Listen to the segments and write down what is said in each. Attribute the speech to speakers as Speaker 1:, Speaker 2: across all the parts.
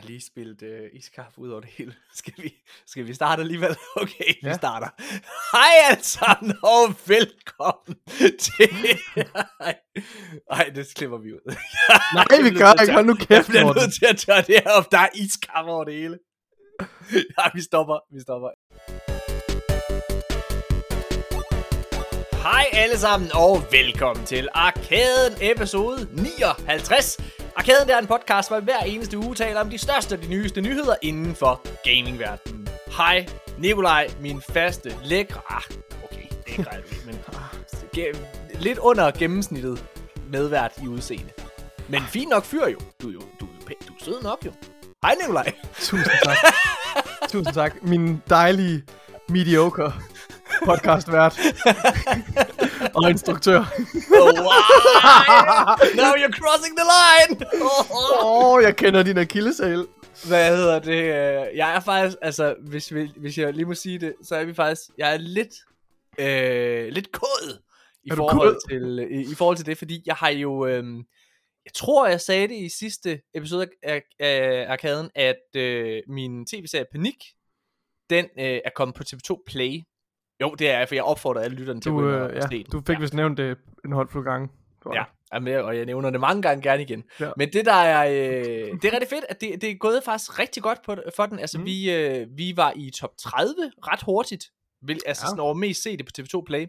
Speaker 1: lige spillet iskaffe ud over det hele. Skal vi starte alligevel? Okay, vi starter. Hej alle sammen, og velkommen til... Ej, det klipper vi ud.
Speaker 2: Nej, vi gør ikke. Hold nu kæft,
Speaker 1: jeg bliver nødt til at tørre det her op. Der er iskaffe over det hele. Nej, vi stopper. Hej alle sammen, og velkommen til Arkaden episode 59. Arkaden, det er en podcast, hvor vi hver eneste uge taler om de største og de nyeste nyheder inden for gamingverdenen. Hej, Nikolaj, min faste lækre... okay, det er ikke men... lidt under gennemsnittet medvært i udseende. Men fint nok fyr jo. Du er sød nok jo. Hej, Nikolaj.
Speaker 2: Tusind tak. Min dejlige, mediocre podcastvært og instruktør.
Speaker 1: Wow! Now you're crossing the line!
Speaker 2: Jeg kender din akilleshæl.
Speaker 1: Hvad hedder det? Jeg er faktisk, altså, hvis jeg lige må sige det, så er vi faktisk, jeg er lidt kod i forhold til det, fordi jeg har jo, jeg tror jeg sagde det i sidste episode af Arkaden, at min tv-serie Panik, den er kommet på TV2 Play. Jo, det er, for jeg opfordrer alle lytterne til at gå ind og se den.
Speaker 2: Du fik vist nævnt det en håndfuld gange.
Speaker 1: Ja, og jeg nævner det mange gange gerne igen. Ja. Men det der er, det er rigtig fedt, at det er gået faktisk rigtig godt for den. Altså vi var i top 30 ret hurtigt. Altså sådan over mest set det på TV2 Play.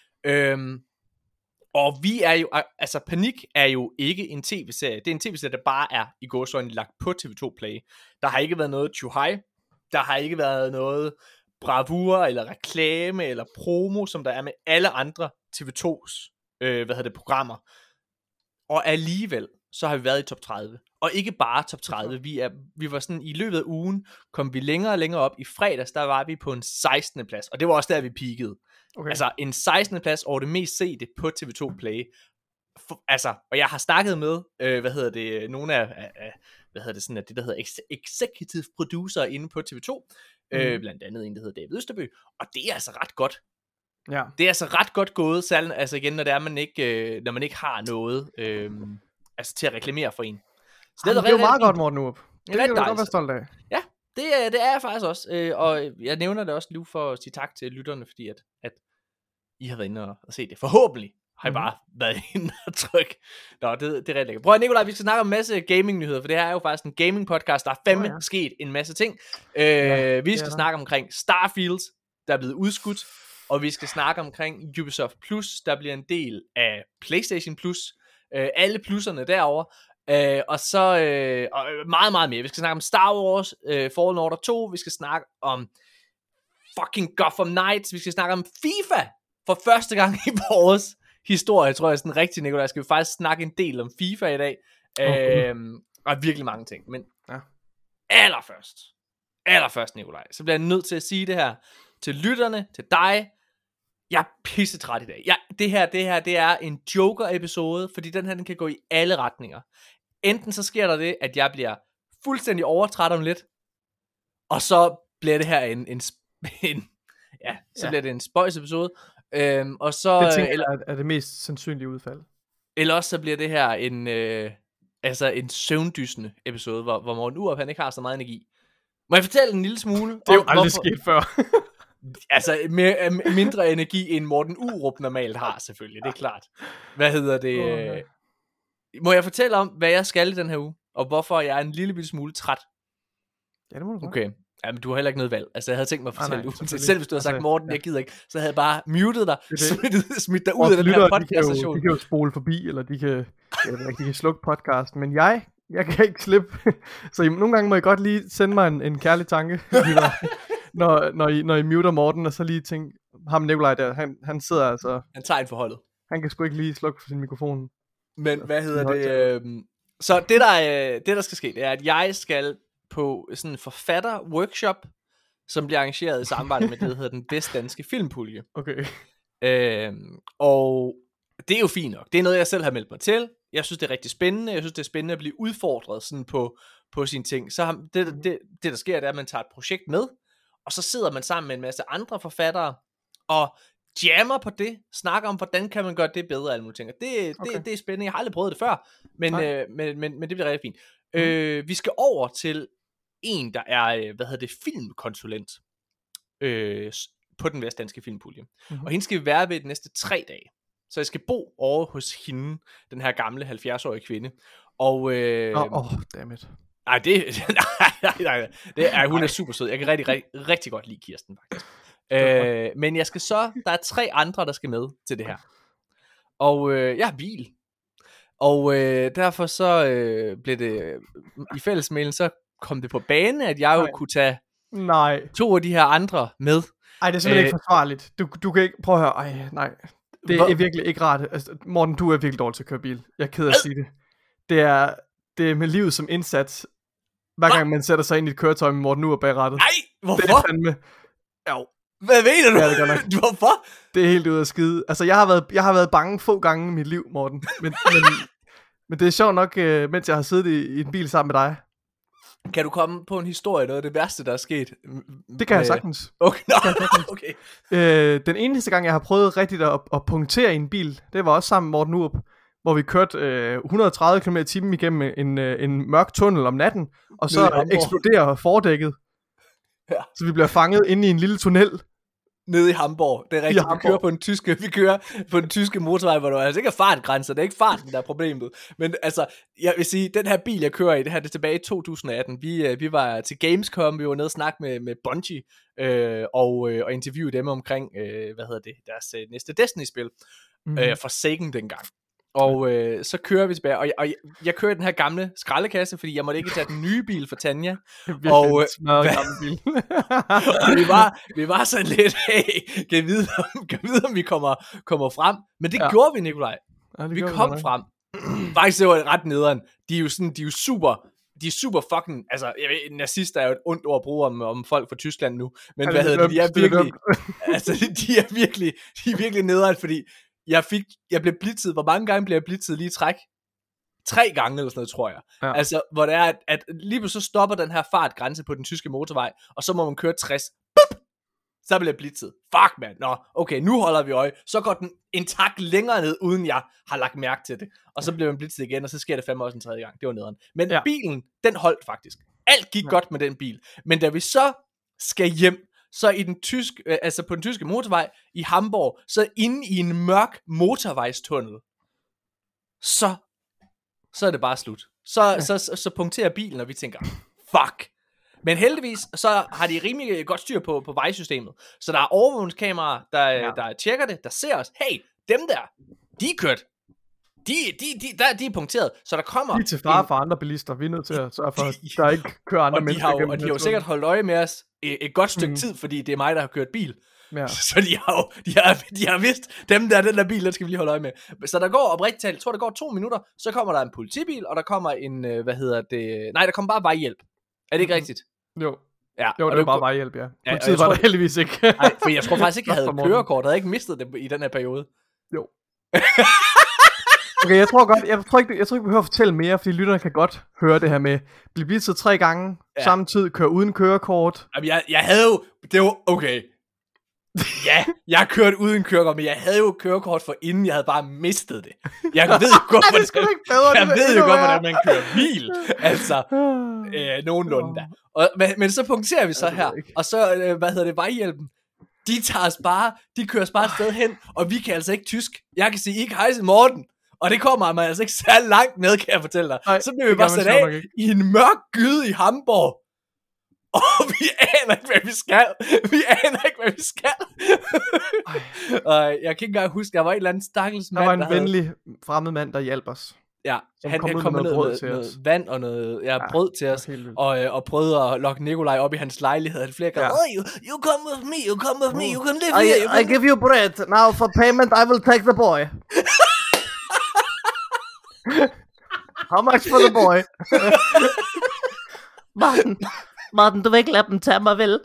Speaker 1: Og vi er jo, altså Panik er jo ikke en tv-serie. Det er en tv-serie, der bare er i gåseøjne lagt på TV2 Play. Der har ikke været noget tjuhej. Der har ikke været noget bravur, eller reklame, eller promo, som der er med alle andre TV2's programmer. Og alligevel, så har vi været i top 30. Og ikke bare top 30. Vi var sådan, i løbet af ugen, kom vi længere og længere op. I fredags, der var vi på en 16. plads. Og det var også der, vi peakede. Okay. Altså, en 16. plads over det mest sete på TV2 Play. Og jeg har snakket med, nogle af det der hedder executive producer inde på TV2. Blandt andet en, der hedder David Østerbø. Og det er altså ret godt. Ja. Det er altså ret godt gået, selv altså igen, når man ikke har noget til at reklamere for en. Så
Speaker 2: det er jo meget godt, Morten Urup.
Speaker 1: Det kan
Speaker 2: du godt være stolt af.
Speaker 1: Ja, det er jeg faktisk også. Og jeg nævner det også nu for at sige tak til lytterne, fordi at I har været inde og set det. Forhåbentlig har I bare været inde og trykke. Nå, det er rigtig lækkert. Prøv at Nikolaj, vi skal snakke om en masse gaming-nyheder, for det her er jo faktisk en gaming-podcast. Der er fandme sket en masse ting. Vi skal snakke omkring Starfield, der er blevet udskudt. Og vi skal snakke omkring Ubisoft Plus, der bliver en del af PlayStation Plus. Alle plusserne derovre. Og så meget, meget mere. Vi skal snakke om Star Wars, Fallen Order 2. Vi skal snakke om fucking Gotham Knights. Vi skal snakke om FIFA for første gang i vores historie, tror jeg sådan rigtig, Nikolaj. Skal vi faktisk snakke en del om FIFA i dag. Og virkelig mange ting. Men allerførst, Nikolaj, så bliver jeg nødt til at sige det her til lytterne, til dig. Jeg er pissetræt i dag. Det her, det er en Joker-episode, fordi den kan gå i alle retninger. Enten så sker der det, at jeg bliver fuldstændig overtræt om lidt, og så bliver det her bliver det en spøjs-episode. Og så
Speaker 2: det tænker jeg er det mest sandsynlige udfald.
Speaker 1: Eller også så bliver det her en søvndysende episode, hvor Morten Urup, han ikke har så meget energi. Må jeg fortælle en lille smule?
Speaker 2: Det er jo aldrig sket før.
Speaker 1: Altså mindre energi end Morten Urup normalt har, selvfølgelig. Det er klart. Hvad hedder det? Må jeg fortælle om, hvad jeg skal i den her uge? Og hvorfor jeg er en lille bitte smule træt?
Speaker 2: Ja, det må du.
Speaker 1: Okay. Ja, men du har heller ikke noget valg. Altså, jeg havde tænkt mig at fortælle det. Selv hvis du havde sagt, Morten, jeg gider ikke, så havde jeg bare muted dig, smidt dig ud af den her podcast-station.
Speaker 2: De kan jo spole forbi, eller de kan slukke podcasten, men jeg kan ikke slippe. Så nogle gange må I godt lige sende mig en kærlig tanke, når I muter Morten, og så lige tænke, ham Nikolaj der, han sidder altså...
Speaker 1: Han tager en forholdet.
Speaker 2: Han kan sgu ikke lige slukke for sin mikrofon.
Speaker 1: Men hvad hedder det? Så det der skal ske, det er, at jeg skal på sådan en forfatter-workshop, som bliver arrangeret i samarbejde med det, der hedder den bedste danske filmpulje. Okay. Og det er jo fint nok. Det er noget, jeg selv har meldt mig til. Jeg synes, det er rigtig spændende. Jeg synes, det er spændende at blive udfordret sådan på sine ting. Så det, der sker, det er, at man tager et projekt med, og så sidder man sammen med en masse andre forfattere, og jammer på det, snakker om, hvordan kan man gøre det bedre, alle mulige ting. Det er spændende. Jeg har aldrig prøvet det før, men det bliver rigtig fint. Vi skal over til en, der er, filmkonsulent på den vestdanske filmpulje. Og hende skal vi være ved de næste 3 dage. Så jeg skal bo over hos hende, den her gamle 70-årige kvinde. Og
Speaker 2: dammit.
Speaker 1: Nej, hun er super sød. Jeg kan rigtig godt lide Kirsten, faktisk. Men der er 3 andre, der skal med til det her. Og jeg har bil. Og derfor så blev det i fællesmailen, så kom det på bane, at jeg jo kunne tage 2 af de her andre med.
Speaker 2: Ej, det er simpelthen ikke forsvarligt. Du kan ikke, prøve at høre, nej. Det er virkelig ikke rart. Altså, Morten, du er virkelig dårlig til at køre bil. Jeg er ked af at sige det. Det er med livet som indsats. Hver gang man sætter sig ind i et køretøj med Morten Ur bag rattet.
Speaker 1: Nej, hvorfor?
Speaker 2: Det er fandme. Jo.
Speaker 1: Hvad mener du?
Speaker 2: Ja, det gør nok.
Speaker 1: Hvorfor?
Speaker 2: Det er helt ude af skide. Altså, jeg har været bange få gange i mit liv, Morten. Men det er sjovt nok, mens jeg har siddet i en bil sammen med dig.
Speaker 1: Kan du komme på en historie, noget af det værste, der er sket?
Speaker 2: Det kan jeg sagtens.
Speaker 1: Okay.
Speaker 2: Den eneste gang, jeg har prøvet rigtigt at punktere i en bil, det var også sammen med Morten Urup, hvor vi kørte 130 km/t igennem en mørk tunnel om natten, og så eksploderer fordækket. Ja. Så vi bliver fanget inde i en lille tunnel.
Speaker 1: Nede i Hamburg. Det er rigtigt, vi kører på den tyske motorvej, hvor der altså ikke er fartgrænser, det er ikke farten, der er problemet. Men altså, jeg vil sige, den her bil, jeg kører i, det er tilbage i 2018. Vi var til Gamescom, vi var nede og snakke med Bungie, og interviewede dem omkring, deres næste Destiny-spil, Forsaken dengang. Og så kører vi tilbage, og jeg kører den her gamle skraldekasse, fordi jeg måtte ikke tage den nye bil for Tanja. Og
Speaker 2: bil.
Speaker 1: vi var sådan lidt, hey, kan vide om vi kommer frem. Men det gjorde vi, Nikolaj. Ja, vi kom frem. Faktisk det var ret nederen. De er jo super fucking, altså, jeg ved, nazister er jo et ondt ord at bruge om folk fra Tyskland nu, men de er virkelig, altså, de er virkelig nederen, fordi jeg blev blitzet. Hvor mange gange blev jeg blitzet lige i træk? 3 gange eller sådan noget, tror jeg. Ja. Altså, hvor det er, at lige pludselig så stopper den her fartgrænse på den tyske motorvej, og så må man køre 60. Bup! Så bliver jeg blitzet. Fuck, man. Nå, okay, nu holder vi øje. Så går den en tak længere ned, uden jeg har lagt mærke til det. Og så bliver man blitzet igen, og så sker det fandme også en 3. gang. Det var nederen. Men bilen, den holdt faktisk. Alt gik godt med den bil. Men da vi så skal hjem, så i på den tyske motorvej i Hamburg, så inde i en mørk motorvejstunnel, så er det bare slut. Så punkterer bilen, og vi tænker, fuck. Men heldigvis, så har de rimelig godt styr på vejsystemet. Så der er overvågningskameraer, der tjekker det, der ser os. Hey, dem der, de er kørt. De er punkteret, så der kommer...
Speaker 2: De er til fare for andre bilister. Vi er nødt til at sørge for, at der ikke kører andre mennesker igennem.
Speaker 1: Og de har jo sikkert holdt øje med os et godt stykke tid, fordi det er mig, der har kørt bil. Ja. Så de har vidst, den der bil, der skal vi lige holde øje med. Så der går oprigtigt talt, jeg tror der går 2 minutter, så kommer der en politibil, og der kommer en, der kommer bare vejhjælp. Er det ikke rigtigt?
Speaker 2: Jo.
Speaker 1: Ja,
Speaker 2: jo, det var bare vejhjælp, ja. Politiet var der heldigvis ikke.
Speaker 1: Nej, for jeg tror faktisk ikke, jeg havde kørekort, jeg havde ikke mistet det i den her periode.
Speaker 2: Jo. Okay, jeg tror ikke, vi behøver at fortælle mere, fordi lytterne kan godt høre det her med blive blitzet 3 gange, samtidig køre uden kørekort.
Speaker 1: Jamen, jeg havde jo, det var okay. Ja, jeg kørte uden kørekort, men jeg havde jo kørekort for inden, jeg havde bare mistet det. Jeg ved jo godt, hvordan man kører bil. Altså, nogenlunde da. Men så punkterer vi så her, og så, vejhjælpen. De kører os bare et sted hen, og vi kan altså ikke tysk. Jeg kan sige, ikke hejse Morten. Og det kommer mig altså ikke særlig langt med, kan jeg fortælle dig. Nej, så bliver vi bare sat af i en mørk gyde i Hamburg. Og vi aner ikke, hvad vi skal. Og jeg kan ikke engang huske, der var en eller anden stakkels mand,
Speaker 2: der var en venlig fremmed mand, der hjalp os.
Speaker 1: Ja, han kom med noget vand og noget brød til os, og prøvede at lokke Nikolaj op i hans lejlighed. Han flere gange, you come with me, you can live here.
Speaker 2: I give you bread, now for payment I will take the boy. How much for the boy?
Speaker 3: Martin, du vil ikke lade dem tage mig, vel?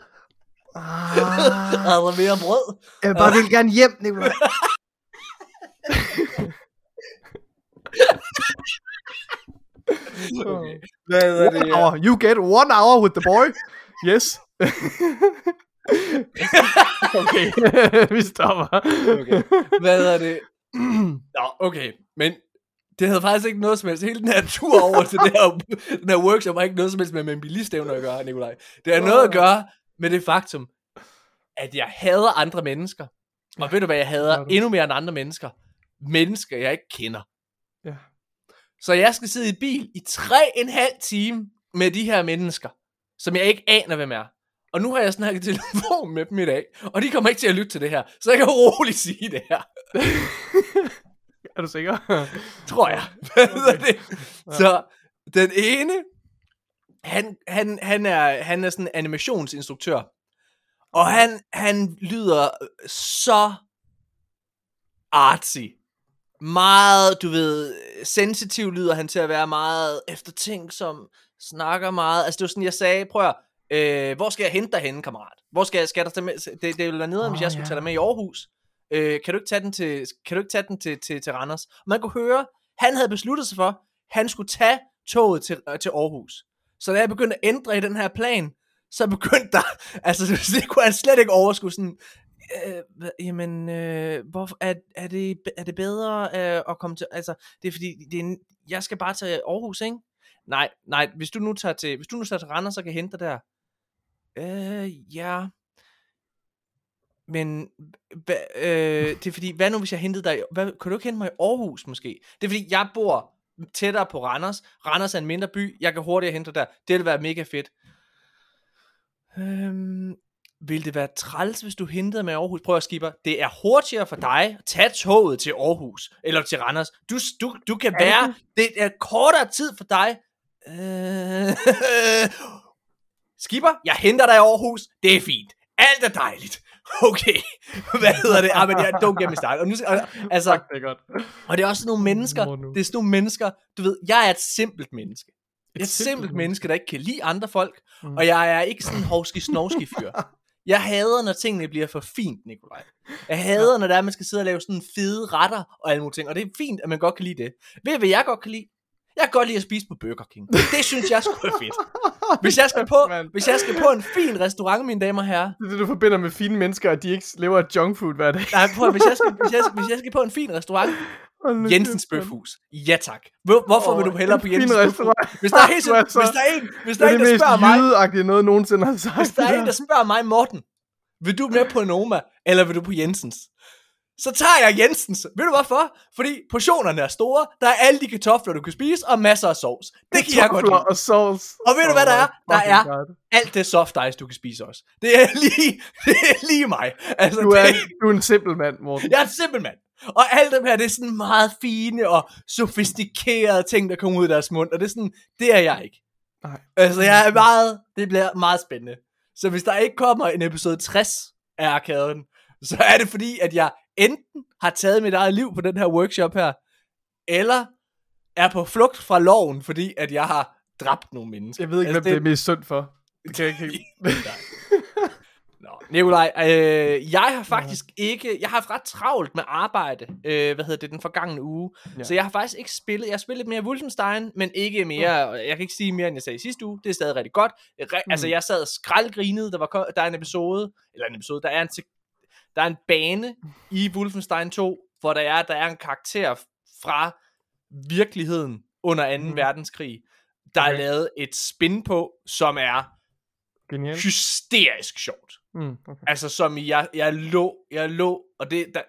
Speaker 1: Er der mere brød?
Speaker 2: Jeg bare vil gerne hjem, Nikolaj.
Speaker 1: Okay. Hvad er det?
Speaker 2: Hour. You get 1 hour with the boy. Yes. Okay, vi stopper.
Speaker 1: Okay. Hvad er det? Nå, okay. Men Det havde faktisk ikke noget som helst. Hele den her tur over til den her workshop har ikke noget som helst med en bilistævner at gøre, Nikolaj. Det har noget at gøre med det faktum, at jeg hader andre mennesker. Og ved du hvad, jeg hader endnu mere end andre mennesker? Mennesker, jeg ikke kender.
Speaker 2: Ja.
Speaker 1: Så jeg skal sidde i bil i 3,5 time med de her mennesker, som jeg ikke aner, hvem er. Og nu har jeg snakket telefon med dem i dag, og de kommer ikke til at lytte til det her. Så jeg kan roligt sige det her.
Speaker 2: Er du sikker?
Speaker 1: Tror jeg. Okay. Så den ene, han er sådan en animationsinstruktør. Og han lyder så artsy. Meget, du ved, sensitiv lyder han til at være, meget eftertænksom, snakker meget. Altså det var sådan, jeg sagde, prøv at, hvor skal jeg hente dig henne, kammerat? Hvor skal der tage med? Det ville være nederen, hvis jeg skulle tage dig med i Aarhus. Kan du ikke tage den til Randers? Og man kunne høre, han havde besluttet sig for, han skulle tage toget til Aarhus. Så da jeg begyndte at ændre i den her plan, så begyndte der, altså det kunne han slet ikke overskue sådan, hvorfor er det bedre at komme til, altså det er fordi jeg skal bare til Aarhus, ikke? Nej, hvis du nu tager til Randers, så kan jeg hente dig der. Ja. Men det er fordi, hvad nu hvis jeg hentede dig, kan du ikke hente mig i Aarhus måske? Det er fordi, jeg bor tættere på Randers. Randers er en mindre by, jeg kan hurtigere hente dig der. Det ville være mega fedt. Vil det være træls, hvis du hentede mig i Aarhus? Prøv at skipper. Det er hurtigere for dig at tage toget til Aarhus, eller til Randers. Du kan være, det er kortere tid for dig. Skipper, jeg henter dig i Aarhus. Det er fint. Alt er dejligt. Okay. Hvad hedder det? Men jeg don't get me started. Og nu, altså,
Speaker 2: det er godt.
Speaker 1: Og det er også sådan nogle mennesker. Det er sådan nogle mennesker. Du ved, jeg er et simpelt menneske. Et simpelt menneske, der ikke kan lide andre folk. Og jeg er ikke sådan en hovski-snovski fyr. Jeg hader, når tingene bliver for fint, Nikolaj. Jeg hader, når der er, man skal sidde og lave sådan fede retter og alle mulige ting. Og det er fint, at man godt kan lide det. Ved I, hvad jeg godt kan lide? Jeg kan godt lide at spise på Burger King. Det synes jeg sgu er fedt. Hvis jeg skal på en fin restaurant, mine damer og herrer.
Speaker 2: Det er det, du forbinder med fine mennesker, at de ikke lever af junk food hver dag.
Speaker 1: Nej, prøv, hvis jeg skal på en fin restaurant. Jensens Bøfhus. Ja tak. Hvorfor vil du hellere på Jensens Bøfhus? Hvis der er en, der spørger mig.
Speaker 2: Det er det mest noget nogensinde har sagt.
Speaker 1: Hvis der er en, der spørger mig, Morten, vil du med på Noma, eller vil du på Jensens? Så tager jeg Jensens. Ved du hvorfor? Fordi portionerne er store. Der er alle de kartofler, du kan spise, og masser af sovs. Det kan jeg godt lide.
Speaker 2: Og sovs.
Speaker 1: Og ved du hvad der er? Der er alt det soft ice, du kan spise også. Det er lige mig. Altså,
Speaker 2: du er en simpel mand, Morten.
Speaker 1: Jeg er en simpel mand. Og alt det her, det er sådan meget fine og sofistikerede ting, der kommer ud af deres mund. Og det er sådan, det er jeg ikke.
Speaker 2: Nej.
Speaker 1: Altså, det bliver meget spændende. Så hvis der ikke kommer en episode 60 af Arkaden, så er det fordi, at jeg enten har taget mit eget liv på den her workshop her, eller er på flugt fra loven, fordi at jeg har dræbt nogle mennesker.
Speaker 2: Jeg ved ikke, hvem det er mest synd for. Det kan jeg ikke.
Speaker 1: Nå, Nikolaj, jeg har faktisk ikke, jeg har haft ret travlt med arbejde, den forgangne uge, så jeg har faktisk ikke spillet, jeg har spillet lidt mere Wolfenstein, men ikke mere, jeg kan ikke sige mere, end jeg sagde sidste uge, det er stadig rigtig godt, altså jeg sad og skraldgrinede, der er en episode, der er en bane i Wolfenstein 2, hvor der er en karakter fra virkeligheden under 2. verdenskrig, der er lavet et spin på, som er
Speaker 2: genial.
Speaker 1: Hysterisk sjovt.
Speaker 2: Okay. Altså
Speaker 1: som jeg lå, og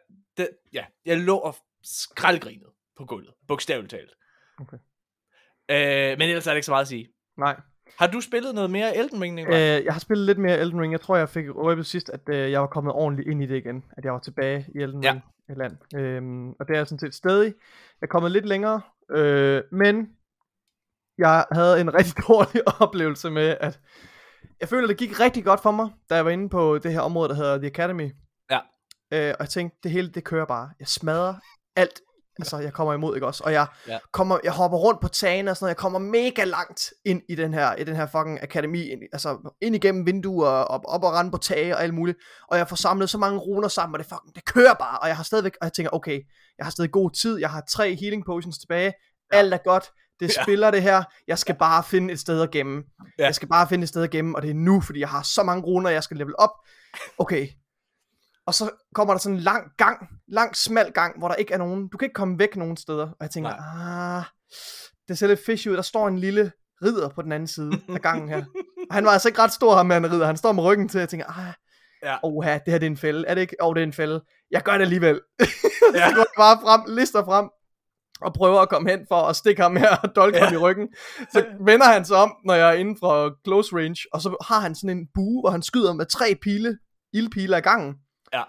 Speaker 1: jeg lå og skraldgrinede på gulvet, bogstaveligt talt.
Speaker 2: Okay.
Speaker 1: Men ellers er det ikke så meget at sige.
Speaker 2: Nej.
Speaker 1: Har du spillet noget mere Elden Ring?
Speaker 2: Jeg har spillet lidt mere Elden Ring. Jeg tror, jeg fik røbet sidst, at jeg var kommet ordentligt ind i det igen. At jeg var tilbage i Elden Ring land. Og det er sådan set stadig. Jeg er kommet lidt længere. Men jeg havde en rigtig dårlig oplevelse med, at jeg føler, det gik rigtig godt for mig, da jeg var inde på det her område, der hedder The Academy.
Speaker 1: Ja.
Speaker 2: Og jeg tænkte, det hele, det kører bare. Jeg smadrer alt. Altså, jeg kommer imod, ikke også? Og jeg hopper rundt på tagene og sådan noget. Jeg kommer mega langt ind i den her fucking akademi. Ind igennem vinduer, op og rende på tage og alt muligt. Og jeg får samlet så mange runer sammen, og det kører bare. Og jeg har stadigvæk, og jeg tænker, okay, jeg har stadig god tid. Jeg har 3 healing potions tilbage. Alt er godt. Det spiller det her. Jeg skal bare finde et sted at gemme. Jeg skal bare finde et sted at gemme, og det er nu, fordi jeg har så mange runer, jeg skal level op. Okay. Og så kommer der sådan en lang smal gang, hvor der ikke er nogen, du kan ikke komme væk nogen steder. Og jeg tænker, det ser lidt fishy ud, der står en lille ridder på den anden side af gangen her. Og han var altså ikke ret stor, ham med en ridder, han står med ryggen til, jeg tænker, det her det er en fælde, er det ikke? Det er en fælde. Jeg gør det alligevel. Så går jeg bare frem, lister frem, og prøver at komme hen for at stikke ham her og dolke ham i ryggen. Så vender han sig om, når jeg er inden for close range, og så har han sådan en bue, hvor han skyder med 3 ildpile af gangen.
Speaker 1: Ja.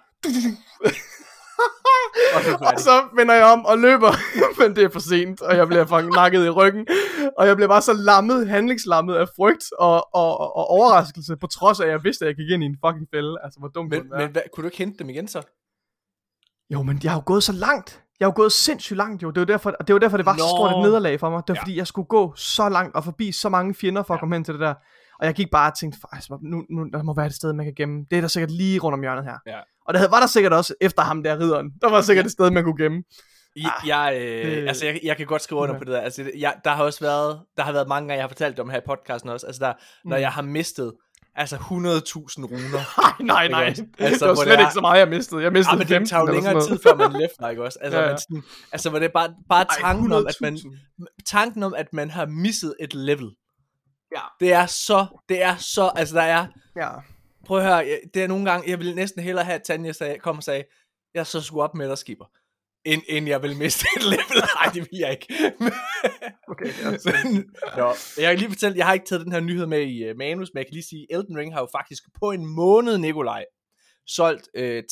Speaker 2: Og så vender jeg om og løber, men det er for sent, og jeg bliver fucking nakket i ryggen, og jeg bliver bare så handlingslammet af frygt og overraskelse, på trods af, at jeg vidste, at jeg gik ind i en fucking fælde. Altså, hvor dumt det
Speaker 1: Men kunne du ikke hente dem igen så?
Speaker 2: Jo, men jeg har jo gået så langt. Jeg har jo gået sindssygt langt, jo. Det var derfor, det var så stort et nederlag for mig. Det var fordi, jeg skulle gå så langt og forbi så mange fjender for at komme hen til det der. Og jeg gik bare og tænkte, nu der må være et sted, man kan gemme. Det er der sikkert lige rundt om hjørnet her. Ja. Og var der sikkert også efter ham der ridderen. Der var sikkert et sted, man kunne gemme.
Speaker 1: Jeg kan godt skrive under på det der. Altså, der har været mange gange, jeg har fortalt om her i podcasten også. Altså, når jeg har mistet 100.000 runer.
Speaker 2: Nej. Altså, det var slet ikke så meget, jeg mistede. Jeg mistede 15.
Speaker 1: Det tager jo længere tid, før man lefter, ikke også? Altså, hvor det er bare tanken om, tanken om, at man har misset et level. Ja. Det er så, altså der er, prøv at høre, det er nogle gange, jeg vil næsten hellere have, at Tanja kom og sagde, jeg så skulle op med dig, skipper, end jeg vil miste et level. Nej, det vil jeg ikke.
Speaker 2: Okay,
Speaker 1: jeg kan lige fortælle, jeg har ikke taget den her nyhed med i manus, men jeg kan lige sige, Elden Ring har jo faktisk på en måned, Nikolaj, solgt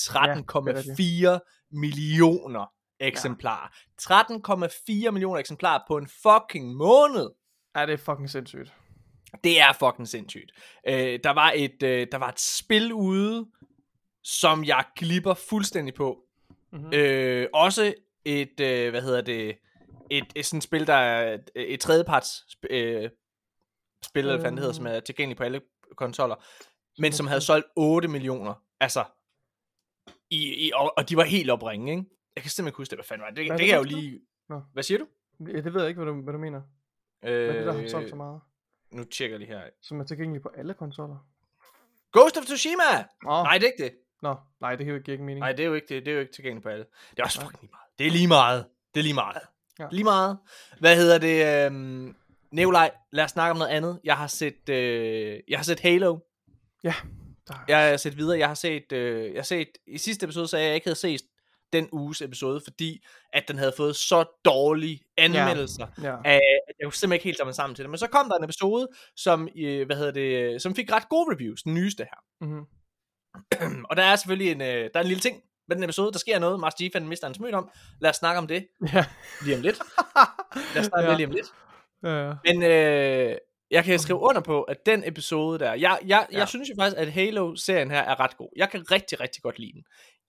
Speaker 1: 13,4 millioner eksemplarer. 13,4 millioner eksemplarer på en fucking måned.
Speaker 2: Ja, det er fucking sindssygt.
Speaker 1: Det er fucking sindssygt. Der var et spil ude, som jeg glipper fuldstændig på. Mm-hmm. Også et, et sådan spil, der er et tredjeparts spil, eller hvad det hedder, som er tilgængelig på alle konsoller, men som havde solgt 8 millioner. Altså, og de var helt opringe, ikke? Jeg kan simpelthen ikke huske det, hvad fanden var det. Det kan jeg jo lige... Hvad siger du?
Speaker 2: Ja, det ved jeg ikke, hvad du mener. Hvad er det, der har solgt så meget?
Speaker 1: Nu tjekker jeg lige her.
Speaker 2: Som er tilgængelig på alle konsoller.
Speaker 1: Ghost of Tsushima! Nej, det er ikke det.
Speaker 2: Nej, det giver ikke mening.
Speaker 1: Nej, det er jo ikke det. Det er jo ikke tilgængeligt på alle. Det er også fucking lige meget. Det er lige meget. Ja. Lige meget. Hvad hedder det? Nikolaj, lad os snakke om noget andet. Jeg har set Halo.
Speaker 2: Ja.
Speaker 1: Jeg har set videre. Jeg har set i sidste episode, så jeg ikke havde set den uges episode, fordi at den havde fået så dårlige anmeldelser, at jeg kunne simpelthen ikke helt sammen til det. Men så kom der en episode, som som fik ret gode reviews, den nyeste her. Mm-hmm. Og der er selvfølgelig der er en lille ting med den episode, der sker noget, Master Chief han mister en smøt om. Lad os snakke om det lige om lidt. Lad os snakke om det lige om lidt. Ja. Men jeg kan skrive under på, at den episode der, jeg synes jo faktisk, at Halo-serien her er ret god. Jeg kan rigtig, rigtig godt lide den.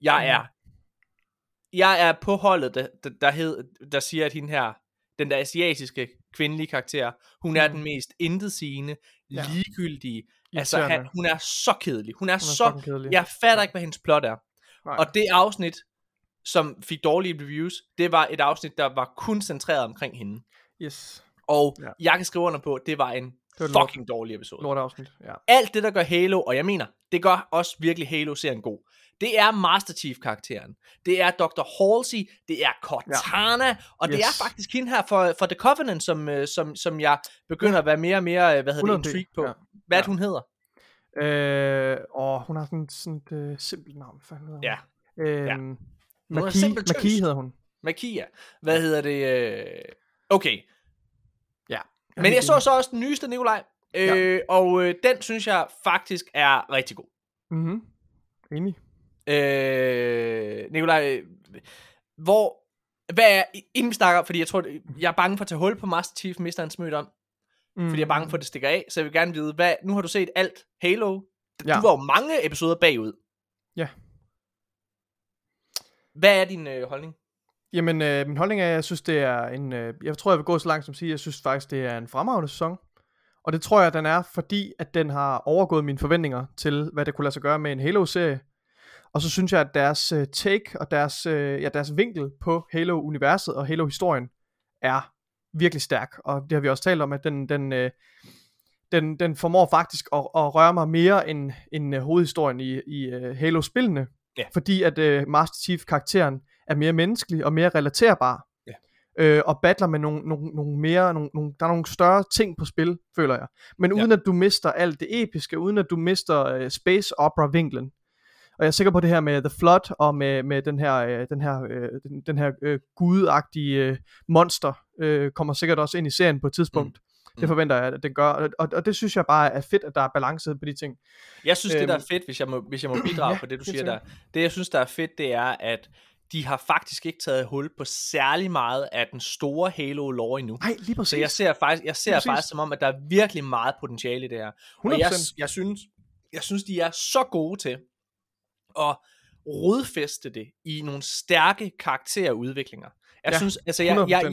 Speaker 1: Jeg er på holdet, der siger, at hende her, den der asiatiske kvindelige karakter, hun er den mest intetsigende, ligegyldige. Altså, hun er så kedelig. Hun er så kedelig. Jeg fatter ikke, hvad hendes plot er. Nej. Og det afsnit, som fik dårlige reviews, det var et afsnit, der var kun centreret omkring hende.
Speaker 2: Yes.
Speaker 1: Og jeg kan skrive under på, at det var en fucking dårlig episode.
Speaker 2: Lortafsnit,
Speaker 1: Alt det, der gør Halo, og jeg mener, det gør også virkelig Halo-serien god. Det er Master Chief-karakteren. Det er Dr. Halsey. Det er Cortana. Og det er faktisk hende her for The Covenant, som jeg begynder at være mere og mere, intrigued på. Ja. Hvad hun hedder?
Speaker 2: Hun har sådan et simpelt navn.
Speaker 1: Ja.
Speaker 2: Maki hedder hun.
Speaker 1: Maki, ja. Hvad hedder det? Okay. Ja. Men jeg så også den nyeste, Nikolaj. Og den synes jeg faktisk er rigtig god.
Speaker 2: Mhm. Enig.
Speaker 1: Nikolaj, hvad er, inden vi snakker, fordi jeg er bange for at tage hul på Master Chief, mister en smøt om, fordi jeg er bange for, at det stikker af, så jeg vil gerne vide, nu har du set alt Halo, du var jo mange episoder bagud.
Speaker 2: Ja.
Speaker 1: Hvad er din holdning?
Speaker 2: Jamen, min holdning er, jeg synes, det er jeg tror, jeg vil gå så langt som at sige, jeg synes faktisk, det er en fremragende sæson. Og det tror jeg, den er, fordi at den har overgået mine forventninger til, hvad det kunne lade sig gøre med en Halo-serie. Og så synes jeg, at deres take og deres vinkel på Halo-universet og Halo-historien er virkelig stærk. Og det har vi også talt om, at den formår faktisk at røre mig mere end hovedhistorien i Halo-spillene.
Speaker 1: Ja.
Speaker 2: Fordi at Master Chief-karakteren er mere menneskelig og mere relaterbar. Og battler med nogle mere, der er nogle større ting på spil, føler jeg. Men uden at du mister alt det episke, uden at du mister space opera-vinklen. Og jeg er sikker på det her med The Flood, og med den her gudagtige monster, kommer sikkert også ind i serien på et tidspunkt. Det forventer jeg, at den gør. Og det synes jeg bare er fedt, at der er balance på de ting.
Speaker 1: Jeg synes, det der er fedt, hvis jeg må bidrage på det, du siger der. Det, jeg synes, der er fedt, det er, at de har faktisk ikke taget hul på særlig meget af den store Halo-lore endnu.
Speaker 2: Nej, lige præcis.
Speaker 1: Så jeg ser faktisk som om, at der er virkelig meget potentiale i det her. 100%. Og jeg synes, de er så gode til at rodfæste det i nogle stærke karakterudviklinger. Jeg synes, altså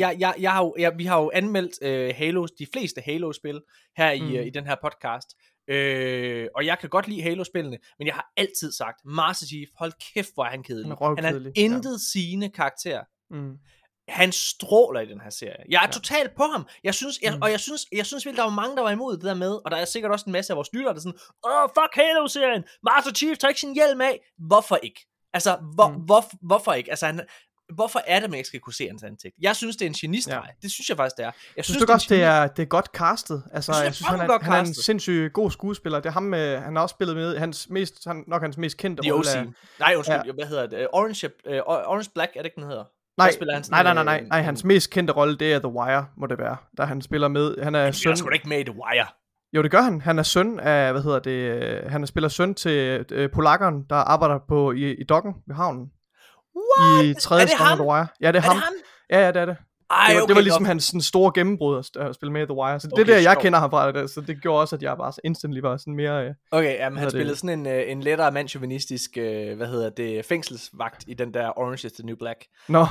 Speaker 1: vi har jo anmeldt de fleste Halo-spil her i den her podcast. Og jeg kan godt lide Halo-spillene, men jeg har altid sagt, Master Chief, hold kæft, hvor er han kedelig. Han er intet sigende karakter. Han stråler i den her serie. Jeg er totalt på ham. Jeg synes virkelig, der var mange, der var imod det der med, og der er sikkert også en masse af vores lyttere, der er sådan, fuck Halo-serien, Master Chief tager ikke sin hjelm af. Hvorfor ikke? Altså, hvorfor ikke? Altså, hvorfor er det, man ikke skal kunne se hans ansigt? Jeg synes, det er en genistreg. Det synes jeg faktisk, det er. Jeg synes
Speaker 2: du også, det er godt castet? Altså, jeg synes han er en sindssygt god skuespiller. Det er ham, han har også spillet med, nok hans mest kendte rolle.
Speaker 1: Nej, undskyld, hvad hedder det? Orange Black, er det ikke, den hedder?
Speaker 2: Nej, hans mest kendte rolle, det er The Wire, må det være. Der han spiller med, han er søn.
Speaker 1: Han er sgu da ikke med i The Wire.
Speaker 2: Jo, det gør han. Han er søn af, han spiller søn til polakkeren, der arbejder i dokken ved havnen.
Speaker 1: What?
Speaker 2: I tredje sæson af The Wire. Ja, det er ham. Ja, det er det. Det var ligesom hans sådan, store gennembrud at spille med i The Wire. Så det er der, jeg kender ham fra. Så det gjorde også, at jeg bare instantly var sådan mere...
Speaker 1: Okay, jamen, han spillede sådan en lettere mandsjuvenistisk, fængselsvagt i den der Orange is the New Black.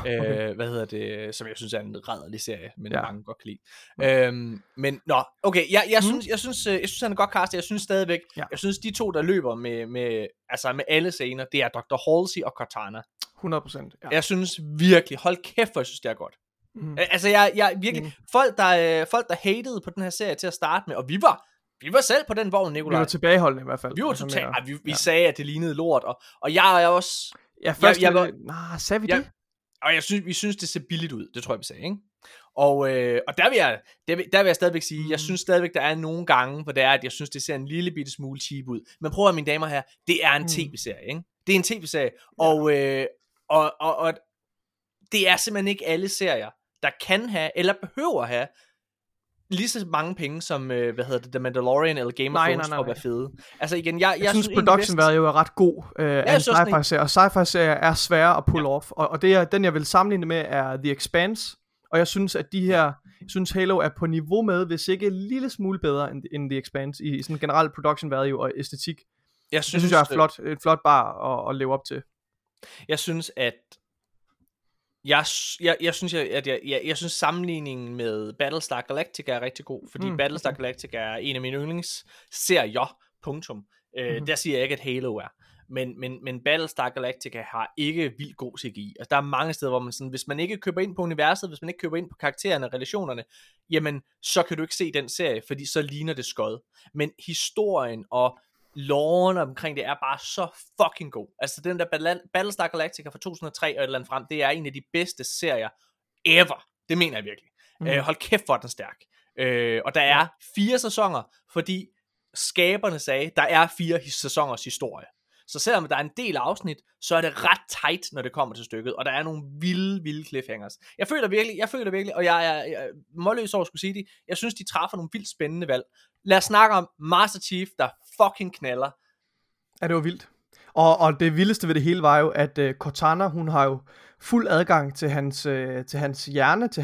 Speaker 2: Okay.
Speaker 1: Som jeg synes er en rædderlig serie, men mange godt kan lide. Men, jeg synes han er godt castet. Jeg synes stadigvæk, jeg synes de to, der løber med alle scener, det er Dr. Halsey og Cortana.
Speaker 2: 100%. Ja.
Speaker 1: Jeg synes virkelig, hold kæft, for jeg synes, det er godt. Altså, jeg virkelig, folk der hated på den her serie til at starte med, og vi var selv på den vogn, Nikolaj.
Speaker 2: Vi var tilbageholdende i hvert fald.
Speaker 1: Vi var totalt, vi sagde, at det lignede lort, og jeg er også...
Speaker 2: Ja, først sagde vi det?
Speaker 1: Og vi synes, det ser billigt ud, det tror jeg, vi sagde, ikke? Og der vil jeg stadigvæk sige, jeg synes stadigvæk, der er nogle gange, hvor det er, at jeg synes, det ser en lille bitte smule cheap ud. Men prøv at mine damer her, det er en tv-serie, ikke? Det er en tv-serie, og det er simpelthen ikke alle serier, der kan have, eller behøver have, lige så mange penge som, The Mandalorian eller Game of Thrones for at være fede. Altså igen, jeg synes
Speaker 2: production value jo er ret god af en sci-fi-serie, og sci-fi-serier er svære at pull off, og det er, den jeg vil sammenligne med er The Expanse, og jeg synes, at Halo er på niveau med, hvis ikke en lille smule bedre end The Expanse, i sådan generelt production value og æstetik. Det synes jeg er et flot bar at leve op til.
Speaker 1: Jeg synes, at jeg synes sammenligningen med Battlestar Galactica er rigtig god, fordi Battlestar Galactica er en af mine yndlingsserier, punktum. Der siger jeg ikke, at Halo er. Men Battlestar Galactica har ikke vildt god CGI. Altså, der er mange steder, hvor man sådan, hvis man ikke køber ind på universet, hvis man ikke køber ind på karaktererne og relationerne, jamen, så kan du ikke se den serie, fordi så ligner det skod. Men historien og loven omkring det er bare så fucking god. Altså den der Battlestar Galactica fra 2003 og et eller andet frem, det er en af de bedste serier ever. Det mener jeg virkelig. Hold kæft, hvor den stærk. Og der er 4 sæsoner, fordi skaberne sagde, der er 4 sæsoners historie. Så selvom der er en del afsnit, så er det ret tight, når det kommer til stykket, og der er nogle vilde cliffhangers. Jeg føler virkelig, og jeg er målløs over at skulle sige det, jeg synes, de træffer nogle vildt spændende valg. Lad os snakke om Master Chief, der fucking knaller.
Speaker 2: Ja, det var vildt. Og det vildeste ved det hele var jo, at Cortana, hun har jo fuld adgang til hans hjerne, til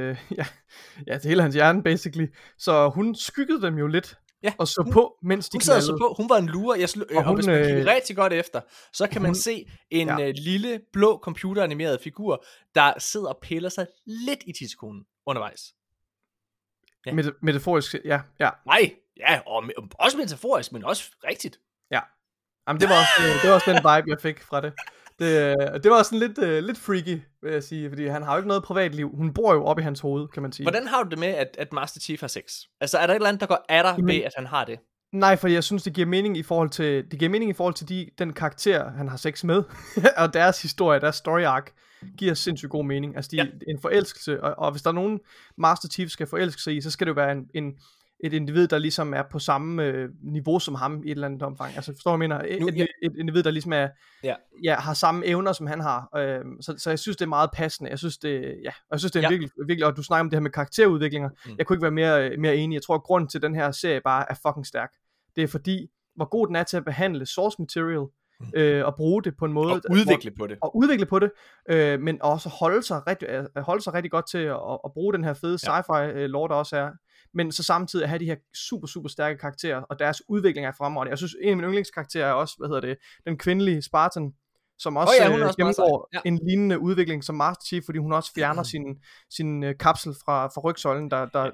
Speaker 2: hele hans hjerne, basically. Så hun skyggede dem jo lidt.
Speaker 1: Ja,
Speaker 2: og så på, mens de knaldede.
Speaker 1: På. Hun var en lurer. Og hvis man kigger rigtig godt efter, så kan man se en lille, blå computeranimeret figur, der sidder og piller sig lidt i tidskonen undervejs.
Speaker 2: Ja. Metaforisk, ja.
Speaker 1: Nej, ja, og også metaforisk, men også rigtigt.
Speaker 2: Ja. Jamen, det var også den vibe, jeg fik fra det. Det var sådan lidt freaky, vil jeg sige, fordi han har jo ikke noget privatliv. Hun bor jo op i hans hoved, kan man sige.
Speaker 1: Hvordan har du det med, at Master Chief har sex? Altså, er der et eller andet, der går af dig ved, at han har det?
Speaker 2: Nej, fordi jeg synes, det giver mening i forhold til den karakter, han har sex med, og deres historie, deres story arc, giver sindssygt god mening. Altså, en forelskelse, og hvis der er nogen Master Chief skal forelske sig i, så skal det jo være et individ, der ligesom er på samme niveau som ham i et eller andet omfang. Altså, forstår du, hvad jeg mener? Et individ, der ligesom har samme evner, som han har. Så jeg synes, det er meget passende. Jeg synes, det er virkelig, og du snakker om det her med karakterudviklinger. Jeg kunne ikke være mere enig. Jeg tror, at grunden til den her serie bare er fucking stærk. Det er fordi, hvor god den er til at behandle source material, og bruge det på en måde. Og udvikle på det. Men også holde sig rigtig godt til at bruge den her fede sci-fi lore, der også er. Men så samtidig at have de her super, super stærke karakterer, og deres udvikling er fremragende. Jeg synes, en af mine yndlingskarakterer er også, den kvindelige Spartan, som også gennemgår en lignende udvikling som Master Chief, fordi hun også fjerner sin kapsel fra rygsøjlen,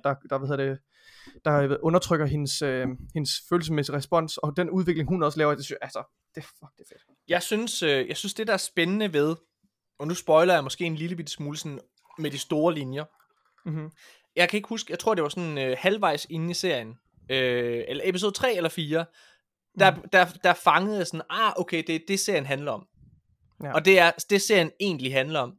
Speaker 2: der undertrykker hendes følelsesmæssige respons, og den udvikling hun også laver, det er fedt.
Speaker 1: Jeg synes det der er spændende ved, og nu spoiler jeg måske en lille bitte smule sådan, med de store linjer. Jeg kan ikke huske, jeg tror det var sådan halvvejs inde i serien, eller episode 3 eller 4, der fangede jeg sådan, okay, det er det serien handler om. Og det serien egentlig handler om,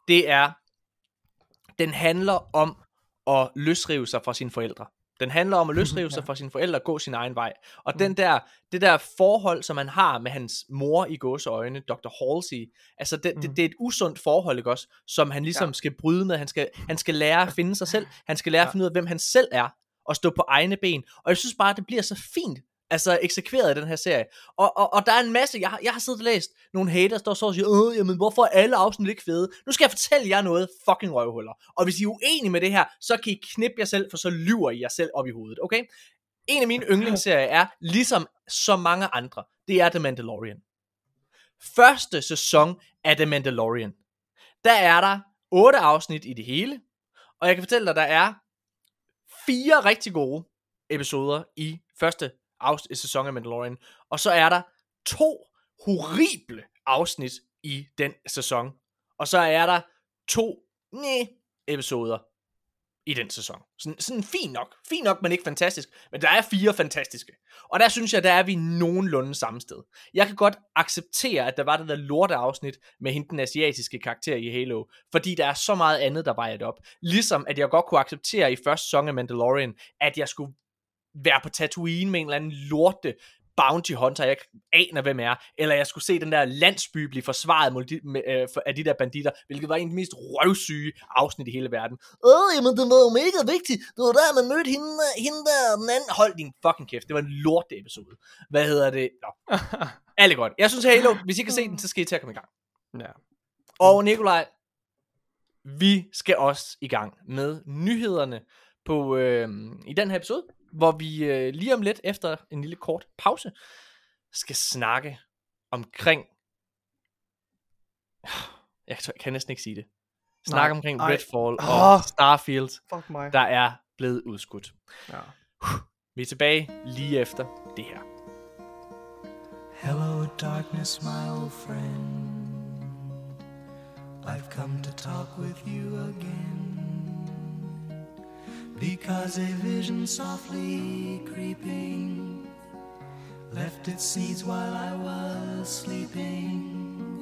Speaker 1: den handler om at løsrive sig fra sine forældre. Den handler om at løsrive sig fra sine forældre og gå sin egen vej. Og det der forhold, som han har med hans mor i gåseøjne, Dr. Halsey, altså det er et usundt forhold, ikke også, som han ligesom skal bryde med. Han skal lære at finde sig selv. Han skal lære at finde ud af, hvem han selv er, og stå på egne ben. Og jeg synes bare, at det bliver så fint, altså eksekveret i den her serie. Og der er en masse, jeg har siddet og læst nogle haters, der så og siger, jamen hvorfor er alle afsnit ikke fede? Nu skal jeg fortælle jer noget, fucking røvhuller. Og hvis I er uenige med det her, så kan I knippe jer selv, for så lyver I jer selv op i hovedet, okay? En af mine yndlingsserier er, ligesom så mange andre, det er The Mandalorian. Første sæson af The Mandalorian. Der er der 8 afsnit i det hele, og jeg kan fortælle dig, der er 4 rigtig gode episoder i første sæson af Mandalorian, og så er der 2 horrible afsnit i den sæson, og så er der 2 episoder i den sæson. Sådan fint nok, men ikke fantastisk, men der er 4 fantastiske, og der synes jeg, der er vi nogenlunde samme sted. Jeg kan godt acceptere, at der var det der lorte afsnit med hende den asiatiske karakter i Halo, fordi der er så meget andet, der vejer det op. Ligesom at jeg godt kunne acceptere i første sæson af Mandalorian, at jeg skulle være på Tatooine med en eller anden lorte bounty hunter, jeg ikke aner hvem er, eller jeg skulle se den der landsby blive forsvaret af de der banditter, hvilket var en af de mest røvsyge afsnit i hele verden. Jamen det var jo mega vigtigt, det var der man mødte hende der, den anden. Hold din fucking kæft, det var en lorte episode. Hvad hedder det? Nå. Alt godt. Jeg synes Halo, hvis I kan se den, så skal I til at komme i gang.
Speaker 2: Ja.
Speaker 1: Og Nikolaj, vi skal også i gang med nyhederne på i den her episode, hvor vi lige om lidt efter en lille kort pause skal snakke omkring, jeg kan næsten ikke sige det, omkring Redfall og Starfield, der er blevet udskudt. Vi er tilbage lige efter det her.
Speaker 4: Hello darkness, my old friend, I've come to talk with you again, because a vision softly creeping left its seeds while I was sleeping.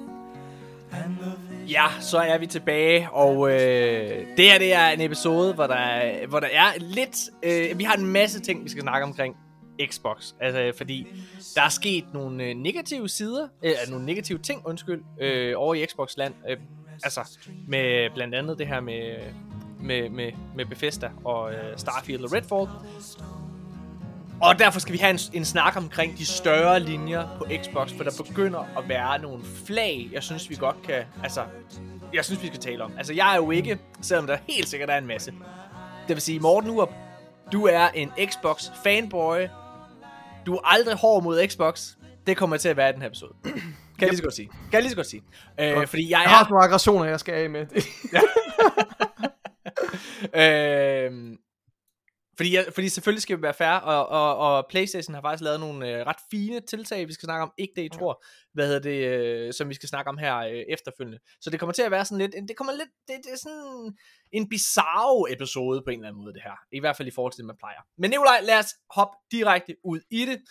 Speaker 1: Ja, så er vi tilbage, og det her det er en episode, hvor der er lidt, vi har en masse ting, vi skal snakke omkring Xbox, altså fordi der er sket nogle negative sider, nogle negative ting, over i Xbox land, altså med blandt andet det her med Bethesda og Starfield og Redfall. Og derfor skal vi have en snak omkring de større linjer på Xbox, for der begynder at være nogle flag, jeg synes vi godt kan, altså jeg synes vi skal tale om. Altså jeg er jo ikke, selvom der helt sikkert er en masse. Det vil sige, Morten Urup, du er en Xbox fanboy. Du er aldrig hård mod Xbox. Det kommer til at være i den her episode. Kan jeg lige så godt sige. Fordi jeg
Speaker 2: har nogle aggressioner, jeg skal af med.
Speaker 1: Fordi selvfølgelig skal vi være fair, og PlayStation har faktisk lavet nogle ret fine tiltag, vi skal snakke om, ikke det I tror, som vi skal snakke om her efterfølgende. Så det kommer til at være sådan lidt, det er sådan en bizarre episode på en eller anden måde det her, i hvert fald i forhold til det man plejer. Men Nikolaj, lad os hoppe direkte ud i det.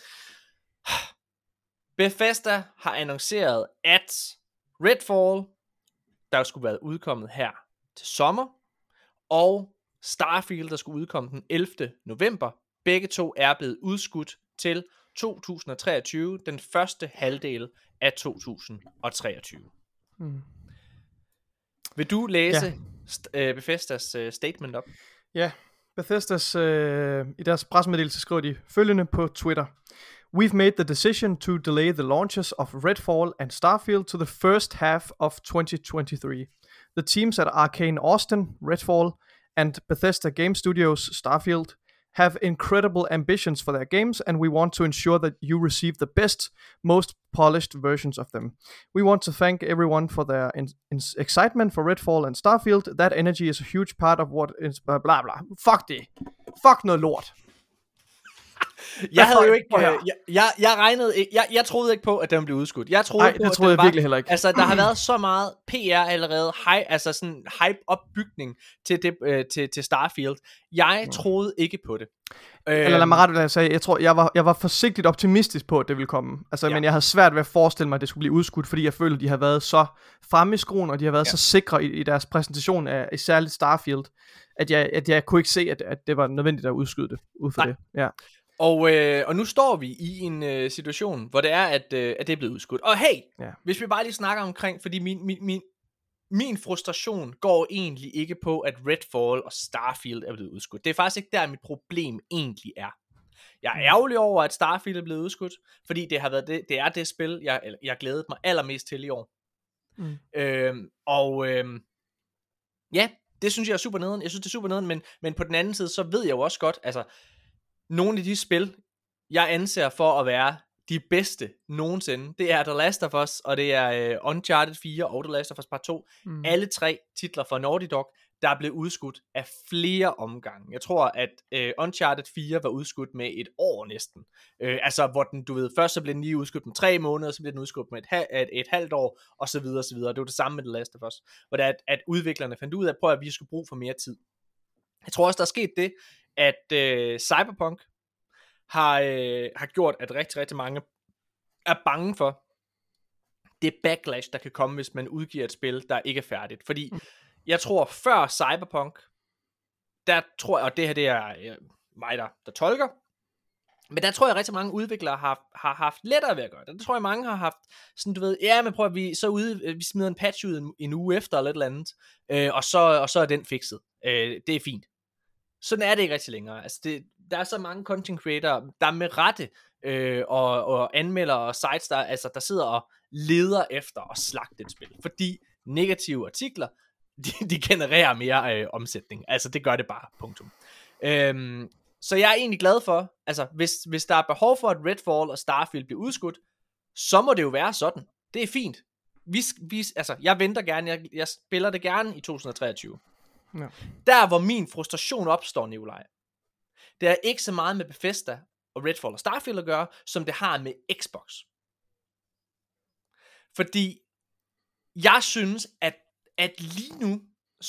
Speaker 1: Bethesda har annonceret, at Redfall, der skulle være udkommet her til sommer, og Starfield, der skulle udkomme den 11. november, begge to er blevet udskudt til 2023, den første halvdel af 2023. Vil du læse Bethesdas statement op?
Speaker 2: Ja, Bethesdas i deres pressemeddelelse skriver de følgende på Twitter. We've made the decision to delay the launches of Redfall and Starfield to the first half of 2023. The teams at Arcane Austin, Redfall, and Bethesda Game Studios, Starfield, have incredible ambitions for their games, and we want to ensure that you receive the best, most polished versions of them. We want to thank everyone for their excitement for Redfall and Starfield. That energy is a huge part of what is blah blah blah. Fuck det. Fuck noget lort.
Speaker 1: Jeg havde jo ikke jeg regnede jeg troede ikke på at den blev udskudt. Jeg troede
Speaker 2: det troede jeg virkelig heller ikke.
Speaker 1: Altså der har været så meget PR allerede, altså sådan hype opbygning til det til Starfield. Jeg troede ikke på det.
Speaker 2: Eller lad mig rette, hvad jeg sagde. Jeg tror jeg var forsigtigt optimistisk på at det ville komme. Altså men jeg havde svært ved at forestille mig at det skulle blive udskudt, fordi jeg følte de har været så fremme i skoen, og de har været så sikre i deres præsentation af særligt Starfield, at jeg kunne ikke se at det var nødvendigt at udskyde det ud for det. Ja.
Speaker 1: Og nu står vi i en situation, hvor det er, at det er blevet udskudt. Og hey, hvis vi bare lige snakker omkring, fordi min frustration går egentlig ikke på, at Redfall og Starfield er blevet udskudt. Det er faktisk ikke der, mit problem egentlig er. Jeg er ærgerlig over, at Starfield er blevet udskudt, fordi det har været det er det spil, jeg glædede mig allermest til i år. Ja, det synes jeg er super nederen. Jeg synes, det er super nederen, men på den anden side, så ved jeg jo også godt, altså, nogle af de spil, jeg anser for at være de bedste nogensinde, det er The Last of Us, og det er Uncharted 4 og The Last of Us Part 2. Alle tre titler fra Naughty Dog, der blev udskudt af flere omgange. Jeg tror, at Uncharted 4 var udskudt med et år næsten. Altså, hvor den, du ved, først så blev den lige udskudt med 3 måneder, så blev den udskudt med et halvt år, og så videre, og så videre. Det var det samme med The Last of Us, hvor det er, at udviklerne fandt ud af, at vi skulle bruge for mere tid. Jeg tror også, der er sket det, at Cyberpunk har gjort, at rigtig, rigtig mange er bange for det backlash, der kan komme, hvis man udgiver et spil, der ikke er færdigt. Fordi jeg tror, før Cyberpunk, der tror jeg, og det her det er mig, der tolker, men der tror jeg, at rigtig mange udviklere har haft lettere ved at gøre det. Der tror jeg, mange har haft sådan, du ved, ja, men prøv at vi smider en patch ud en uge efter, eller et eller andet, og så er den fikset. Det er fint. Sådan er det ikke rigtig længere. Altså der er så mange content creator, der med rette og anmelder og sites, der sidder og leder efter at slagte et spil. Fordi negative artikler, de genererer mere omsætning. Altså det gør det bare, punktum. Så jeg er egentlig glad for, altså hvis der er behov for, at Redfall og Starfield bliver udskudt, så må det jo være sådan. Det er fint. Altså jeg venter gerne, jeg spiller det gerne i 2023. Ja. Der hvor min frustration opstår, Nikolaj, det er ikke så meget med Bethesda og Redfall og Starfield at gøre, som det har med Xbox. Fordi jeg synes, at lige nu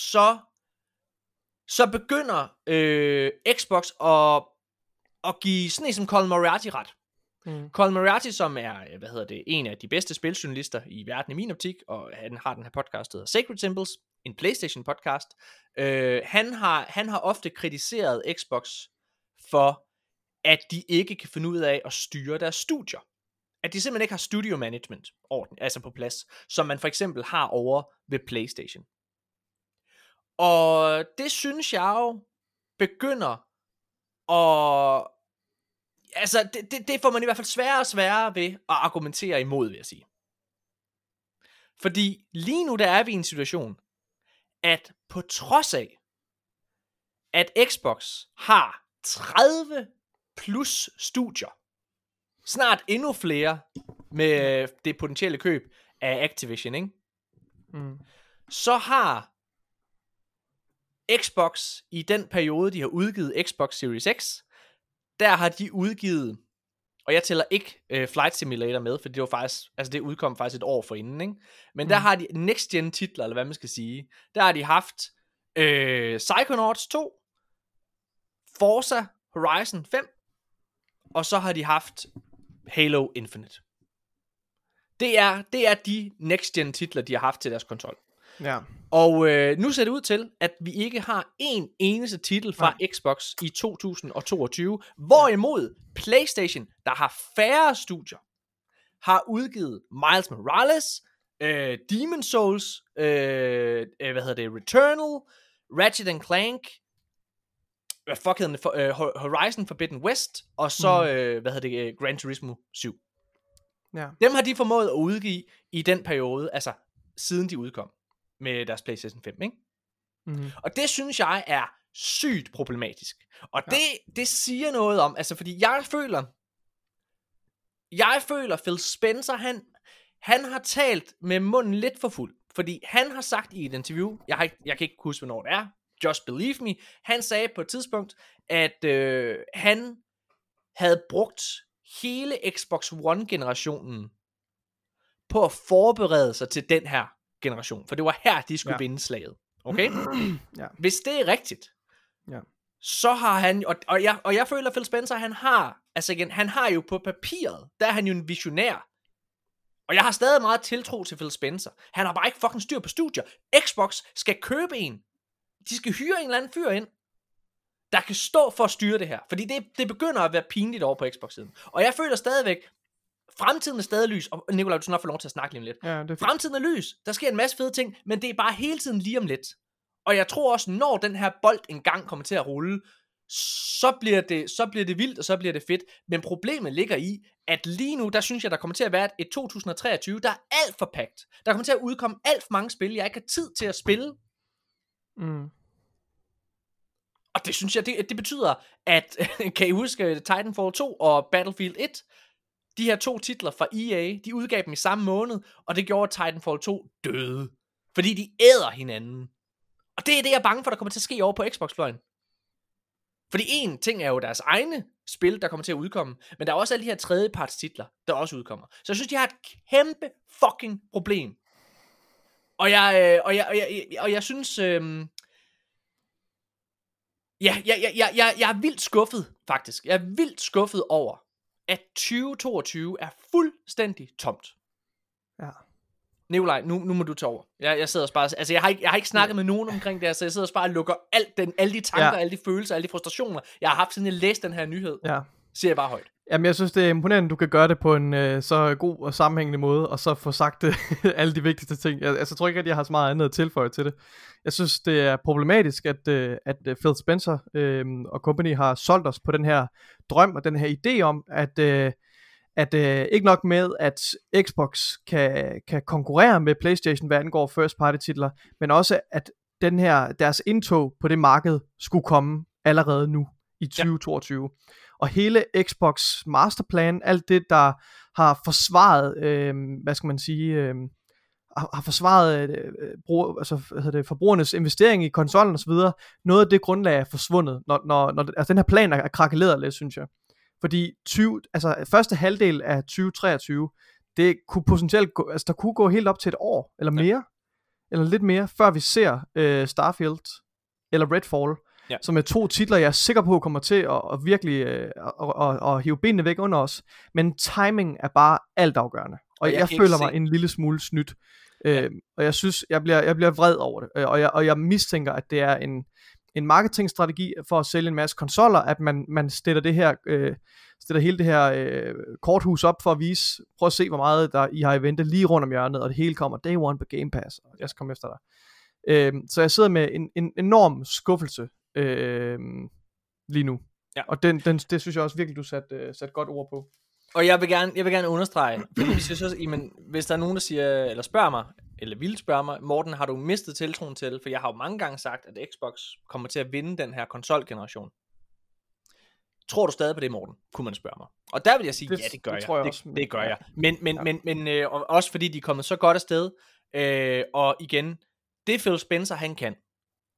Speaker 1: så begynder Xbox at give sådan en som Colin Moriarty ret. Colin Moriarty, som er en af de bedste spiljournalister i verden i min optik, og han har den her podcast, der hedder Sacred Symbols, en PlayStation podcast. Han har ofte kritiseret Xbox for, at de ikke kan finde ud af at styre deres studier. At de simpelthen ikke har studio management altså på plads, som man for eksempel har over ved PlayStation. Og det synes jeg jo begynder at... Altså, det får man i hvert fald sværere og sværere ved at argumentere imod, vil jeg sige. Fordi lige nu der er vi i en situation, at på trods af, at Xbox har 30 plus studier, snart endnu flere med det potentielle køb af Activision, ikke? Så har Xbox, i den periode, de har udgivet Xbox Series X, der har de udgivet, og jeg tæller ikke Flight Simulator med, for det var faktisk, altså det udkom faktisk et år forinden, ikke? Men der har de next gen titler, eller hvad man skal sige. Der har de haft Psychonauts 2, Forza Horizon 5, og så har de haft Halo Infinite. Det er de next gen titler, de har haft til deres konsol.
Speaker 2: Ja.
Speaker 1: Og nu ser det ud til, at vi ikke har en eneste titel fra Xbox i 2022, hvorimod PlayStation, der har færre studier, har udgivet Miles Morales, Demon's Souls, Returnal, Ratchet & Clank, Horizon Forbidden West, og så, Gran Turismo 7.
Speaker 2: Ja.
Speaker 1: Dem har de formået at udgive i den periode, altså siden de udkom med deres PlayStation 5, ikke?
Speaker 2: Mm-hmm.
Speaker 1: Og det synes jeg er sygt problematisk. Og det siger noget om, altså fordi jeg føler Phil Spencer, han har talt med munden lidt for fuld. Fordi han har sagt i et interview, jeg kan ikke huske, hvornår det er, Just Believe Me, han sagde på et tidspunkt, at han havde brugt hele Xbox One-generationen på at forberede sig til den her generation. For det var her, de skulle vinde slaget. Okay?
Speaker 2: Ja.
Speaker 1: Hvis det er rigtigt, så har han, og jeg føler, at Phil Spencer, han har jo på papiret, der er han jo en visionær. Og jeg har stadig meget tiltro til Phil Spencer. Han har bare ikke fucking styr på studier. Xbox skal købe en. De skal hyre en eller anden fyr ind, der kan stå for at styre det her. Fordi det begynder at være pinligt over på Xbox-siden. Og jeg føler stadigvæk, fremtiden er stadig lys. Og Nikolaj, du skal nok få lov til at snakke lige om lidt.
Speaker 2: Ja,
Speaker 1: fremtiden er lys. Der sker en masse fede ting, men det er bare hele tiden lige om lidt. Og jeg tror også, når den her bold engang kommer til at rulle, så bliver det vildt, og så bliver det fedt. Men problemet ligger i, at lige nu, der synes jeg, der kommer til at være et 2023, der er alt for pagt. Der kommer til at udkomme alt for mange spil, jeg ikke har tid til at spille.
Speaker 2: Mm.
Speaker 1: Og det synes jeg, det betyder, at, kan I huske Titanfall 2 og Battlefield 1? De her 2 titler fra EA, de udgav dem i samme måned, og det gjorde Titanfall 2 døde. Fordi de æder hinanden. Og det er det, jeg er bange for, der kommer til at ske over på Xbox-fløjen. Fordi en ting er jo deres egne spil, der kommer til at udkomme, men der er også alle de her tredjeparts titler, der også udkommer. Så jeg synes, de har et kæmpe fucking problem. Og jeg synes... Jeg er vildt skuffet, faktisk. Jeg er vildt skuffet over, at 2022 er fuldstændig tomt.
Speaker 2: Ja.
Speaker 1: Nikolaj, nu må du tage over. Jeg sidder og bare... Altså, jeg har ikke snakket med nogen omkring det her, så jeg sidder og bare og lukker alle de tanker, alle de følelser, alle de frustrationer, jeg har haft, siden jeg læste den her nyhed. Ja. Siger jeg bare højt.
Speaker 2: Jamen, jeg synes, det er imponerende, at du kan gøre det på en så god og sammenhængende måde, og så få sagt alle de vigtigste ting. Jeg tror ikke, at jeg har så meget andet at tilføje til det. Jeg synes, det er problematisk, at Phil Spencer og company har solgt os på den her drøm og den her idé om, at ikke nok med, at Xbox kan konkurrere med PlayStation, hvad angår first party titler, men også, at deres indtog på det marked skulle komme allerede nu i 2022. Og hele Xbox masterplan, alt det, der har forsvaret, har forsvaret forbrugernes investering i konsollen osv., noget af det grundlag er forsvundet, når den her plan er krakeleret lidt, synes jeg. Fordi første halvdel af 2023, det kunne potentielt gå, der kunne gå helt op til et år, eller mere, eller lidt mere, før vi ser Starfield, eller Redfall, som er 2 titler, jeg er sikker på kommer til at virkelig at hive benene væk under os. Men timing er bare altafgørende. Og jeg føler mig en lille smule snydt. Og jeg synes, jeg bliver vred over det. Og jeg mistænker, at det er en marketingstrategi for at sælge en masse konsoller, at man stiller hele det her korthus op for at vise, prøv at se, hvor meget I har i vente lige rundt om hjørnet, og det hele kommer day one på Game Pass, og jeg skal komme efter dig. Så jeg sidder med en enorm skuffelse lige nu. Ja. Og det synes jeg også virkelig, du sat godt ord på.
Speaker 1: Og jeg vil gerne understrege, fordi hvis der er nogen, der siger, eller spørger mig, eller vil spørge mig, Morten, har du mistet tiltroen til? For jeg har jo mange gange sagt, at Xbox kommer til at vinde den her konsolgeneration. Tror du stadig på det, Morten? Kunne man spørge mig. Og der vil jeg sige, ja, det gør jeg. Det gør jeg. Men også fordi de er kommet så godt afsted. Og igen, det Phil Spencer, han kan,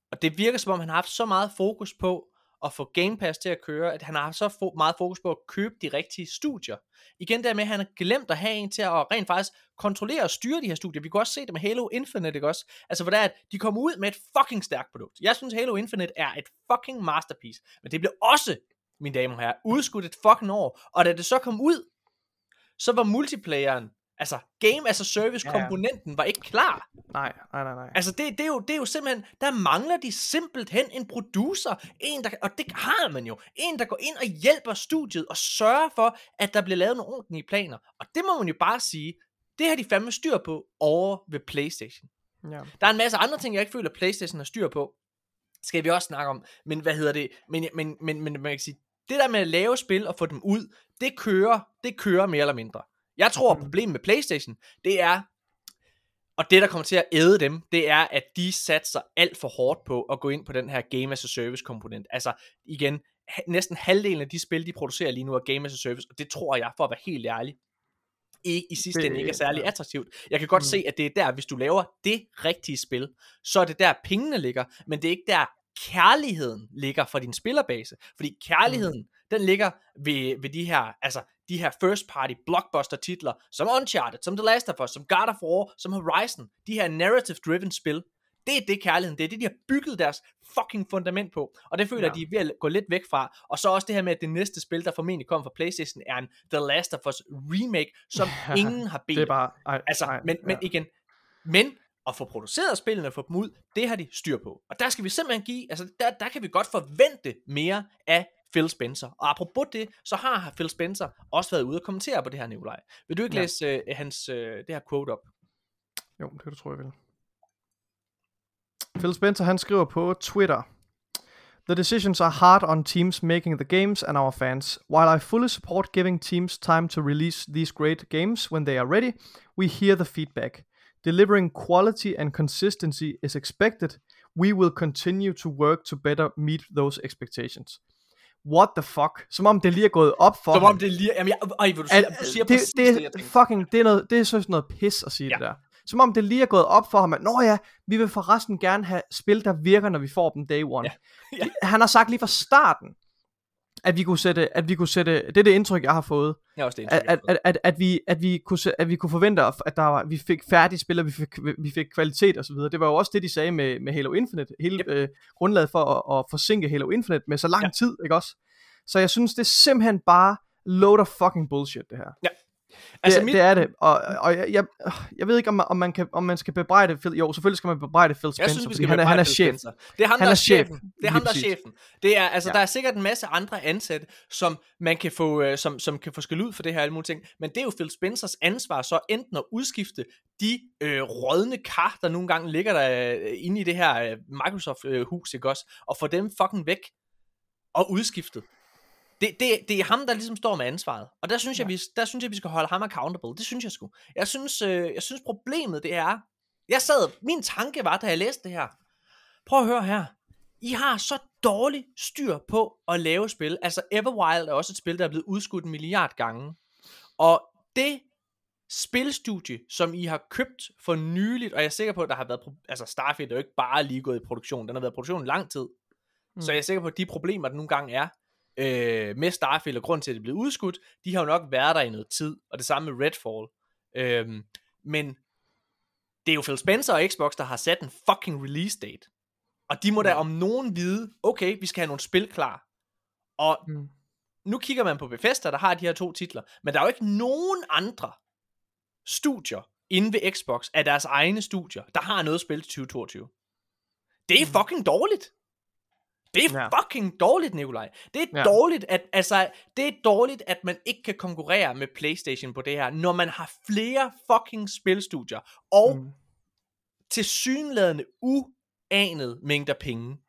Speaker 1: Og det virker som om, han har haft så meget fokus på at få Game Pass til at køre, at han har haft så meget fokus på at købe de rigtige studier. Igen dermed, han har glemt at have en til at rent faktisk kontrollere og styre de her studier. Vi kan også se det med Halo Infinite, ikke også? Altså, hvor det er, at de kommer ud med et fucking stærkt produkt. Jeg synes, Halo Infinite er et fucking masterpiece. Men det blev også, mine damer og herrer, udskudt et fucking år. Og da det så kom ud, så var multiplayeren, altså Game as a Service komponenten, var ikke klar.
Speaker 2: Nej.
Speaker 1: Altså det er jo simpelthen, der mangler de simpelthen en producer, en der, og det har man jo, en der går ind og hjælper studiet og sørger for, at der bliver lavet nogle ordentlige planer. Og det må man jo bare sige, det har de fandme styr på over ved PlayStation.
Speaker 2: Ja.
Speaker 1: Der er en masse andre ting, jeg ikke føler, at PlayStation har styr på. Skal vi også snakke om, men hvad hedder det, men man kan sige, det der med at lave spil og få dem ud, det kører mere eller mindre. Jeg tror, at problemet med PlayStation, det er, og det der kommer til at æde dem, det er, at de satser alt for hårdt på at gå ind på den her Game as a Service komponent. Altså igen, næsten halvdelen af de spil, de producerer lige nu er Game as a Service, og det tror jeg, for at være helt ærlig, i sidste ende ikke er særlig attraktivt. Jeg kan godt se, at det er der, hvis du laver det rigtige spil, så er det der pengene ligger, men det er ikke der kærligheden ligger for din spillerbase, fordi kærligheden, den ligger ved de her, altså de her first party blockbuster titler, som Uncharted, som The Last of Us, som God of War, som Horizon, de her narrative driven spil. Det er det kærligheden, det er det, de har bygget deres fucking fundament på, og det føler jeg, de er ved at gå lidt væk fra. Og så også det her med, at det næste spil, der formentlig kommer fra PlayStation, er en The Last of Us remake, som ingen har bedt.
Speaker 2: Det er bare,
Speaker 1: men igen, men at få produceret spillene og få dem ud, det har de styr på. Og der skal vi simpelthen give, altså der kan vi godt forvente mere af Phil Spencer. Og apropos det, så har Phil Spencer også været ude og kommentere på det her, Nikolaj. Vil du ikke læse det her quote op?
Speaker 2: Jo, det tror jeg vil. Phil Spencer, han skriver på Twitter: "The decisions are hard on teams making the games and our fans. While I fully support giving teams time to release these great games when they are ready, we hear the feedback. Delivering quality and consistency is expected. We will continue to work to better meet those expectations." What the fuck? Som om det lige er gået op for
Speaker 1: Som
Speaker 2: ham.
Speaker 1: om det lige... Jamen, du siger præcis det, jeg tænker.
Speaker 2: Fucking, det er sådan noget pis at sige det der. Som om det lige er gået op for ham, at vi vil forresten gerne have spil, der virker, når vi får dem day one. Ja. Han har sagt lige fra starten, at vi kunne sætte, det er det indtryk, jeg har fået.
Speaker 1: Ja, også det indtryk,
Speaker 2: at vi kunne forvente, at vi fik færdige spil, og vi fik kvalitet og så videre. Det var jo også det, de sagde med Halo Infinite. Hele grundlaget for at forsinke Halo Infinite med så lang tid, ikke også? Så jeg synes, det er simpelthen bare load of fucking bullshit, det her. Ja. Altså det er det, og jeg ved ikke, om man skal bebrejde Phil. Jo, selvfølgelig skal man bebrejde Phil Spencer.
Speaker 1: Jeg synes, vi skal bebrejde
Speaker 2: han er
Speaker 1: Phil
Speaker 2: chef.
Speaker 1: Spencer. Det er ham, der er chefen. Det er ham, der er chefen. Det er, altså, der er sikkert en masse andre ansatte, som man kan få, som kan få skæld ud for det her alle mulige ting. Men det er jo Phil Spencers ansvar så enten at udskifte de rådne kar, der nogle gange ligger der inde i det her Microsoft-hus, ikke også? Og få dem fucking væk og udskiftet. Det er ham, der ligesom står med ansvaret. Og der synes jeg, vi skal holde ham accountable. Det synes jeg sgu. Jeg synes problemet det er, min tanke var, da jeg læste det her. Prøv at høre her. I har så dårligt styr på at lave spil. Altså Everwild er også et spil, der er blevet udskudt 1 milliard gange. Og det spilstudie, som I har købt for nyligt, og jeg er sikker på, at der har været, Starfield er jo ikke bare lige gået i produktion, den har været i produktion i lang tid. Så jeg er sikker på, at de problemer, der nogle gange er, med Starfield, og grund til at det blev udskudt, de har jo nok været der i noget tid, og det samme med Redfall. Men det er jo Phil Spencer og Xbox, der har sat en fucking release date, og de må da om nogen vide, okay, vi skal have nogle spil klar, og nu kigger man på Bethesda, der har de her 2 titler, men der er jo ikke nogen andre studier inde ved Xbox af deres egne studier, der har noget spil til 2022. Det er fucking dårligt. Det er fucking dårligt, Nikolaj. Det er dårligt, at man ikke kan konkurrere med PlayStation på det her, når man har flere fucking spilstudier og tilsyneladende uanede mængder penge.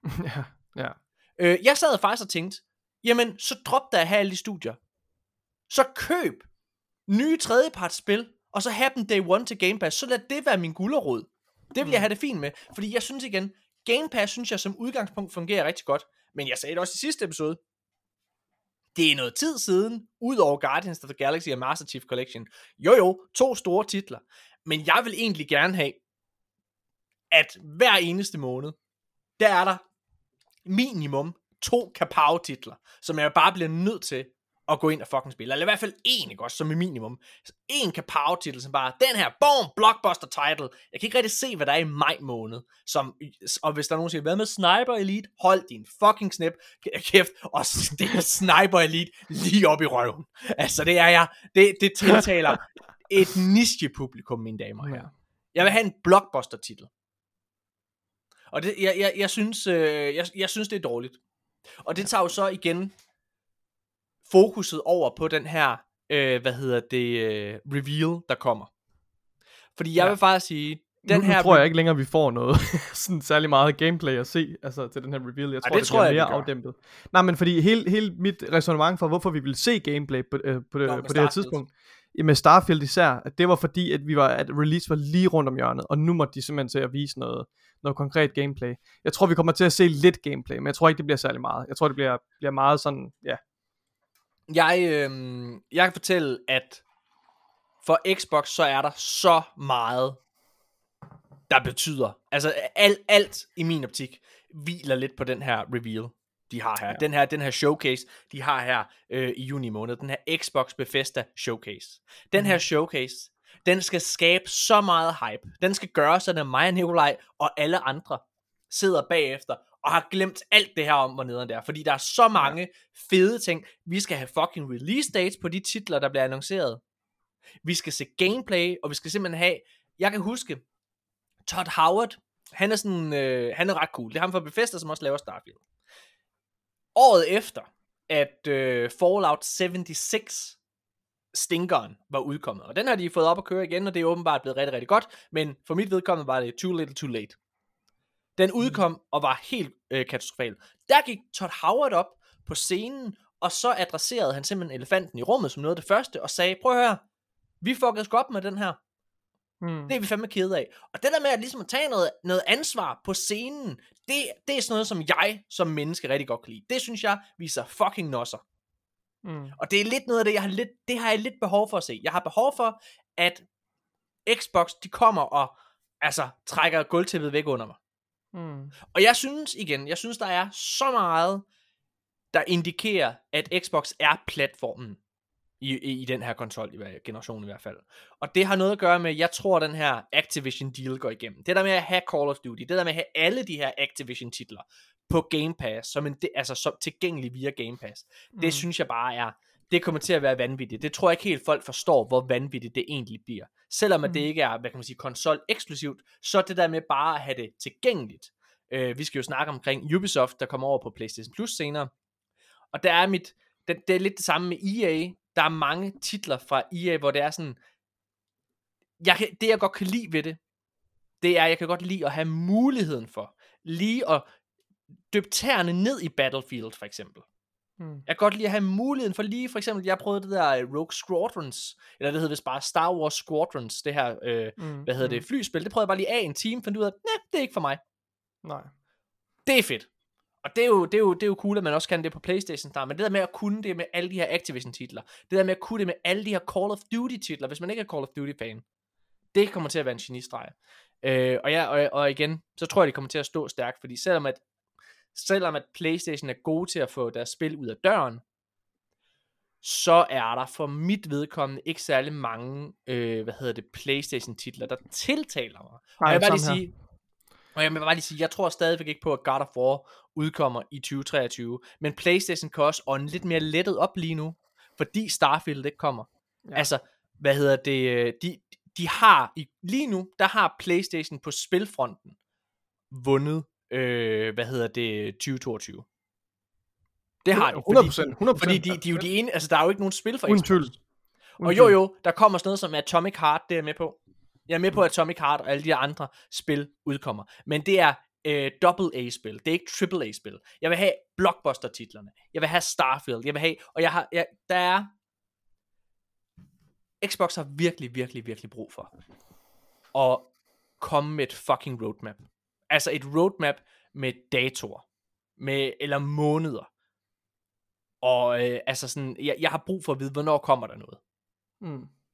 Speaker 1: Jeg sad faktisk og tænkte, jamen så drop der at have alle de studier. Så køb nye tredjepartsspil, og så have dem day one til Game Pass. Så lad det være min gulerod. Det vil jeg have det fint med, fordi jeg synes igen, Game Pass synes jeg som udgangspunkt fungerer rigtig godt, men jeg sagde det også i sidste episode, det er noget tid siden, ud over Guardians of the Galaxy og Master Chief Collection, 2 store titler, men jeg vil egentlig gerne have, at hver eneste måned, der er der minimum 2 Kapow-titler, som jeg bare bliver nødt til at gå ind og fucking spille. Eller i hvert fald en, ikke også, som er minimum. En Kapow-titel, som bare, den her, boom, blockbuster title. Jeg kan ikke rigtig se, hvad der er i maj måned. Og hvis der er nogen, der siger, hvad med Sniper Elite? Hold din fucking snip, kæft, og stik Sniper Elite lige op i røven. Altså, det er jeg. Det tiltaler et niche-publikum, mine damer og herrer. Jeg vil have en blockbuster-titel. Og det, jeg synes, det er dårligt. Og det tager jo så igen fokuset over på den her, reveal, der kommer. Fordi jeg vil faktisk sige, den her...
Speaker 2: Nu tror jeg ikke længere, vi får noget sådan særlig meget gameplay at se, altså til den her reveal. Jeg tror, det bliver mere afdæmpet. Nej, men fordi hele mit resonemang for, hvorfor vi ville se gameplay på det her tidspunkt, med Starfield især, at det var fordi, at release var lige rundt om hjørnet, og nu måtte de simpelthen til at vise noget konkret gameplay. Jeg tror, vi kommer til at se lidt gameplay, men jeg tror ikke, det bliver særlig meget. Jeg tror, det bliver meget sådan, ja.
Speaker 1: Jeg kan fortælle, at for Xbox, så er der så meget, der betyder. Altså, alt i min optik hviler lidt på den her reveal, de har her. Ja. Den her showcase, de har her i juni måned. Den her Xbox Bethesda showcase. Den her showcase, den skal skabe så meget hype. Den skal gøre sådan, at mig og Nikolaj og alle andre sidder bagefter og har glemt alt det her om, hvor nederen der. Fordi der er så mange fede ting. Vi skal have fucking release dates på de titler, der bliver annonceret. Vi skal se gameplay, og vi skal simpelthen have... Jeg kan huske, Todd Howard, han er sådan, han er ret cool. Det er ham fra Bethesda, som også laver Starfield. Året efter, at Fallout 76 stinkeren var udkommet, og den har de fået op at køre igen, og det er åbenbart blevet rigtig, rigtig godt, men for mit vedkommende var det too little too late. Den udkom og var helt katastrofal. Der gik Todd Howard op på scenen, og så adresserede han simpelthen elefanten i rummet som noget af det første, og sagde, prøv at høre, vi fuckede sgu op med den her. Det er vi fandme kede af. Og det der med at ligesom at tage noget ansvar på scenen, det er sådan noget, som jeg som menneske rigtig godt kan lide. Det synes jeg viser fucking nosser. Og det er lidt noget af det, det har jeg lidt behov for at se. Jeg har behov for, at Xbox, de kommer og altså trækker gulvtæppet væk under mig. Og jeg synes der er så meget, der indikerer, at Xbox er platformen i den her konsol-generation i hvert fald. Og det har noget at gøre med, jeg tror, den her Activision deal går igennem. Det der med at have Call of Duty, det der med at have alle de her Activision-titler på Game Pass, som tilgængelig via Game Pass, det synes jeg bare er, det kommer til at være vanvittigt. Det tror jeg ikke helt folk forstår, hvor vanvittigt det egentlig bliver. Selvom at det ikke er, hvad kan man sige, konsol-eksklusivt, så det der med bare at have det tilgængeligt. Vi skal jo snakke omkring Ubisoft, der kommer over på PlayStation Plus senere. Og der er det er lidt det samme med EA. Der er mange titler fra EA, hvor det er sådan, det jeg godt kan lide ved det er, jeg kan godt lide at have muligheden for, lige at dyppe tæerne ned i Battlefield, for eksempel. Jeg kan godt lide at have muligheden for lige, for eksempel, jeg prøvede det der Rogue Squadrons, eller det hedder vist bare Star Wars Squadrons, det her, flyspil, det prøvede jeg bare lige af en time, fandt ud af, det er ikke for mig.
Speaker 2: Nej.
Speaker 1: Det er fedt. Og det er jo cool, at man også kan det på PlayStation Star, men det der med at kunne det med alle de her Activision-titler, det der med at kunne det med alle de her Call of Duty-titler, hvis man ikke er Call of Duty-fan, det kommer til at være en genistreg. Og igen, så tror jeg, de kommer til at stå stærkt, fordi selvom at PlayStation er gode til at få deres spil ud af døren, så er der for mit vedkommende ikke særlig mange, PlayStation-titler, der tiltaler mig. Og jeg vil bare lige sige, jeg tror stadigvæk ikke på, at God of War udkommer i 2023, men PlayStation kan også ånde lidt mere lettet op lige nu, fordi Starfield ikke kommer. Ja. Altså, de har, lige nu, der har PlayStation på spilfronten vundet, 2022. Det har de.
Speaker 2: 100%.
Speaker 1: Fordi de er jo de ene, altså der er jo ikke nogen spil for
Speaker 2: Xbox.
Speaker 1: Og jo, der kommer sådan noget som Atomic Heart, det er jeg med på. Jeg er med på, at Atomic Heart og alle de andre spil udkommer. Men det er AA-spil. Det er ikke AAA-spil. Jeg vil have blockbuster-titlerne. Jeg vil have Starfield. Jeg vil have... Og der er... Xbox har virkelig, virkelig, virkelig brug for at komme med et fucking roadmap. Altså et roadmap med datoer. Eller måneder. Og altså sådan... Jeg har brug for at vide, hvornår kommer der noget.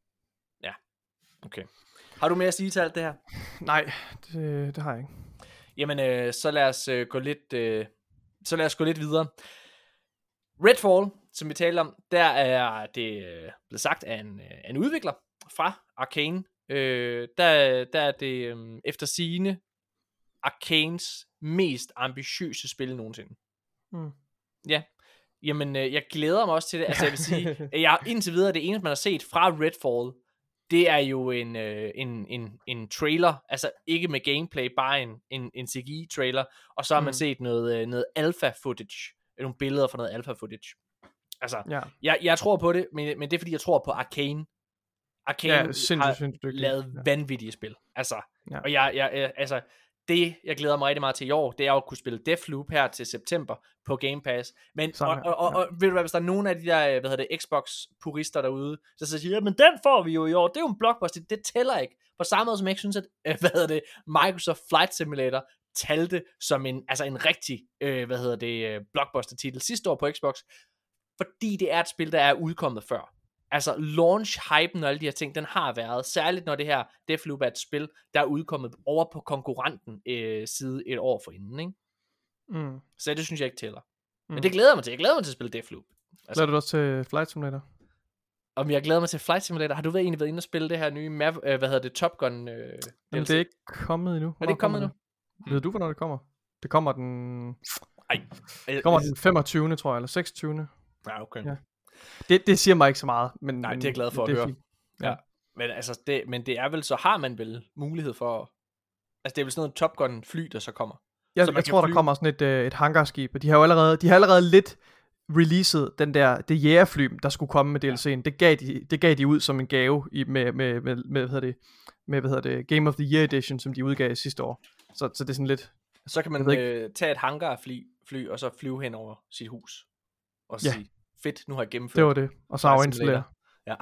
Speaker 1: Ja. Okay. Har du mere at sige til alt det her?
Speaker 2: Nej, det har jeg ikke.
Speaker 1: Jamen, så lad os gå lidt videre. Redfall, som vi talte om, der er det blevet sagt af en udvikler fra Arcane. Der er det efter sigende Arcanes mest ambitiøse spil nogensinde. Ja. Jamen, jeg glæder mig også til det. Altså, jeg vil sige, jeg indtil videre, det eneste, man har set fra Redfall, det er jo en trailer, altså ikke med gameplay, bare en CGI-trailer, og så har man set noget alpha-footage, nogle billeder fra noget alpha-footage. Altså, jeg tror på det, men det er fordi, jeg tror på Arcane. Arcane har lavet vanvittige spil. Altså, og altså, det, jeg glæder mig rigtig meget til i år, det er at kunne spille Deathloop her til september på Game Pass. Men, og ved du hvad, hvis der er nogen af de der, Xbox-purister derude, så siger men den får vi jo i år, det er jo en blockbuster, det tæller ikke. På samme måde som jeg ikke synes, at, Microsoft Flight Simulator talte som en rigtig, blockbuster-titel sidste år på Xbox, fordi det er et spil, der er udkommet før. Altså launch-hypen og alle de her ting, den har været, særligt når det her Deathloop er et spil, der er udkommet over på konkurrenten side et år forinden, ikke? Så det synes jeg ikke tæller. Men det glæder jeg mig til. Jeg glæder mig til at spille Deathloop. Altså,
Speaker 2: glæder du også til Flight Simulator?
Speaker 1: Om jeg glæder mig til Flight Simulator? Har du været inde og spille det her nye Top Gun?
Speaker 2: Det er ikke kommet endnu.
Speaker 1: Er det ikke kommet endnu?
Speaker 2: Ved du, hvornår det kommer? Det kommer den 25. tror jeg, eller 26.
Speaker 1: Ja, okay.
Speaker 2: Ja. Det siger mig ikke så meget, men
Speaker 1: nej, det er jeg glad for at høre. Ja. Men altså det er vel, så har man vel mulighed for, altså det er vel sådan noget Top Gun fly, der så kommer.
Speaker 2: Jeg tror der kommer sådan et hangarskib, og de har allerede lidt releaset det jægerfly, der skulle komme med DLC'en. Det gav de ud som en gave med Game of the Year Edition, som de udgav sidste år. Så det er sådan lidt.
Speaker 1: Så kan man tage et hangarfly og så flyve hen over sit hus og sige, fedt, nu har jeg gennemført.
Speaker 2: Det var det. Og så afinstallere.
Speaker 1: Ja.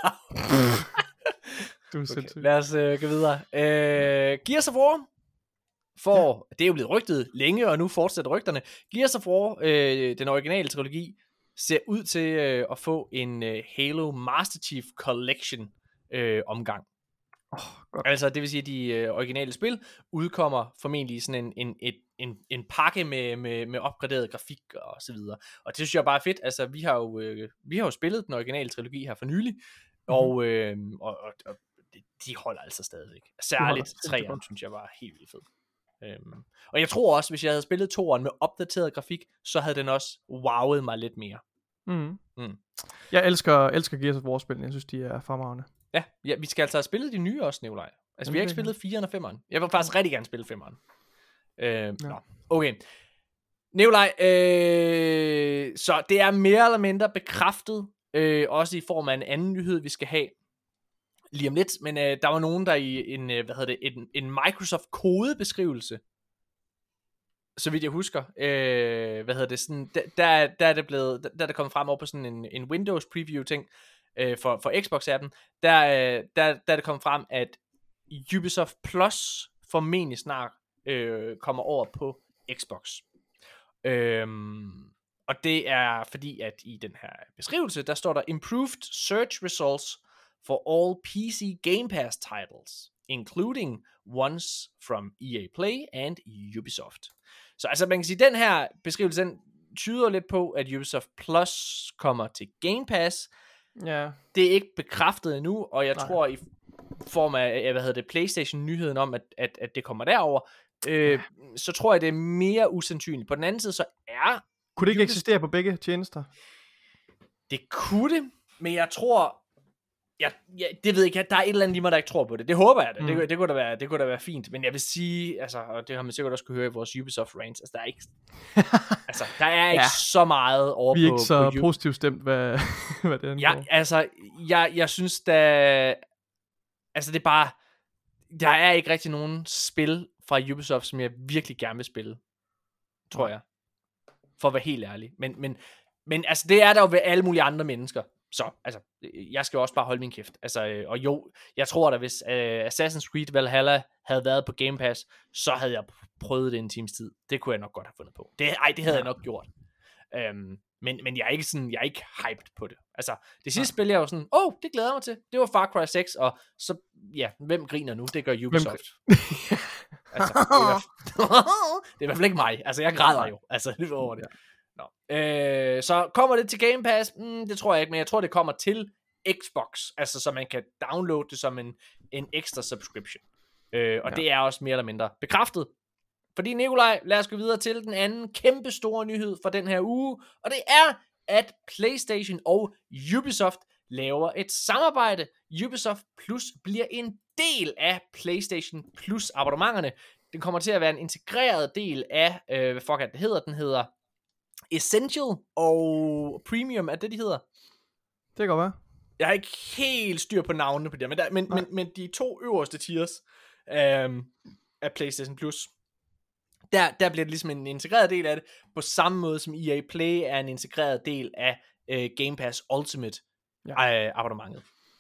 Speaker 2: Du er sindssygt.
Speaker 1: Lad os gå videre. Gears of War det er jo blevet rygtet længe, og nu fortsætter rygterne. Gears of War, den originale trilogi, ser ud til at få en Halo Master Chief Collection omgang.
Speaker 2: Godt.
Speaker 1: Altså, det vil sige, at de originale spil udkommer formentlig sådan en pakke med opgraderet grafik og så videre. Og det synes jeg bare er fedt. Altså, vi har jo spillet den originale trilogi her for nylig, og de holder altså stadigvæk. Særligt 3'eren, synes jeg var helt vildt fed. Og jeg tror også, hvis jeg havde spillet 2'eren med opdateret grafik, så havde den også wowet mig lidt mere.
Speaker 2: Jeg elsker Gears of War-spillene. Jeg synes, de er fremragende.
Speaker 1: Ja, vi skal altså have spillet de nye også, Nikolaj. Altså, vi har ikke spillet 4'eren og 5'eren. Jeg vil faktisk rigtig gerne spille 5'eren. Okay. Nikolaj, så det er mere eller mindre bekræftet, også i form af en anden nyhed, vi skal have lige om lidt, men der var nogen, der i en Microsoft kodebeskrivelse, så vidt jeg husker, sådan, der er det kommet frem over på sådan en Windows preview ting, for Xbox-appen, der er det kommet frem, at Ubisoft Plus formentlig snart kommer over på Xbox. Og det er fordi, at i den her beskrivelse, der står der Improved Search Results for all PC Game Pass titles, including ones from EA Play and Ubisoft. Så altså man kan sige, den her beskrivelse, den tyder lidt på, at Ubisoft Plus kommer til Game Pass.
Speaker 2: Ja.
Speaker 1: Det er ikke bekræftet endnu, og jeg tror i form af, PlayStation-nyheden om, at det kommer derover, så tror jeg, det er mere usandsynligt. På den anden side, så
Speaker 2: kunne det ikke eksistere på begge tjenester?
Speaker 1: Det kunne det, men jeg tror, det ved jeg ikke, der er et eller andet i mig, der ikke tror på det. Det håber jeg da. Det kunne da være fint, men jeg vil sige, altså, og det har man sikkert også kunne høre i vores Ubisoft rants, altså der er ikke, der er ikke så meget over på.
Speaker 2: Vi er ikke så positivt stemt, hvad det er.
Speaker 1: Ja, altså, jeg synes da, altså det er bare, der er ikke rigtig nogen spil fra Ubisoft, som jeg virkelig gerne vil spille, tror jeg, for at være helt ærlig. Men altså, det er der jo ved alle mulige andre mennesker. Så, altså, jeg skal jo også bare holde min kæft. Altså, og jo, jeg tror da, hvis Assassin's Creed Valhalla havde været på Game Pass, så havde jeg prøvet det en times tid. Det kunne jeg nok godt have fundet på. Det havde jeg nok gjort. Men jeg er ikke hyped på det. Altså, det sidste spil, jeg var sådan, det glæder jeg mig til. Det var Far Cry 6, og så, ja, hvem griner nu? Det gør Ubisoft. Altså, det er i hvert fald ikke mig. Altså, jeg græder jo. Altså, det var over det. Nå. Så kommer det til Game Pass? Det tror jeg ikke, men jeg tror, det kommer til Xbox. Altså, så man kan downloade det som en ekstra subscription. Og det er også mere eller mindre bekræftet. Fordi Nikolaj, lad os gå videre til den anden kæmpe store nyhed for den her uge. Og det er, at PlayStation og Ubisoft laver et samarbejde. Ubisoft Plus bliver en del af PlayStation Plus abonnementerne. Den kommer til at være en integreret del af, hvad fuck det hedder? Den hedder Essential og Premium, er det, de hedder?
Speaker 2: Det kan godt være.
Speaker 1: Jeg har ikke helt styr på navnene på det, men de 2 øverste tiers af PlayStation Plus, der bliver det ligesom en integreret del af det, på samme måde som EA Play er en integreret del af Game Pass Ultimate abonnementet.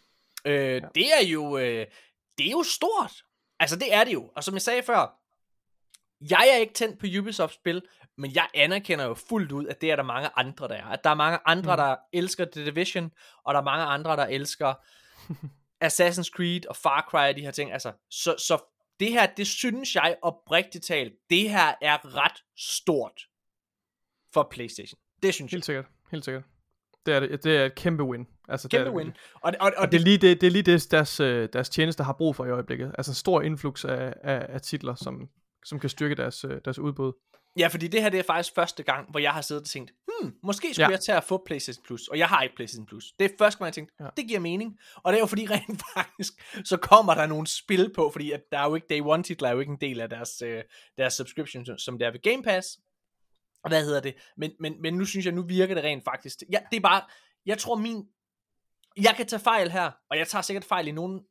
Speaker 1: Det er jo stort. Altså det er det jo. Og som jeg sagde før, jeg er ikke tændt på Ubisoft-spil, men jeg anerkender jo fuldt ud, at det er der mange andre, der er. At der er mange andre, der elsker The Division, og der er mange andre, der elsker Assassin's Creed og Far Cry og de her ting. Altså, så det her, det synes jeg oprigtigt talt, det her er ret stort for PlayStation. Det synes jeg.
Speaker 2: Helt sikkert. Det er et kæmpe win. Altså,
Speaker 1: kæmpe win. Og
Speaker 2: det er lige det, deres tjenester har brug for i øjeblikket. Altså stor influx af titler, som kan styrke deres udbud.
Speaker 1: Ja, fordi det her, det er faktisk første gang, hvor jeg har siddet og tænkt, måske skulle jeg tage at få PlayStation Plus, og jeg har ikke PlayStation Plus. Det er første gang, jeg tænkte, det giver mening. Og det er jo fordi rent faktisk, så kommer der nogle spil på, fordi at der er jo ikke Day One titler, er jo ikke en del af deres subscription, som det er ved Game Pass. Hvad hedder det? Men nu synes jeg, nu virker det rent faktisk. Ja, det er bare, jeg tror jeg kan tage fejl her, og jeg tager sikkert fejl i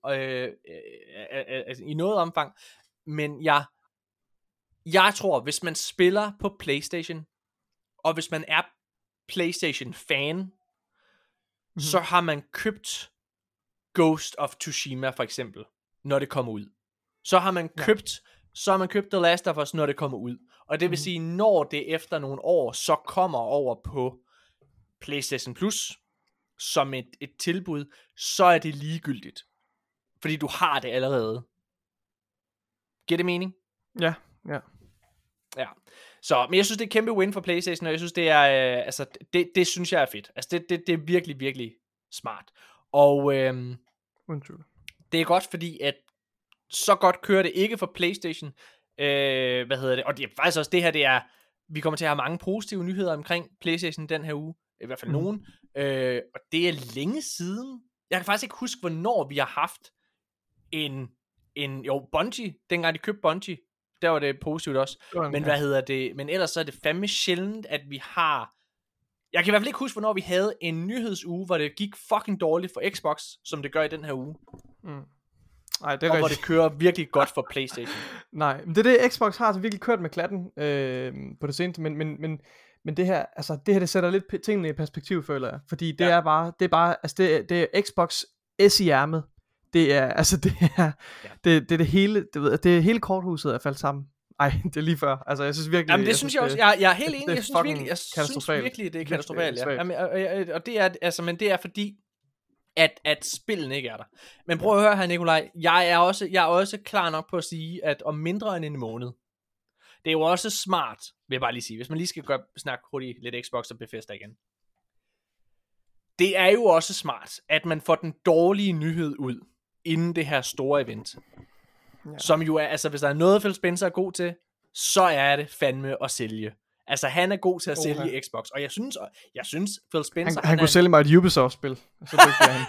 Speaker 1: i noget omfang, men jeg tror, hvis man spiller på PlayStation, og hvis man er PlayStation-fan, så har man købt Ghost of Tsushima for eksempel, når det kommer ud. Så har man købt The Last of Us, når det kommer ud. Og det vil sige, når det efter nogle år, så kommer over på PlayStation Plus, som et tilbud, så er det ligegyldigt. Fordi du har det allerede. Giver det mening?
Speaker 2: Ja.
Speaker 1: Så, men jeg synes, det er et kæmpe win for PlayStation, og jeg synes, det er, det synes jeg er fedt. Altså, det er virkelig, virkelig smart. Og det er godt, fordi at så godt kører det ikke for PlayStation. Og det er faktisk også det her, vi kommer til at have mange positive nyheder omkring PlayStation den her uge. I hvert fald nogen. Og det er længe siden. Jeg kan faktisk ikke huske, hvornår vi har haft Bungie, dengang de købte Bungie. Der var det positivt også. Men men ellers så er det fandme sjældent, at vi har... Jeg kan i hvert fald ikke huske, hvornår vi havde en nyhedsuge, hvor det gik fucking dårligt for Xbox, som det gør i den her uge.
Speaker 2: Nej, det er
Speaker 1: og hvor det kører virkelig godt for PlayStation.
Speaker 2: Nej, men det er det, Xbox har altså virkelig kørt med klatten på det seneste, men det her, altså det sætter lidt tingene i perspektiv, føler jeg, fordi det er bare, altså det er Xbox S i ærmet. Det er hele, det er hele korthuset er faldet sammen. Ej, det er lige før. Altså jeg synes virkelig.
Speaker 1: Jamen det synes jeg også. Jeg er helt enig. Jeg synes virkelig det er katastrofalt. Ja. Jamen, og det er altså, men det er fordi at spillet ikke er der. Men prøv at høre her, Nikolaj. Jeg er også klar nok på at sige, at om mindre end en måned. Det er jo også smart, vil jeg bare lige sige, hvis man lige skal snakke hurtigt lidt Xbox og Bethesda igen. Det er jo også smart, at man får den dårlige nyhed ud inden det her store event. Ja. Som jo er, altså hvis der er noget, Phil Spencer er god til, så er det fandme at sælge. Altså han er god til at sælge Xbox, og jeg synes Phil Spencer...
Speaker 2: Han kunne sælge mig et Ubisoft-spil, så dygtig er han.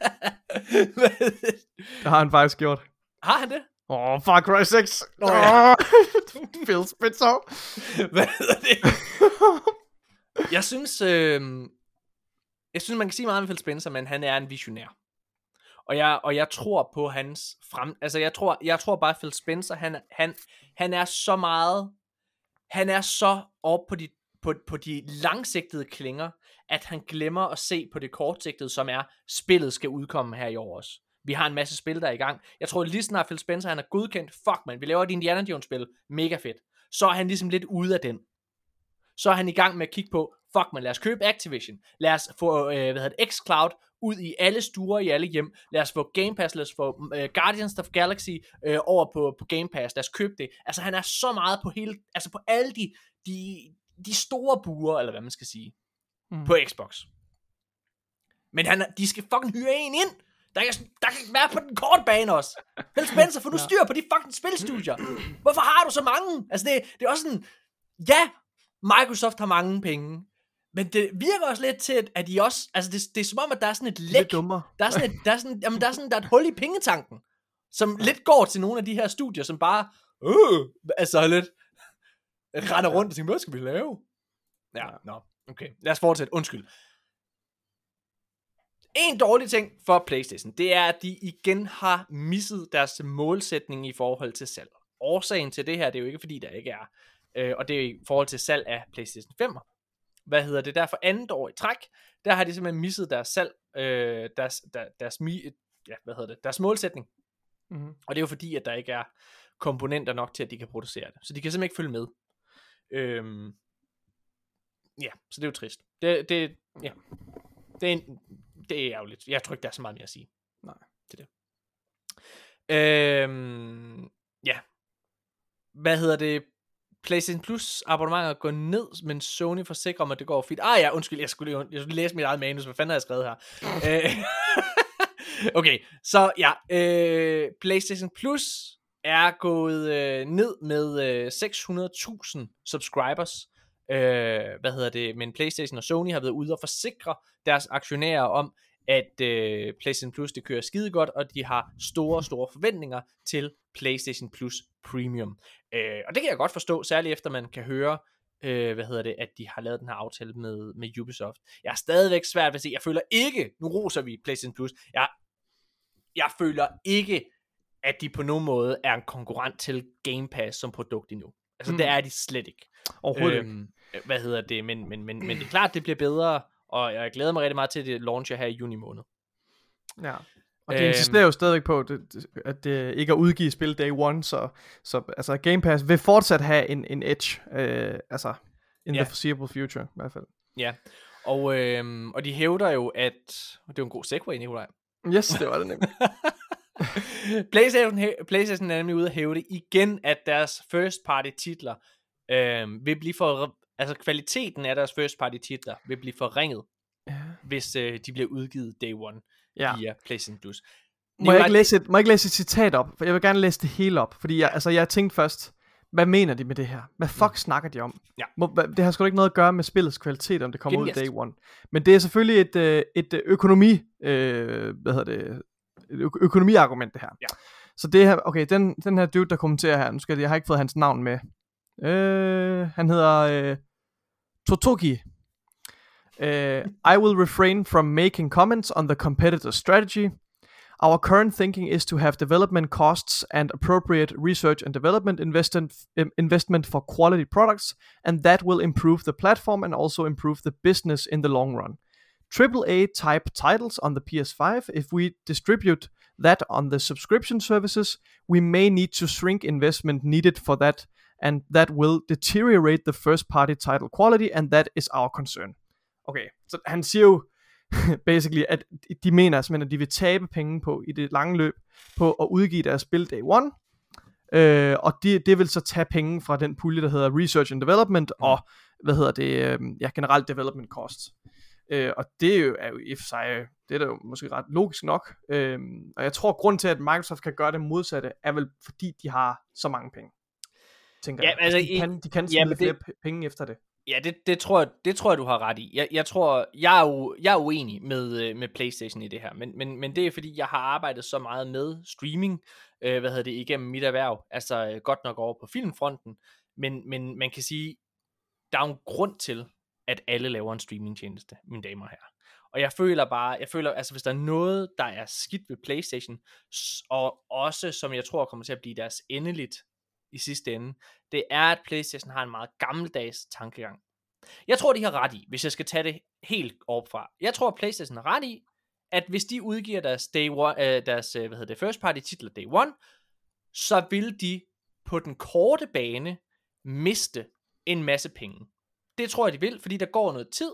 Speaker 2: Det har han faktisk gjort.
Speaker 1: Har han det?
Speaker 2: Far Cry 6. Phil Spencer.
Speaker 1: Hvad hedder det? Jeg synes, man kan sige meget om Phil Spencer, men han er en visionær. Og jeg tror på hans altså jeg tror bare Phil Spencer, han er så meget, han er så oppe på de langsigtede klinger, at han glemmer at se på det kortsigtede, som er spillet skal udkomme her i år også. Vi har en masse spil, der er i gang. Jeg tror lige snart Phil Spencer, han er godkendt. Fuck man, vi laver et Indiana Jones spil. Mega fedt. Så er han ligesom lidt ude af den. Så er han i gang med at kigge på, fuck man, lad os købe Activision. Lad os få, xCloud ud i alle stuer, i alle hjem. Lad os få Game Pass, lad os få Guardians of Galaxy over på Game Pass. Lad os købe det. Altså han er så meget på hele, altså på alle de store buer, eller hvad man skal sige, på Xbox. Men de skal fucking hyre en ind, der kan være på den korte bane også. Phil Spencer, få nu styr på de fucking spilstudier. Hvorfor har du så mange? Altså det er også sådan, ja, Microsoft har mange penge, men det virker også lidt til, at de også, altså det er som om, at der er sådan et læk. Der er sådan et hul i pengetanken, som lidt går til nogle af de her studier, som bare, altså lidt render rundt og tænker, hvad skal vi lave? Ja, okay. Lad os fortsætte. Undskyld. En dårlig ting for PlayStation, det er, at de igen har misset deres målsætning i forhold til salg. Årsagen til det her, det er jo ikke fordi, der ikke er. Og det er i forhold til salg af PlayStation 5'er. Der for andet år i træk, der har de simpelthen misset deres salg, deres målsætning. Mm-hmm. Og det er jo fordi, at der ikke er komponenter nok til, at de kan producere det. Så de kan simpelthen ikke følge med. Så det er jo trist. Det er ærgerligt. Jeg tror ikke, der er så meget mere at sige.
Speaker 2: Nej.
Speaker 1: Til det. PlayStation Plus abonnementer går ned, men Sony forsikrer om, at det går fint. Undskyld, jeg skulle læse mit eget manus. Hvad fanden har jeg skrevet her? Okay, så PlayStation Plus er gået ned med 600.000 subscribers. Men PlayStation og Sony har været ude og forsikre deres aktionærer om, at PlayStation Plus det kører skide godt, og de har store forventninger til PlayStation Plus Premium. Og det kan jeg godt forstå, særligt efter man kan høre, at de har lavet den her aftale med Ubisoft. Jeg er stadigvæk svært ved at se. Jeg føler ikke, nu roser vi PlayStation Plus, jeg føler ikke, at de på nogen måde er en konkurrent til Game Pass som produkt endnu. Altså det er de slet ikke.
Speaker 2: Overhovedet ikke.
Speaker 1: Men det er klart, det bliver bedre, og jeg glæder mig rigtig meget til, at det launcher her i juni måned.
Speaker 2: Ja, og det insisterer jo stadigvæk på, at det ikke er udgivet spil day one, så altså Game Pass vil fortsat have en edge, the foreseeable future i hvert fald.
Speaker 1: Ja, og de hævder jo, at, det er jo en god segue, Nikolaj.
Speaker 2: Yes, det var det nemlig.
Speaker 1: PlayStation er nemlig ude at hævde igen, at deres first party titler vil blive kvaliteten af deres first party titler vil blive forringet, hvis de bliver udgivet day one via PlayStation Plus.
Speaker 2: Må jeg ikke læse et citat op? For jeg vil gerne læse det hele op, fordi jeg tænkte først, hvad mener de med det her? Hvad fuck snakker de om? Ja. Det har sgu da ikke noget at gøre med spillets kvalitet, om det kommer ud day one. Men det er selvfølgelig et økonomiargument, det her. Ja. Så det her, okay, den her dude, der kommenterer her, jeg har ikke fået hans navn med. Han hedder Totoki. I will refrain from making comments on the competitor strategy. Our current thinking is to have development costs and appropriate research and development investment for quality products, and that will improve the platform and also improve the business in the long run. AAA type titles on the PS5, if we distribute that on the subscription services, we may need to shrink investment needed for that, and that will deteriorate the first party title quality, and that is our concern. Okay, så han siger jo basically, at de mener simpelthen, at de vil tabe penge på i det lange løb på at udgive deres spil day one, og det vil så tage penge fra den pulje, der hedder Research and Development, og generelt Development Costs. Og det er jo i for sig, det er da jo måske ret logisk nok, og jeg tror, grund til, at Microsoft kan gøre det modsatte, er vel fordi de har så mange penge, tænker jeg. Altså, de kan smide flere penge efter det.
Speaker 1: Ja, det tror jeg, du har ret i. Jeg tror, jeg er uenig med PlayStation i det her, men det er fordi, jeg har arbejdet så meget med streaming, igennem mit erhverv, altså godt nok over på filmfronten, men man kan sige, der er en grund til, at alle laver en streamingtjeneste, mine damer og herrer. Og jeg føler, altså hvis der er noget, der er skidt ved PlayStation, og også, som jeg tror kommer til at blive deres endeligt i sidste ende, det er, at PlayStation har en meget gammeldags tankegang. Jeg tror, de har ret i, hvis jeg skal tage det helt opfra. Jeg tror, at PlayStation har ret i, at hvis de udgiver deres first party titler day one, så vil de på den korte bane miste en masse penge. Det tror jeg, de vil, fordi der går noget tid,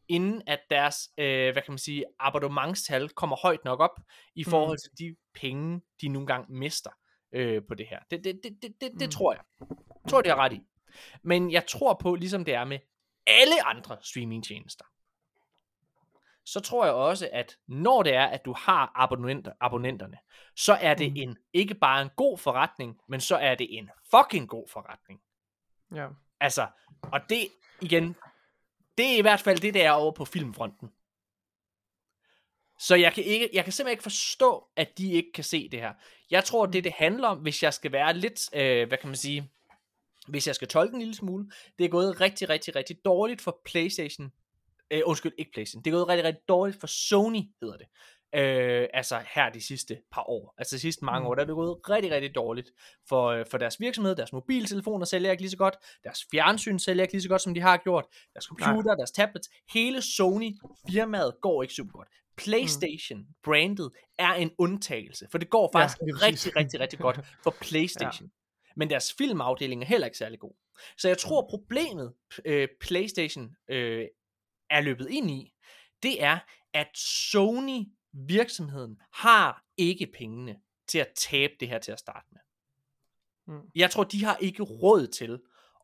Speaker 1: inden at deres, hvad kan man sige, abonnementstal kommer højt nok op, i forhold til de penge, de nogle gange mister på det her. Det tror jeg. Jeg tror, det er ret i. Men jeg tror på, ligesom det er med alle andre streamingtjenester, så tror jeg også, at når det er, at du har abonnenterne, så er det ikke bare en god forretning, men så er det en fucking god forretning.
Speaker 2: Ja.
Speaker 1: Altså, og det, igen, det er i hvert fald det, der er over på filmfronten. Så jeg kan simpelthen ikke forstå, at de ikke kan se det her. Jeg tror, det handler om, hvis jeg skal være lidt, hvad kan man sige, hvis jeg skal tolke en lille smule, det er gået rigtig, rigtig, rigtig dårligt for PlayStation. Ikke PlayStation. Det er gået rigtig, rigtig dårligt for Sony, hedder det. Altså her de sidste par år. Altså de sidste mange år, der er det gået rigtig, rigtig dårligt for deres virksomhed. Deres mobiltelefoner sælger ikke lige så godt. Deres fjernsyn sælger ikke lige så godt, som de har gjort. Deres computer, deres tablets. Hele Sony-firmaet går ikke super godt. PlayStation-brandet er en undtagelse, for det går faktisk rigtig, rigtig, rigtig godt for PlayStation. Men deres filmafdeling er heller ikke særlig god. Så jeg tror, problemet PlayStation er løbet ind i, det er, at Sony-virksomheden har ikke pengene til at tabe det her til at starte med. Jeg tror, de har ikke råd til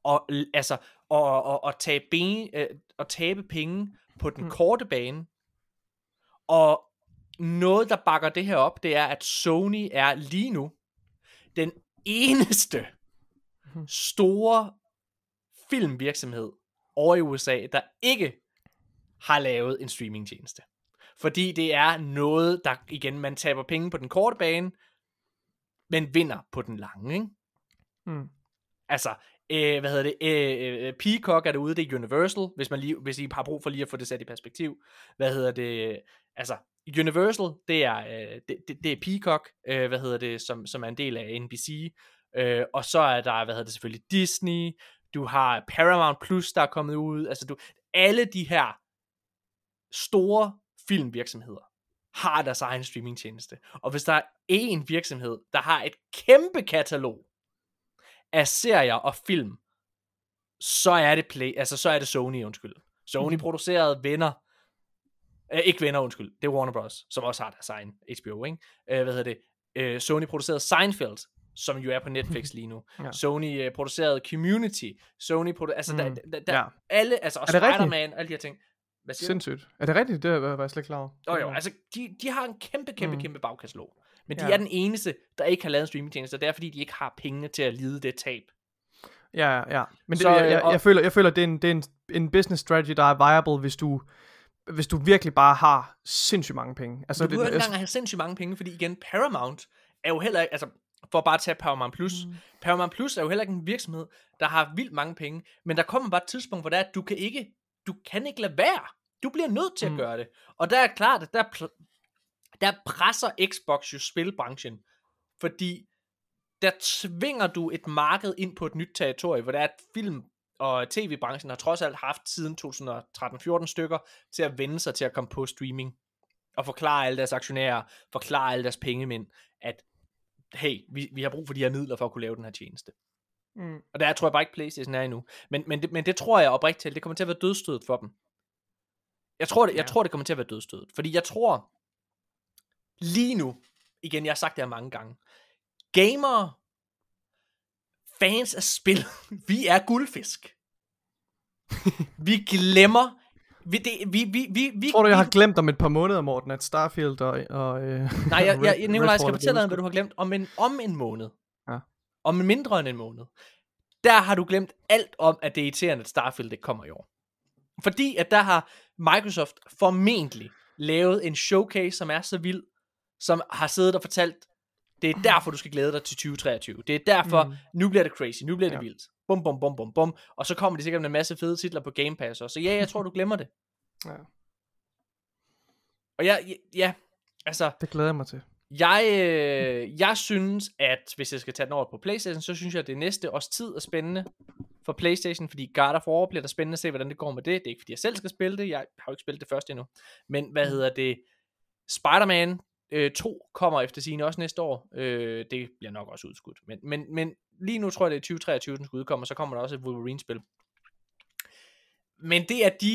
Speaker 1: at tabe penge på den korte bane. Og noget, der bakker det her op, det er, at Sony er lige nu den eneste store filmvirksomhed over i USA, der ikke har lavet en streamingtjeneste. Fordi det er noget, der igen, man taber penge på den korte bane, men vinder på den lange, ikke? Altså, Peacock er derude, det er Universal, hvis I har brug for lige at få det sat i perspektiv. Altså, Universal, det er Peacock, som er en del af NBC, og så er der, selvfølgelig Disney, du har Paramount Plus, der er kommet ud, altså alle de her store filmvirksomheder har deres egen streamingtjeneste. Og hvis der er en virksomhed, der har et kæmpe katalog af serier og film, så er det Sony, undskyld. Sony producerede Venner. Ikke Venner, undskyld. Det er Warner Bros., som også har deres egen HBO, ikke? Sony producerede Seinfeld, som jo er på Netflix lige nu. Ja. Sony producerede Community. Sony alle, altså, og Spider-Man, alle de her ting.
Speaker 2: Sindssygt. Er det rigtigt? Det var jeg slet ikke klar over.
Speaker 1: Jo, altså, de har en kæmpe bagkatalog. Men de er den eneste, der ikke har lavet en streamingtjeneste, og det er, fordi de ikke har pengene til at lide det tab.
Speaker 2: Ja. Men så, jeg føler, det er en business strategy, der er viable, hvis du virkelig bare har sindssygt mange penge. Altså,
Speaker 1: du behøver ikke engang at have sindssygt mange penge, fordi igen, Paramount er jo heller ikke, altså, for bare at tage Paramount Plus. Paramount Plus er jo heller ikke en virksomhed, der har vildt mange penge, men der kommer bare et tidspunkt, hvor det er, at du kan ikke lade være. Du bliver nødt til at gøre det. Og der er klart, at der presser Xbox jo spilbranchen, fordi der tvinger du et marked ind på et nyt territorie, hvor der er et film- og tv-branchen har trods alt haft siden 2013-14 stykker til at vende sig til at komme på streaming, og forklare alle deres aktionærer, forklare alle deres pengemænd, at hey, vi har brug for de her midler for at kunne lave den her tjeneste. Og der tror jeg bare ikke PlayStation er endnu. Men det tror jeg oprigtigt til, det kommer til at være dødsstødet for dem. Jeg tror det kommer til at være dødsstødet. Fordi jeg tror, lige nu, igen, jeg har sagt det her mange gange, gamere, fans af spil, vi er guldfisk. Vi glemmer,
Speaker 2: tror du, jeg har glemt om et par måneder, Morten, at Starfield og
Speaker 1: nej, Nikolaj, skal fortælle dig, hvad du har glemt om en måned.
Speaker 2: Ja.
Speaker 1: Om mindre end en måned. Der har du glemt alt om, at det er irriterende, at Starfield ikke kommer i år. Fordi at der har Microsoft formentlig lavet en showcase, som er så vild, som har siddet og fortalt, det er derfor, du skal glæde dig til 2023. Det er derfor, nu bliver det crazy, nu bliver det vildt. Bum, bum, bum, bum, bum. Og så kommer de sikkert med en masse fede titler på Game Pass også. Så ja, jeg tror, du glemmer det.
Speaker 2: Ja.
Speaker 1: Og altså...
Speaker 2: Det glæder jeg mig til.
Speaker 1: Jeg synes, at hvis jeg skal tage den over på PlayStation, så synes jeg, at det næste års tid er spændende for PlayStation, fordi God of War bliver der spændende at se, hvordan det går med det. Det er ikke, fordi jeg selv skal spille det. Jeg har jo ikke spillet det først endnu. Men Spider-Man 2 kommer efter sigende også næste år. Det bliver nok også udskudt. Men lige nu tror jeg, det er 2023, den skal udkomme, og så kommer der også et Wolverine-spil. Men det er de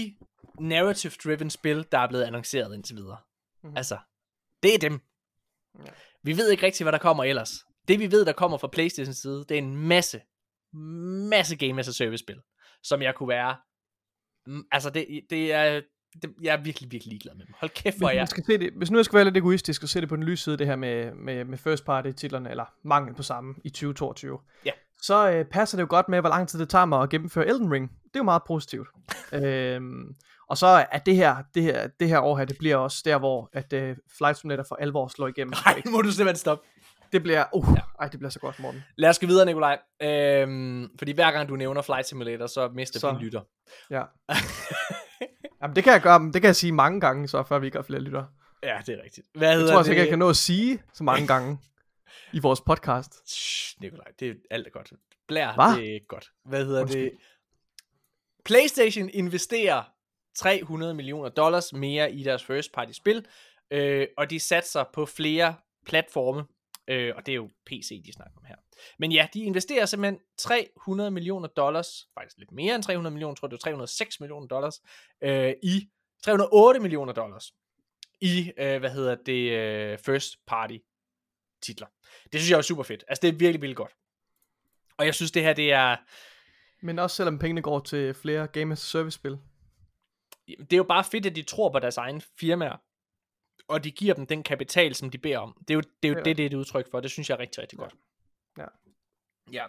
Speaker 1: narrative-driven spil, der er blevet annonceret indtil videre. Altså, det er dem.
Speaker 2: Ja.
Speaker 1: Vi ved ikke rigtig, hvad der kommer ellers. Det vi ved, der kommer fra PlayStations side, det er en masse Game as a Service-spil, som jeg kunne være... Altså, jeg er virkelig, virkelig ligeglad med dem. Hold kæft, hvor jeg...
Speaker 2: Hvis nu jeg skal være lidt egoistisk og se det på den lyse side, det her med first party titlerne, eller mangel på samme i 2022,
Speaker 1: ja.
Speaker 2: Så passer det jo godt med, hvor lang tid det tager mig at gennemføre Elden Ring. Det er jo meget positivt. Og så er det her år her, det bliver også der, hvor at Flight Simulator for alvor slår igennem.
Speaker 1: Nej, må du simpelthen stoppe.
Speaker 2: Det bliver, det bliver så godt, Morten.
Speaker 1: Lad os gå videre, Nikolaj. Fordi hver gang du nævner Flight Simulator, så mister vi lytter.
Speaker 2: Ja. Jamen, det kan jeg gøre, det kan jeg sige mange gange, så før vi ikke har flere lytter.
Speaker 1: Ja, det er rigtigt.
Speaker 2: Jeg tror også ikke, jeg kan nå at sige så mange gange i vores podcast.
Speaker 1: Nikolaj, det er alt er godt. Blær,
Speaker 2: Hva?
Speaker 1: det er godt. Hvad hedder det? PlayStation investerer $300 million mere i deres first party spil, og de satser på flere platforme, og det er jo PC, de snakker om her. Men ja, de investerer simpelthen $300 million, faktisk lidt mere end 300 millioner, tror jeg det var $306 million, i $308 million i, first party titler. Det synes jeg er super fedt. Altså, det er virkelig, virkelig godt. Og jeg synes, det her, det er...
Speaker 2: Men også selvom pengene går til flere Game as a Service spil.
Speaker 1: Det er jo bare fedt, at de tror på deres egne firmaer, og de giver dem den kapital, som de beder om. Det er jo det er et udtryk for. Det synes jeg er rigtig, rigtig godt. Ja.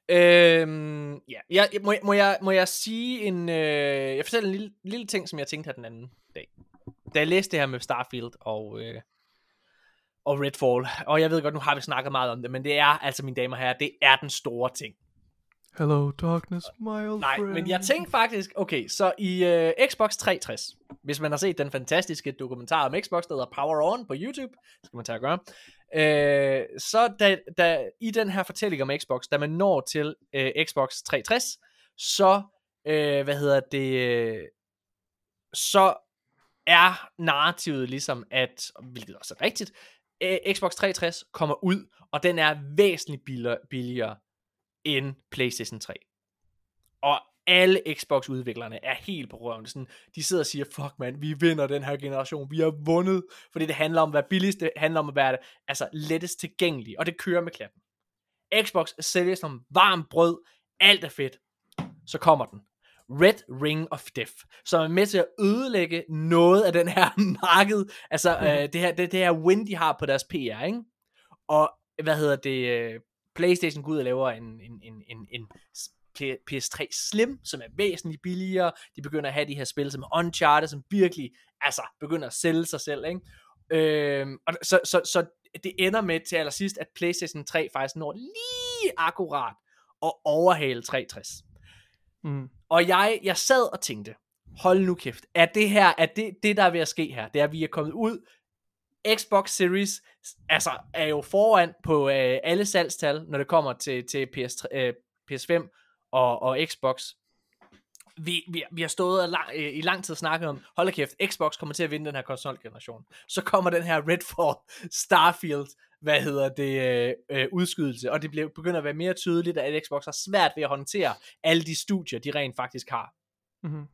Speaker 1: Må jeg sige jeg fortæller en lille ting, som jeg tænkte her den anden dag. Da jeg læste det her med Starfield og Redfall, og jeg ved godt, nu har vi snakket meget om det, men det er altså, mine damer og herrer, det er den store ting.
Speaker 2: Hello darkness, my old
Speaker 1: Nej,
Speaker 2: friend.
Speaker 1: men jeg tænkte faktisk, okay, så i Xbox 360, hvis man har set den fantastiske dokumentar om Xbox, der hedder Power On på YouTube, skal man tage at gøre, så da i den her fortælling om Xbox, da man når til Xbox 360, så, så er narrativet ligesom, at, hvilket også er rigtigt, Xbox 360 kommer ud, og den er væsentligt billigere end PlayStation 3. Og alle Xbox-udviklerne er helt på røven. Sådan, de sidder og siger, fuck man, vi vinder den her generation, vi har vundet, fordi det handler om at være billigst, det handler om at være lettest tilgængelig, og det kører med klatten. Xbox sælger som varmt brød, alt er fedt, så kommer den. Red Ring of Death, som er med til at ødelægge noget af den her marked, det her win, de har på deres PR, ikke? Og PlayStation går ud og laver en PS3 Slim, som er væsentligt billigere. De begynder at have de her spil som Uncharted, som virkelig begynder at sælge sig selv, ikke? Og så det ender med til allersidst, at PlayStation 3 faktisk når lige akkurat at overhale 360. Og jeg sad og tænkte, hold nu kæft, er det der er ved at ske her? Det er, at vi er kommet ud. Xbox Series er jo foran på alle salgstal, når det kommer til PS5 og Xbox. Vi har stået i lang tid snakket om, hold da kæft, Xbox kommer til at vinde den her konsolgeneration. Så kommer den her Redfall, Starfield, udskydelse, og det begynder at være mere tydeligt, at Xbox har svært ved at håndtere alle de studier, de rent faktisk har.
Speaker 2: Mm-hmm.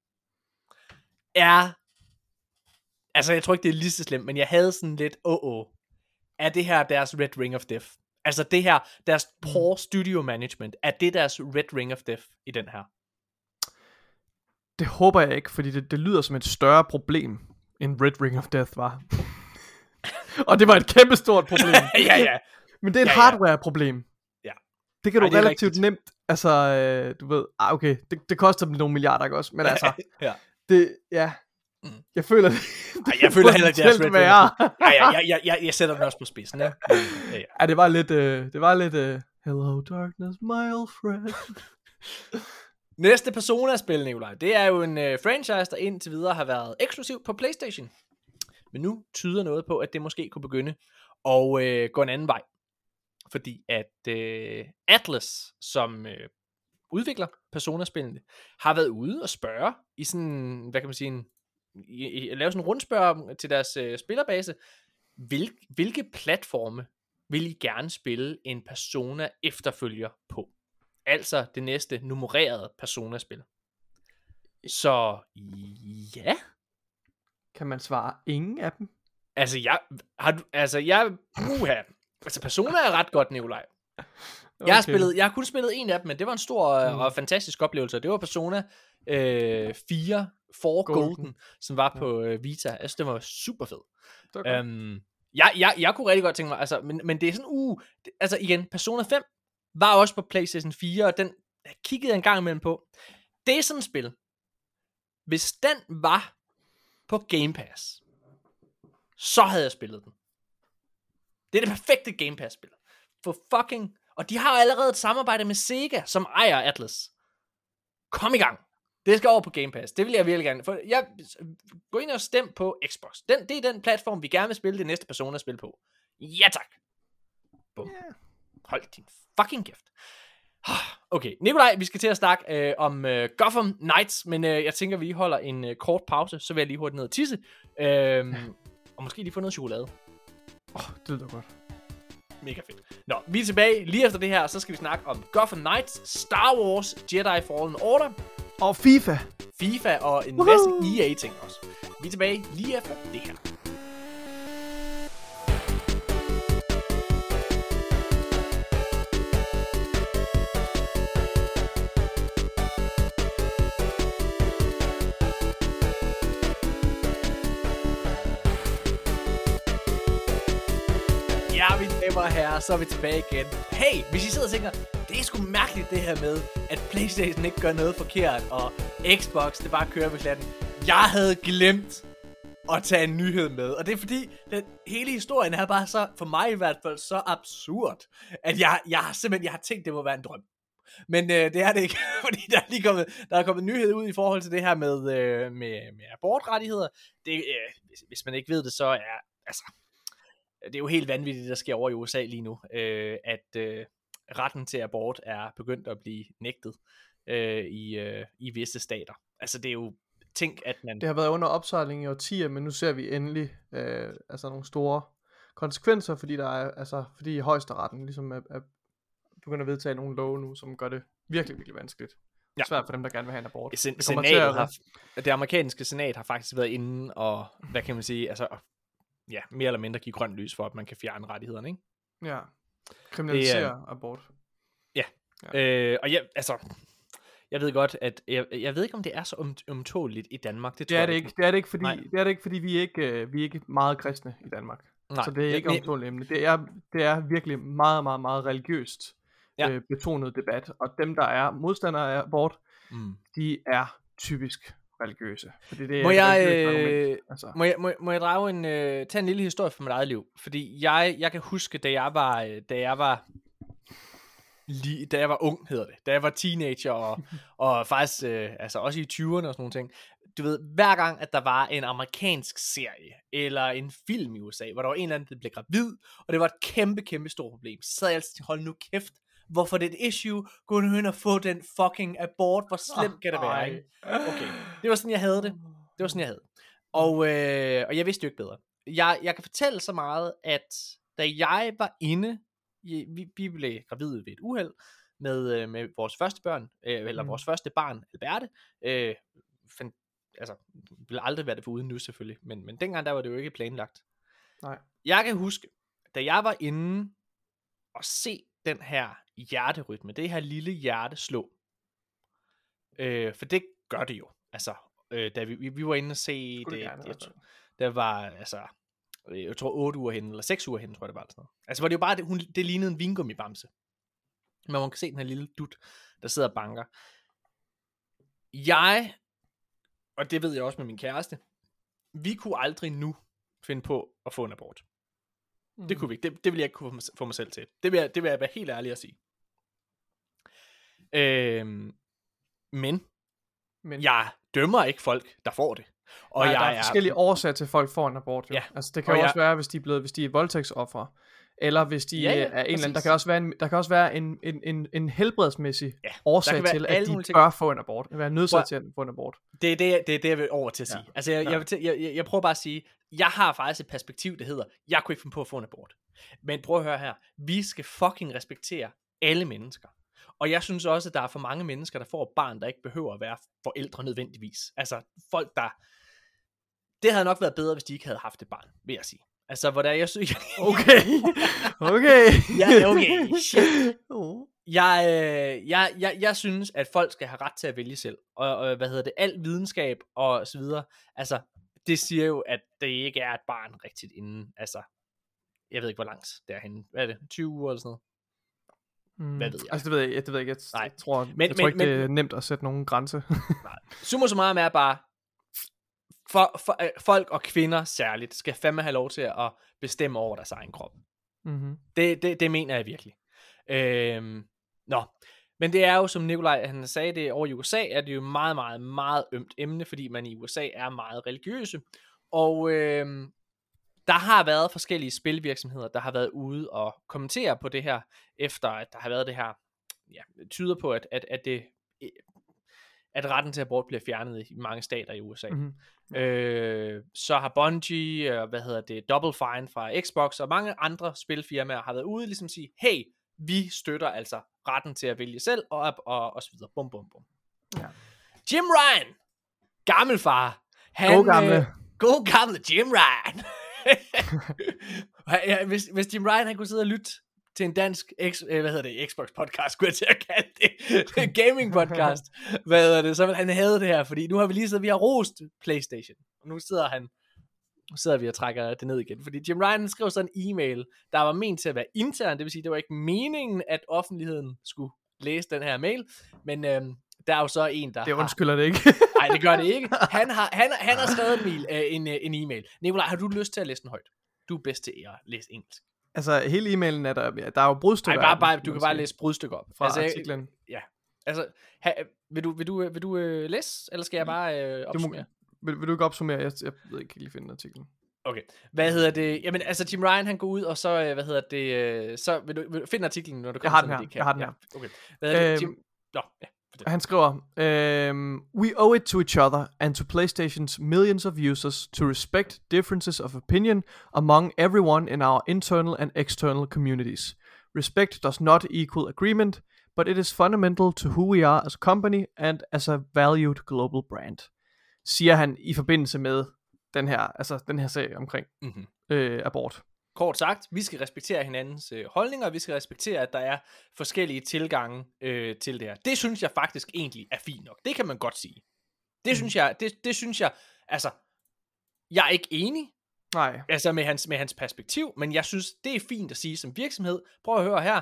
Speaker 1: Jeg tror ikke, det er lige så slemt, men jeg havde sådan lidt, er det her deres Red Ring of Death? Altså det her, deres poor studio management, er det deres Red Ring of Death i den her?
Speaker 2: Det håber jeg ikke, fordi det lyder som et større problem, end Red Ring of Death var. Og det var et kæmpestort problem.
Speaker 1: Ja.
Speaker 2: Men det er et hardware-problem.
Speaker 1: Ja.
Speaker 2: Det kan du relativt nemt, du ved, okay, det koster dem nogle milliarder, ikke også? Men
Speaker 1: ja.
Speaker 2: Jeg føler
Speaker 1: jeg føler heller ikke, det er jeg sætter den også på spidsen, ja.
Speaker 2: Ja, det var lidt, hello darkness, my old friend.
Speaker 1: Næste Persona-spil, Nikolaj, det er jo en franchise, der indtil videre har været eksklusiv på PlayStation. Men nu tyder noget på, at det måske kunne begynde at gå en anden vej. Fordi at Atlus, som udvikler Persona-spillene, har været ude og spørge i sådan, hvad kan man sige, lave sådan en rundspørg til deres spillerbase. Hvilke platforme vil I gerne spille en Persona efterfølger på? Altså det næste nummererede Persona-spil. Så ja.
Speaker 2: Kan man svare ingen af dem?
Speaker 1: Altså, Persona er ret godt, Nikolaj.
Speaker 2: Okay.
Speaker 1: Jeg har kun spillet en af dem, men det var en stor og fantastisk oplevelse. Det var Persona 4 Golden, som var på Vita. Altså, det var super fedt. Jeg kunne rigtig godt tænke mig, altså, men det er sådan, altså igen, Persona 5 var også på PlayStation 4, og den kiggede jeg en gang imellem på. Det er sådan et spil. Hvis den var på Game Pass, så havde jeg spillet den. Det er det perfekte Game Pass-spil. For fucking... Og de har allerede et samarbejde med Sega, som ejer Atlas. Kom i gang. Det skal over på Game Pass. Det vil jeg virkelig gerne. For jeg gå ind og stem på Xbox. Det er den platform, vi gerne vil spille det næste Persona-spil på. Ja tak. Bum. Yeah. Hold din fucking kæft. Okay, Nikolaj, vi skal til at snakke om Gotham Knights, men jeg tænker, vi holder en kort pause, så vil jeg lige hurtigt ned og tisse. Og måske lige få noget chokolade.
Speaker 2: Det lyder godt.
Speaker 1: Mega fedt. Nå, vi er tilbage lige efter det her, så skal vi snakke om Gotham Knights, Star Wars, Jedi Fallen Order.
Speaker 2: Og FIFA.
Speaker 1: FIFA og en masse EA-ting også. Vi er tilbage lige efter det her. Ja, mine damer og herrer, så er vi tilbage igen. Hey, hvis I sidder og tænker, det er sgu mærkeligt det her med, at PlayStation ikke gør noget forkert, og Xbox, det bare kører med klatten. Jeg havde glemt at tage en nyhed med, og det er fordi, hele historien er bare så, for mig i hvert fald, så absurd, at jeg har tænkt, det må være en drøm. Men det er det ikke, fordi der er kommet nyhed ud i forhold til det her med abortrettigheder. Det, hvis man ikke ved det, så er, altså... Det er jo helt vanvittigt, der sker over i USA lige nu, at retten til abort er begyndt at blive nægtet i visse stater. Altså det er jo, tænk at man...
Speaker 2: Det har været under opsejling i årtier, men nu ser vi endelig nogle store konsekvenser, fordi højesteretten ligesom er begyndt at vedtage nogle love nu, som gør det virkelig, virkelig vanskeligt. Ja. Svært for dem, der gerne vil have en abort.
Speaker 1: Det amerikanske senat har faktisk været inde og, hvad kan man sige, altså... Ja, mere eller mindre give grønt lys for, at man kan fjerne rettighederne, ikke?
Speaker 2: Ja, kriminalisere abort.
Speaker 1: Ja, og jeg ved godt, at jeg ved ikke, om det er så ømtåligt i Danmark. Det er
Speaker 2: det ikke, fordi vi er ikke meget kristne i Danmark. Nej, så det er ikke ømtåligt emne. Det er virkelig meget, meget, meget religiøst betonet debat, og dem, der er modstandere af abort, de er typisk religiøse. Fordi det
Speaker 1: må jeg tage en lille historie fra mit eget liv? Fordi jeg kan huske, da jeg var ung, hedder det. Da jeg var teenager og faktisk også i 20'erne og sådan nogle ting. Du ved, hver gang at der var en amerikansk serie eller en film i USA, hvor der var en eller anden, der blev gravid, og det var et kæmpe, kæmpe stort problem. Så sad jeg altid til, hold nu kæft. Hvorfor det er et issue? Gå nu hen og få den fucking abort. Hvor slemt kan det være, ikke? Okay, det var sådan, jeg havde det. Og jeg vidste jo ikke bedre. Jeg kan fortælle så meget, at da jeg var inde, vi blev gravide ved et uheld med vores første børn, eller vores første barn, Alberte. Ville aldrig være det foruden nu selvfølgelig, men dengang der var det jo ikke planlagt.
Speaker 2: Nej.
Speaker 1: Jeg kan huske, da jeg var inde og se den her hjerterytme, det her lille hjerte slå. For det gør det jo. Altså, da vi var inde og se det, der var, jeg tror 8 uger hen, eller 6 uger hen, tror jeg det var. Sådan noget. Altså, var det jo bare, det lignede en vingummibamse. Men man kan se den her lille dut, der sidder og banker. Og det ved jeg også med min kæreste, vi kunne aldrig nu finde på at få en abort. Det kunne vi ikke. Det ville jeg ikke kunne få mig selv til. Det vil jeg være helt ærlig at sige. Men jeg dømmer ikke folk, der får det. Og
Speaker 2: der er forskellige årsager til, at folk får en abort. Jo. Ja. Altså, det kan jo også være, hvis de er voldtægtsofre, eller hvis de er en eller anden. Der kan også være en helbredsmæssig årsag til, at de bør få en abort. Være nødsaget til at få en abort.
Speaker 1: Det er det, jeg vil over til at sige. Altså, jeg prøver bare at sige, jeg har faktisk et perspektiv, der hedder, jeg kunne ikke finde på at få en abort. Men prøv at høre her. Vi skal fucking respektere alle mennesker. Og jeg synes også, at der er for mange mennesker, der får et barn, der ikke behøver at være forældre nødvendigvis. Altså folk, der... Det havde nok været bedre, hvis de ikke havde haft et barn, vil jeg sige. Altså, hvor der jeg synes...
Speaker 2: Okay.
Speaker 1: Ja, okay. Shit. Jeg synes, at folk skal have ret til at vælge selv. Og al videnskab og så videre. Altså, det siger jo, at det ikke er et barn rigtigt inden. Altså, jeg ved ikke, hvor langt det er henne. Hvad er det? 20 uger eller sådan noget? Hvad ved jeg?
Speaker 2: Altså, det ved jeg ikke. Jeg tror ikke, det er nemt at sætte nogen grænse.
Speaker 1: Nej. Summa summarum er bare, folk og kvinder særligt, skal fandme have lov til at bestemme over deres egen krop.
Speaker 2: Mm-hmm.
Speaker 1: Det mener jeg virkelig. Men det er jo, som Nikolaj han sagde det, over i USA er det jo meget, meget, meget ømt emne, fordi man i USA er meget religiøse. Og der har været forskellige spilvirksomheder, der har været ude og kommentere på det her, efter at der har været det her, tyder på, at retten til abort bliver fjernet i mange stater i USA. Mm-hmm. Så har Bungie, Double Fine fra Xbox og mange andre spilfirmaer har været ude ligesom sige, hey, vi støtter altså retten til at vælge selv, og så videre. Bum, bum, bum. Ja. Jim Ryan, gammelfar. God gamle Jim Ryan. Hvis Jim Ryan han kunne sidde og lytte til en dansk Xbox podcast, skulle jeg til at kalde det gaming podcast, så vil han have det her, fordi nu har vi lige siddet, vi har rost PlayStation, og nu sidder vi og trækker det ned igen, fordi Jim Ryan skrev sådan en e-mail, der var ment til at være intern, det vil sige, det var ikke meningen, at offentligheden skulle læse den her mail, men der er jo så en, der
Speaker 2: det undskylder det ikke.
Speaker 1: Nej, det gør det ikke. Han har skrevet en e-mail. Nikolaj, har du lyst til at læse den højt? Du er bedst til at læse engelsk.
Speaker 2: Altså, hele e-mailen er der er jo brudstykker.
Speaker 1: Nej, du kan bare læse brudstykker op.
Speaker 2: Fra artiklen.
Speaker 1: Ja. Altså, vil du læse, eller skal jeg bare opsummere?
Speaker 2: Vil du ikke opsummere? Jeg ved ikke, lige finde artiklen.
Speaker 1: Okay. Jamen, altså, Jim Ryan, han går ud, og så, så vil du finde artiklen, når du kommer
Speaker 2: til det. Jeg har den her.
Speaker 1: Okay.
Speaker 2: Han skriver, we owe it to each other and to PlayStation's millions of users to respect differences of opinion among everyone in our internal and external communities. Respect does not equal agreement, but it is fundamental to who we are as a company and as a valued global brand. Siger han i forbindelse med den her sag omkring abort.
Speaker 1: Kort sagt, vi skal respektere hinandens holdninger, og vi skal respektere, at der er forskellige tilgange til det her. Det synes jeg faktisk egentlig er fint nok. Det kan man godt sige. Det synes jeg, altså, jeg er ikke enig,
Speaker 2: nej,
Speaker 1: altså med hans perspektiv, men jeg synes, det er fint at sige som virksomhed. Prøv at høre her.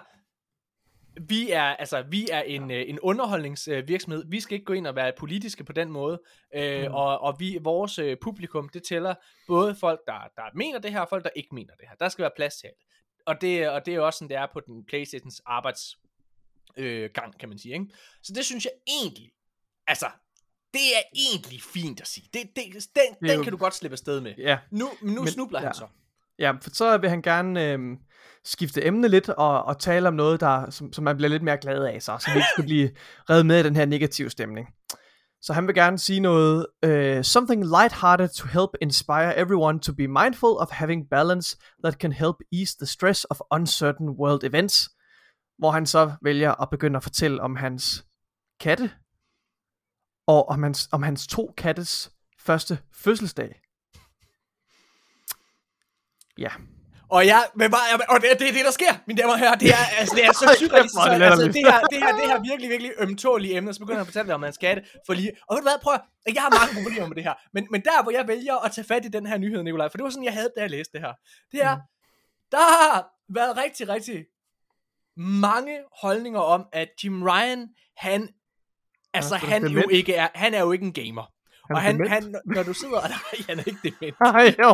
Speaker 1: Vi er en underholdningsvirksomhed. Vi skal ikke gå ind og være politiske på den måde. Og vores publikum, det tæller både folk, der mener det her, og folk, der ikke mener det her. Der skal være plads til det. Og det er også sådan, det er på den PlayStations arbejdsgang, kan man sige. Ikke? Så det synes jeg egentlig, altså, det er egentlig fint at sige. Den kan du godt slippe afsted med.
Speaker 2: Ja.
Speaker 1: Nu snubler han så.
Speaker 2: Ja, for så vil han gerne skifte emne lidt og tale om noget, som man bliver lidt mere glad af, så vi ikke skal blive revet med i den her negative stemning. Så han vil gerne sige noget, something lighthearted to help inspire everyone to be mindful of having balance that can help ease the stress of uncertain world events, hvor han så vælger at begynde at fortælle om hans katte, og om hans 2 kattes første fødselsdag. Ja.
Speaker 1: Og det er det, der sker, mine damer og herrer. Det er så surrealistisk. Altså, det her virkelig, virkelig ømtålige emne, så begynder han at fortælle dig om hans katte. Og ved du hvad, prøv at, jeg har mange problemer med det her. Men der, hvor jeg vælger at tage fat i den her nyhed, Nikolaj, for det var sådan, jeg havde, da jeg læste det her. Det er, der har været rigtig, rigtig mange holdninger om, at Jim Ryan, han er jo ikke en gamer. Og han når du sidder, han er ikke dement.
Speaker 2: Nej, jo.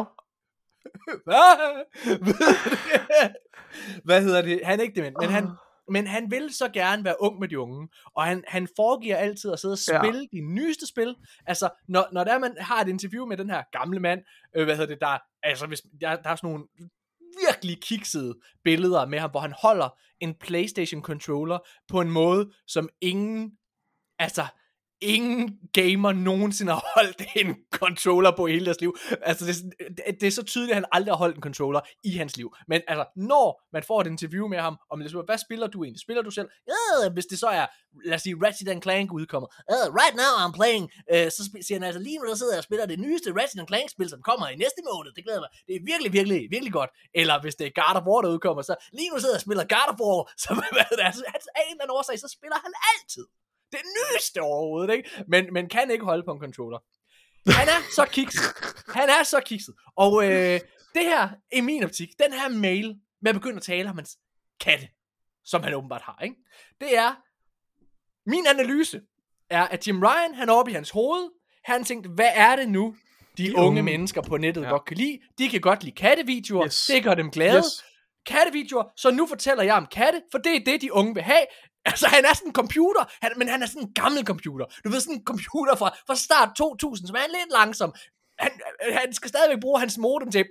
Speaker 1: Hvad hedder det? Han er ikke dement, men han vil så gerne være ung med de unge, og han foregiver altid at sidde og spille de nyeste spil. Altså, når der man har et interview med den her gamle mand, hvis der er sådan nogle virkelig kiksede billeder med ham, hvor han holder en PlayStation controller på en måde, som ingen ingen gamer nogensinde har holdt en controller på i hele deres liv. Altså, det er så tydeligt, at han aldrig har holdt en controller i hans liv. Men altså, når man får et interview med ham, om hvad spiller du egentlig? Spiller du selv? Hvis det så er, lad os sige, Ratchet & Clank udkommer. Right now I'm playing. Så siger han altså, lige nu der sidder jeg og spiller det nyeste Ratchet & Clank-spil, som kommer i næste måned. Det glæder mig. Det er virkelig, virkelig, virkelig godt. Eller hvis det er God of War, der udkommer, så lige nu sidder jeg og spiller God of War, som altså, af en eller anden årsag, så spiller han altid det nyeste overhovedet, ikke? Men kan ikke holde på en controller. Han er så kikset. Han er så kikset. Og det her, i min optik, den her mail, med at begynde at tale om hans katte, som han åbenbart har, ikke? Det er, min analyse er, at Jim Ryan, han er oppe i hans hoved. Han tænkte, hvad er det nu, de unge mennesker på nettet godt kan lide? De kan godt lide kattevideoer. Yes. Det gør dem glade. Yes. Kattevideoer, så nu fortæller jeg om katte, for det er det, de unge vil have. Altså, han er sådan en computer, men han er sådan en gammel computer. Du ved, sådan en computer fra start 2000, som er lidt langsom. Han skal stadigvæk bruge hans modem til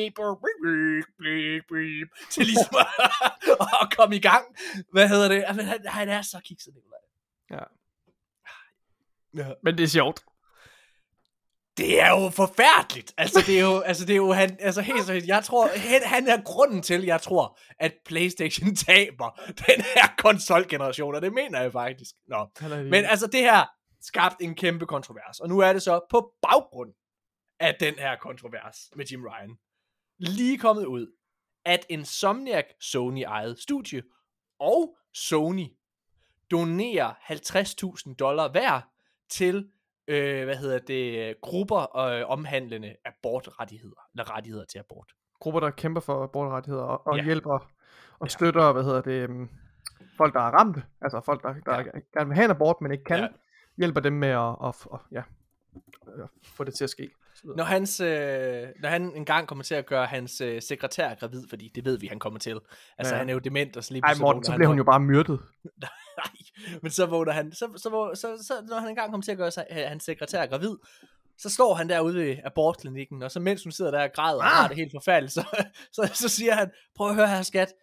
Speaker 1: til ligesom at komme i gang. Hvad hedder det? Han er så kikset, Nikolaj.
Speaker 2: Ja. Men det er sjovt.
Speaker 1: Det er jo forfærdeligt. Det er jo han, helt seriøst, jeg tror, han er grunden til, jeg tror, at PlayStation taber den her konsolgeneration, og det mener jeg faktisk. Nå. Men altså, det her skabte en kæmpe kontrovers, og nu er det så på baggrund af den her kontrovers med Jim Ryan lige kommet ud, at Insomniac, Sony-ejet studie, og Sony donerer $50,000 hver til grupper omhandlende abortrettigheder, eller rettigheder til abort.
Speaker 2: Grupper, der kæmper for abortrettigheder og hjælper og støtter, folk, der er ramte, altså folk, der gerne vil have en abort, men ikke kan, hjælper dem med at få det til at ske.
Speaker 1: Når han engang kommer til at gøre hans sekretær gravid, fordi det ved vi, han kommer til. Altså, han er jo dement, og så lige
Speaker 2: Morten, så bliver hun jo bare myrdet.
Speaker 1: Nej, men så vågner han, så når han engang kommer til at gøre hans sekretær gravid, så står han derude ved abortklinikken, og så mens hun sidder der og græder og har det helt forfærdeligt, så siger han, prøv at høre her, skat,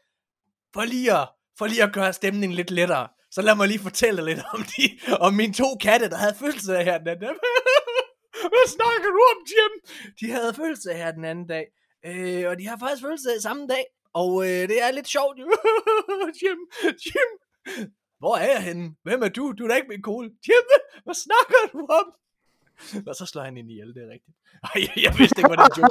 Speaker 1: for lige at gøre stemningen lidt lettere, så lad mig lige fortælle lidt om mine 2 katte, der havde fødselsdag her den anden dag. Hvad snakker du om, Jim? De havde fødselsdag her den anden dag, og de har faktisk fødselsdag samme dag, og det er lidt sjovt. Jim, hvor er jeg henne? Hvem er du? Du er da ikke min kone. Jim, hvad snakker du om? Og så slår han ind ihjel, det er rigtigt. Ej, jeg vidste ikke, hvad det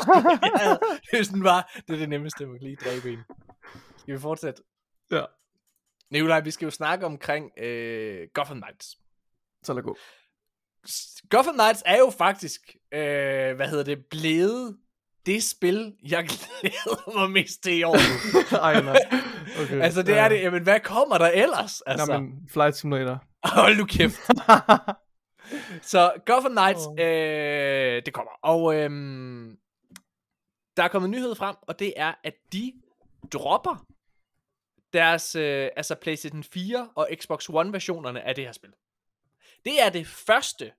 Speaker 1: var. Det er det nemmeste, man kan lige dræbe en. Skal vi fortsætte?
Speaker 2: Ja.
Speaker 1: Nikolaj, vi skal jo snakke omkring Gotham Knights.
Speaker 2: Så lad gå.
Speaker 1: Gotham Knights er jo faktisk, blevet det spil, jeg glæder mig mest til i år.
Speaker 2: Ej, nej. Okay.
Speaker 1: Altså, det er det. Jamen, hvad kommer der ellers? Altså.
Speaker 2: Nå, men Flight Simulator.
Speaker 1: Hold nu kæft. Så Gotham Knights, det kommer. Og der er kommet nyhed frem, og det er, at de dropper deres PlayStation 4 og Xbox One versionerne af det her spil. Det er det første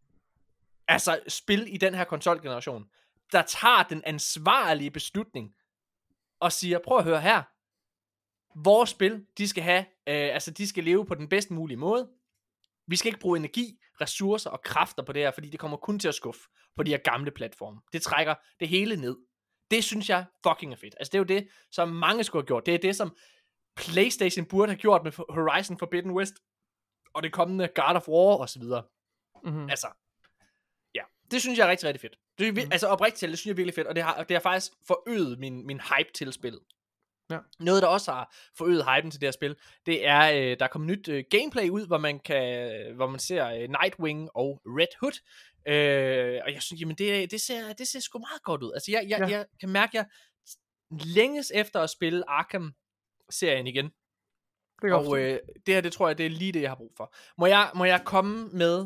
Speaker 1: spil i den her konsolgeneration, der tager den ansvarlige beslutning og siger, prøv at høre her, vores spil, de skal have, de skal leve på den bedst mulige måde. Vi skal ikke bruge energi, ressourcer og kræfter på det her, fordi det kommer kun til at skuffe på de her gamle platforme. Det trækker det hele ned. Det synes jeg fucking er fedt. Altså det er jo det, som mange skulle have gjort. Det er det, som PlayStation burde have gjort med Horizon Forbidden West, og det kommende God of War og så videre. Mm-hmm. Altså, ja, det synes jeg er rigtig, rigtig fedt. Det, oprigtigt, det synes jeg er virkelig fedt, og det har faktisk forøget min hype til spillet. Ja. Noget, der også har forøget hypen til det her spil, det er, der er kommet nyt gameplay ud, hvor man ser Nightwing og Red Hood. Og jeg synes, jamen det ser sgu meget godt ud. Altså, jeg kan mærke, at jeg længes efter at spille Arkham-serien igen. Og det her, det tror jeg, det er lige det, jeg har brug for. Må jeg komme med...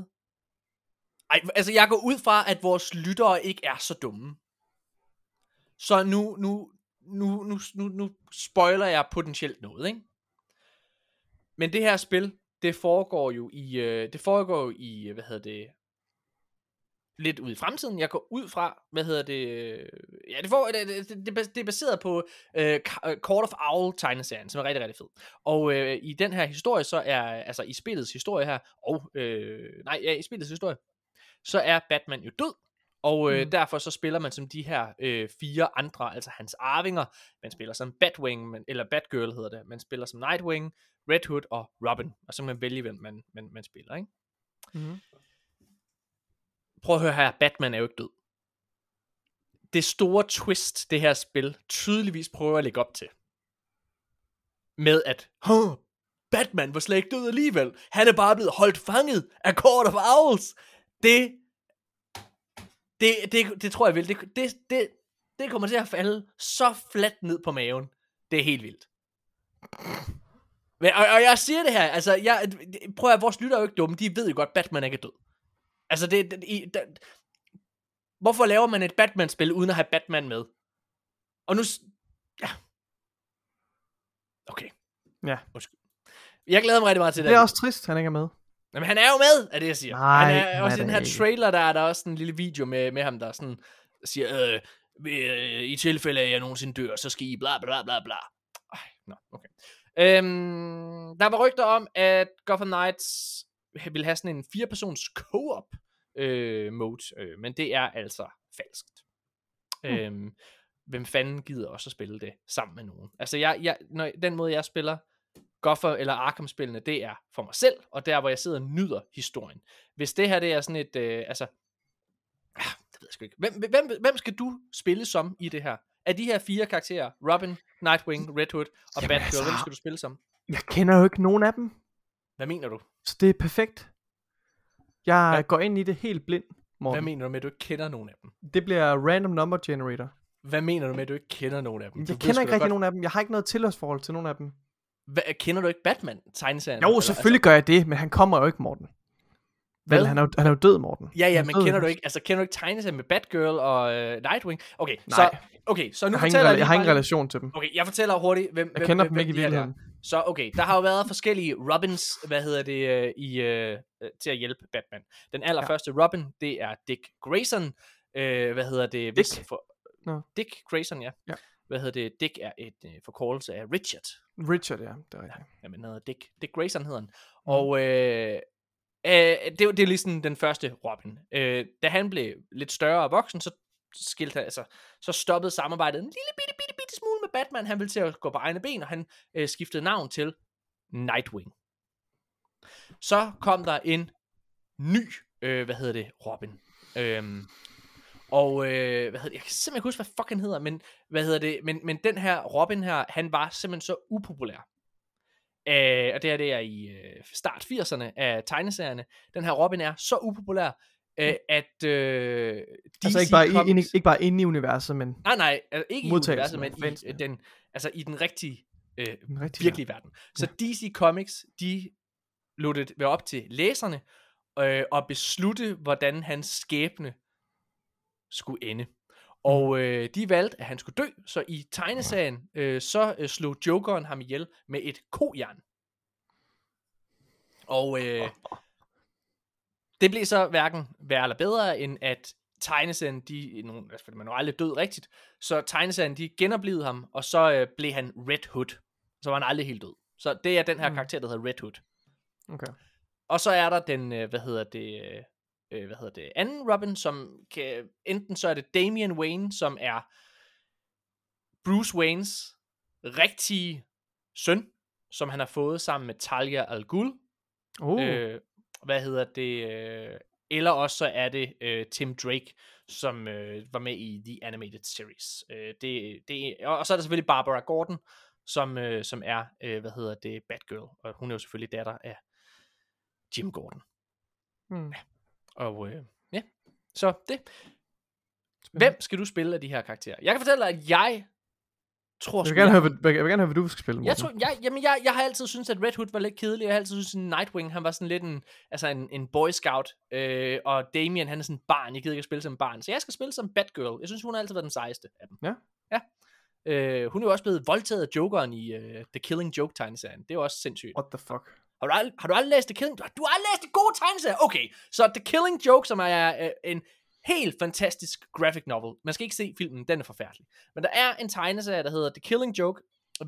Speaker 1: jeg går ud fra, at vores lyttere ikke er så dumme. Så nu spoiler jeg potentielt noget, ikke? Men det her spil, det foregår jo i lidt ud i fremtiden. Jeg går ud fra, ja, det er baseret på Court of Owl tegneserien, som er rigtig, rigtig fed. Og i den her historie, så er, altså i spillets historie her, i spillets historie, så er Batman jo død, og derfor så spiller man som de her 4 andre, altså hans arvinger. Man spiller som Batwing, eller Batgirl hedder det. Man spiller som Nightwing, Red Hood og Robin, og så kan man vælge, hvem man spiller, ikke?
Speaker 2: Mm-hmm.
Speaker 1: Prøv at høre her, Batman er jo ikke død. Det store twist, det her spil tydeligvis prøver at lægge op til, med at, Batman var slet ikke død alligevel. Han er bare blevet holdt fanget af Court of Owls. Det tror jeg vil. Det kommer til at falde så fladt ned på maven. Det er helt vildt. Men, og jeg siger det her, altså, prøv at vores lytter er jo ikke dumme, de ved jo godt, Batman ikke er død. Altså, hvorfor laver man et Batman-spil, uden at have Batman med? Og nu, ja. Okay.
Speaker 2: Ja.
Speaker 1: Undskyld. Jeg glæder mig rigtig meget til det.
Speaker 2: Det er også trist, han ikke er med.
Speaker 1: Jamen, han er jo med, er det, jeg siger.
Speaker 2: Nej,
Speaker 1: han er også i den her
Speaker 2: ikke.
Speaker 1: trailer, der er der også en lille video med ham, der sådan siger, i tilfælde af, at jeg nogensinde dør, så skal I bla bla bla bla. Okay. Der var rygter om, at Gotham Knights vil have sådan en 4-persons co-op mode, men det er altså falskt. Hvem fanden gider også at spille det sammen med nogen? Altså, den måde, jeg spiller Gotham eller Arkham-spillene, det er for mig selv, og der, hvor jeg sidder og nyder historien. Hvis det her, det er sådan et, det ved jeg sgu ikke. Hvem skal du spille som i det her? Af de her 4 karakterer, Robin, Nightwing, Red Hood og Batgirl, hvem skal du spille som?
Speaker 2: Jeg kender jo ikke nogen af dem.
Speaker 1: Hvad mener du?
Speaker 2: Så det er perfekt. Jeg går ind i det helt blind, Morten.
Speaker 1: Hvad mener du med, at du ikke kender nogen af dem?
Speaker 2: Det bliver random number generator.
Speaker 1: Hvad mener du med, at du ikke kender nogen af dem?
Speaker 2: Jeg kender ikke rigtig nogen af dem. Jeg har ikke noget tilhørsforhold til nogen af dem.
Speaker 1: Kender du ikke Batman-tegneserien?
Speaker 2: Jo, selvfølgelig gør jeg det, men han kommer jo ikke, Morten. Vel, han er jo død, Morten.
Speaker 1: Ja, men kender du ikke tegneserien med Batgirl og Nightwing? Okay, så nu
Speaker 2: jeg har ingen relation til dem.
Speaker 1: Okay, jeg fortæller hurtigt, hvem
Speaker 2: jeg kender dem ikke i virkeligheden.
Speaker 1: Så okay, der har jo været forskellige Robins, til at hjælpe Batman. Den allerførste Robin, det er Dick Grayson. Dick Grayson, ja. Dick er et forkortelse af Richard.
Speaker 2: Richard, ja, det er rigtigt.
Speaker 1: Jamen, hedder Dick Grayson hedder han. Og det er ligesom den første Robin. Da han blev lidt større og voksen, så stoppede samarbejdet en lille bitte smule med Batman. Han ville til at gå på egne ben, og han skiftede navn til Nightwing. Så kom der en ny, Robin. Jeg kan simpelthen ikke huske, hvad fuck han hedder, men den her Robin her, han var simpelthen så upopulær. Og det er i start 80'erne af tegneserierne. Den her Robin er så upopulær, at DC
Speaker 2: altså ikke bare inde i universet, men
Speaker 1: nej, ikke i universet, men i den rigtige virkelige verden. Så DC Comics, de lod det være op til læserne og beslutte, hvordan hans skæbne skulle ende. Og de valgte, at han skulle dø, så i tegneserien, så slog Jokeren ham ihjel med et kojern. Og det blev så hverken værre eller bedre, end at tegneserien, man var aldrig død rigtigt, så tegneserien, de genoplevede ham, og så blev han Red Hood. Så var han aldrig helt død. Så det er den her karakter, der hedder Red Hood.
Speaker 2: Okay.
Speaker 1: Og så er der den, anden Robin, som enten så er det Damian Wayne, som er Bruce Waynes rigtige søn, som han har fået sammen med Talia al Ghul. Eller også så er det Tim Drake, som var med i The Animated Series. Og så er der selvfølgelig Barbara Gordon, som er Batgirl, og hun er jo selvfølgelig datter af Jim Gordon. Og så det. Hvem skal du spille af de her karakterer? Jeg kan fortælle dig, at jeg tror...
Speaker 2: Jeg vil gerne høre, hvad du skal spille.
Speaker 1: Jeg har altid syntes, at Red Hood var lidt kedelig. Jeg har altid syntes, at Nightwing, han var sådan lidt en boy scout. Og Damian, han er sådan en barn. Jeg gider ikke at spille som en barn. Så jeg skal spille som Batgirl. Jeg synes, hun har altid været den sejeste af dem.
Speaker 2: Ja.
Speaker 1: Hun er jo også blevet voldtaget af Jokeren i The Killing Joke-tegneserien. Det er jo også sindssygt.
Speaker 2: What the fuck?
Speaker 1: Har du aldrig læst The Killing? Du har aldrig læst de gode tegneserier? Okay, så The Killing Joke, som er helt fantastisk graphic novel. Man skal ikke se filmen, den er forfærdelig. Men der er en tegneserie, der hedder The Killing Joke,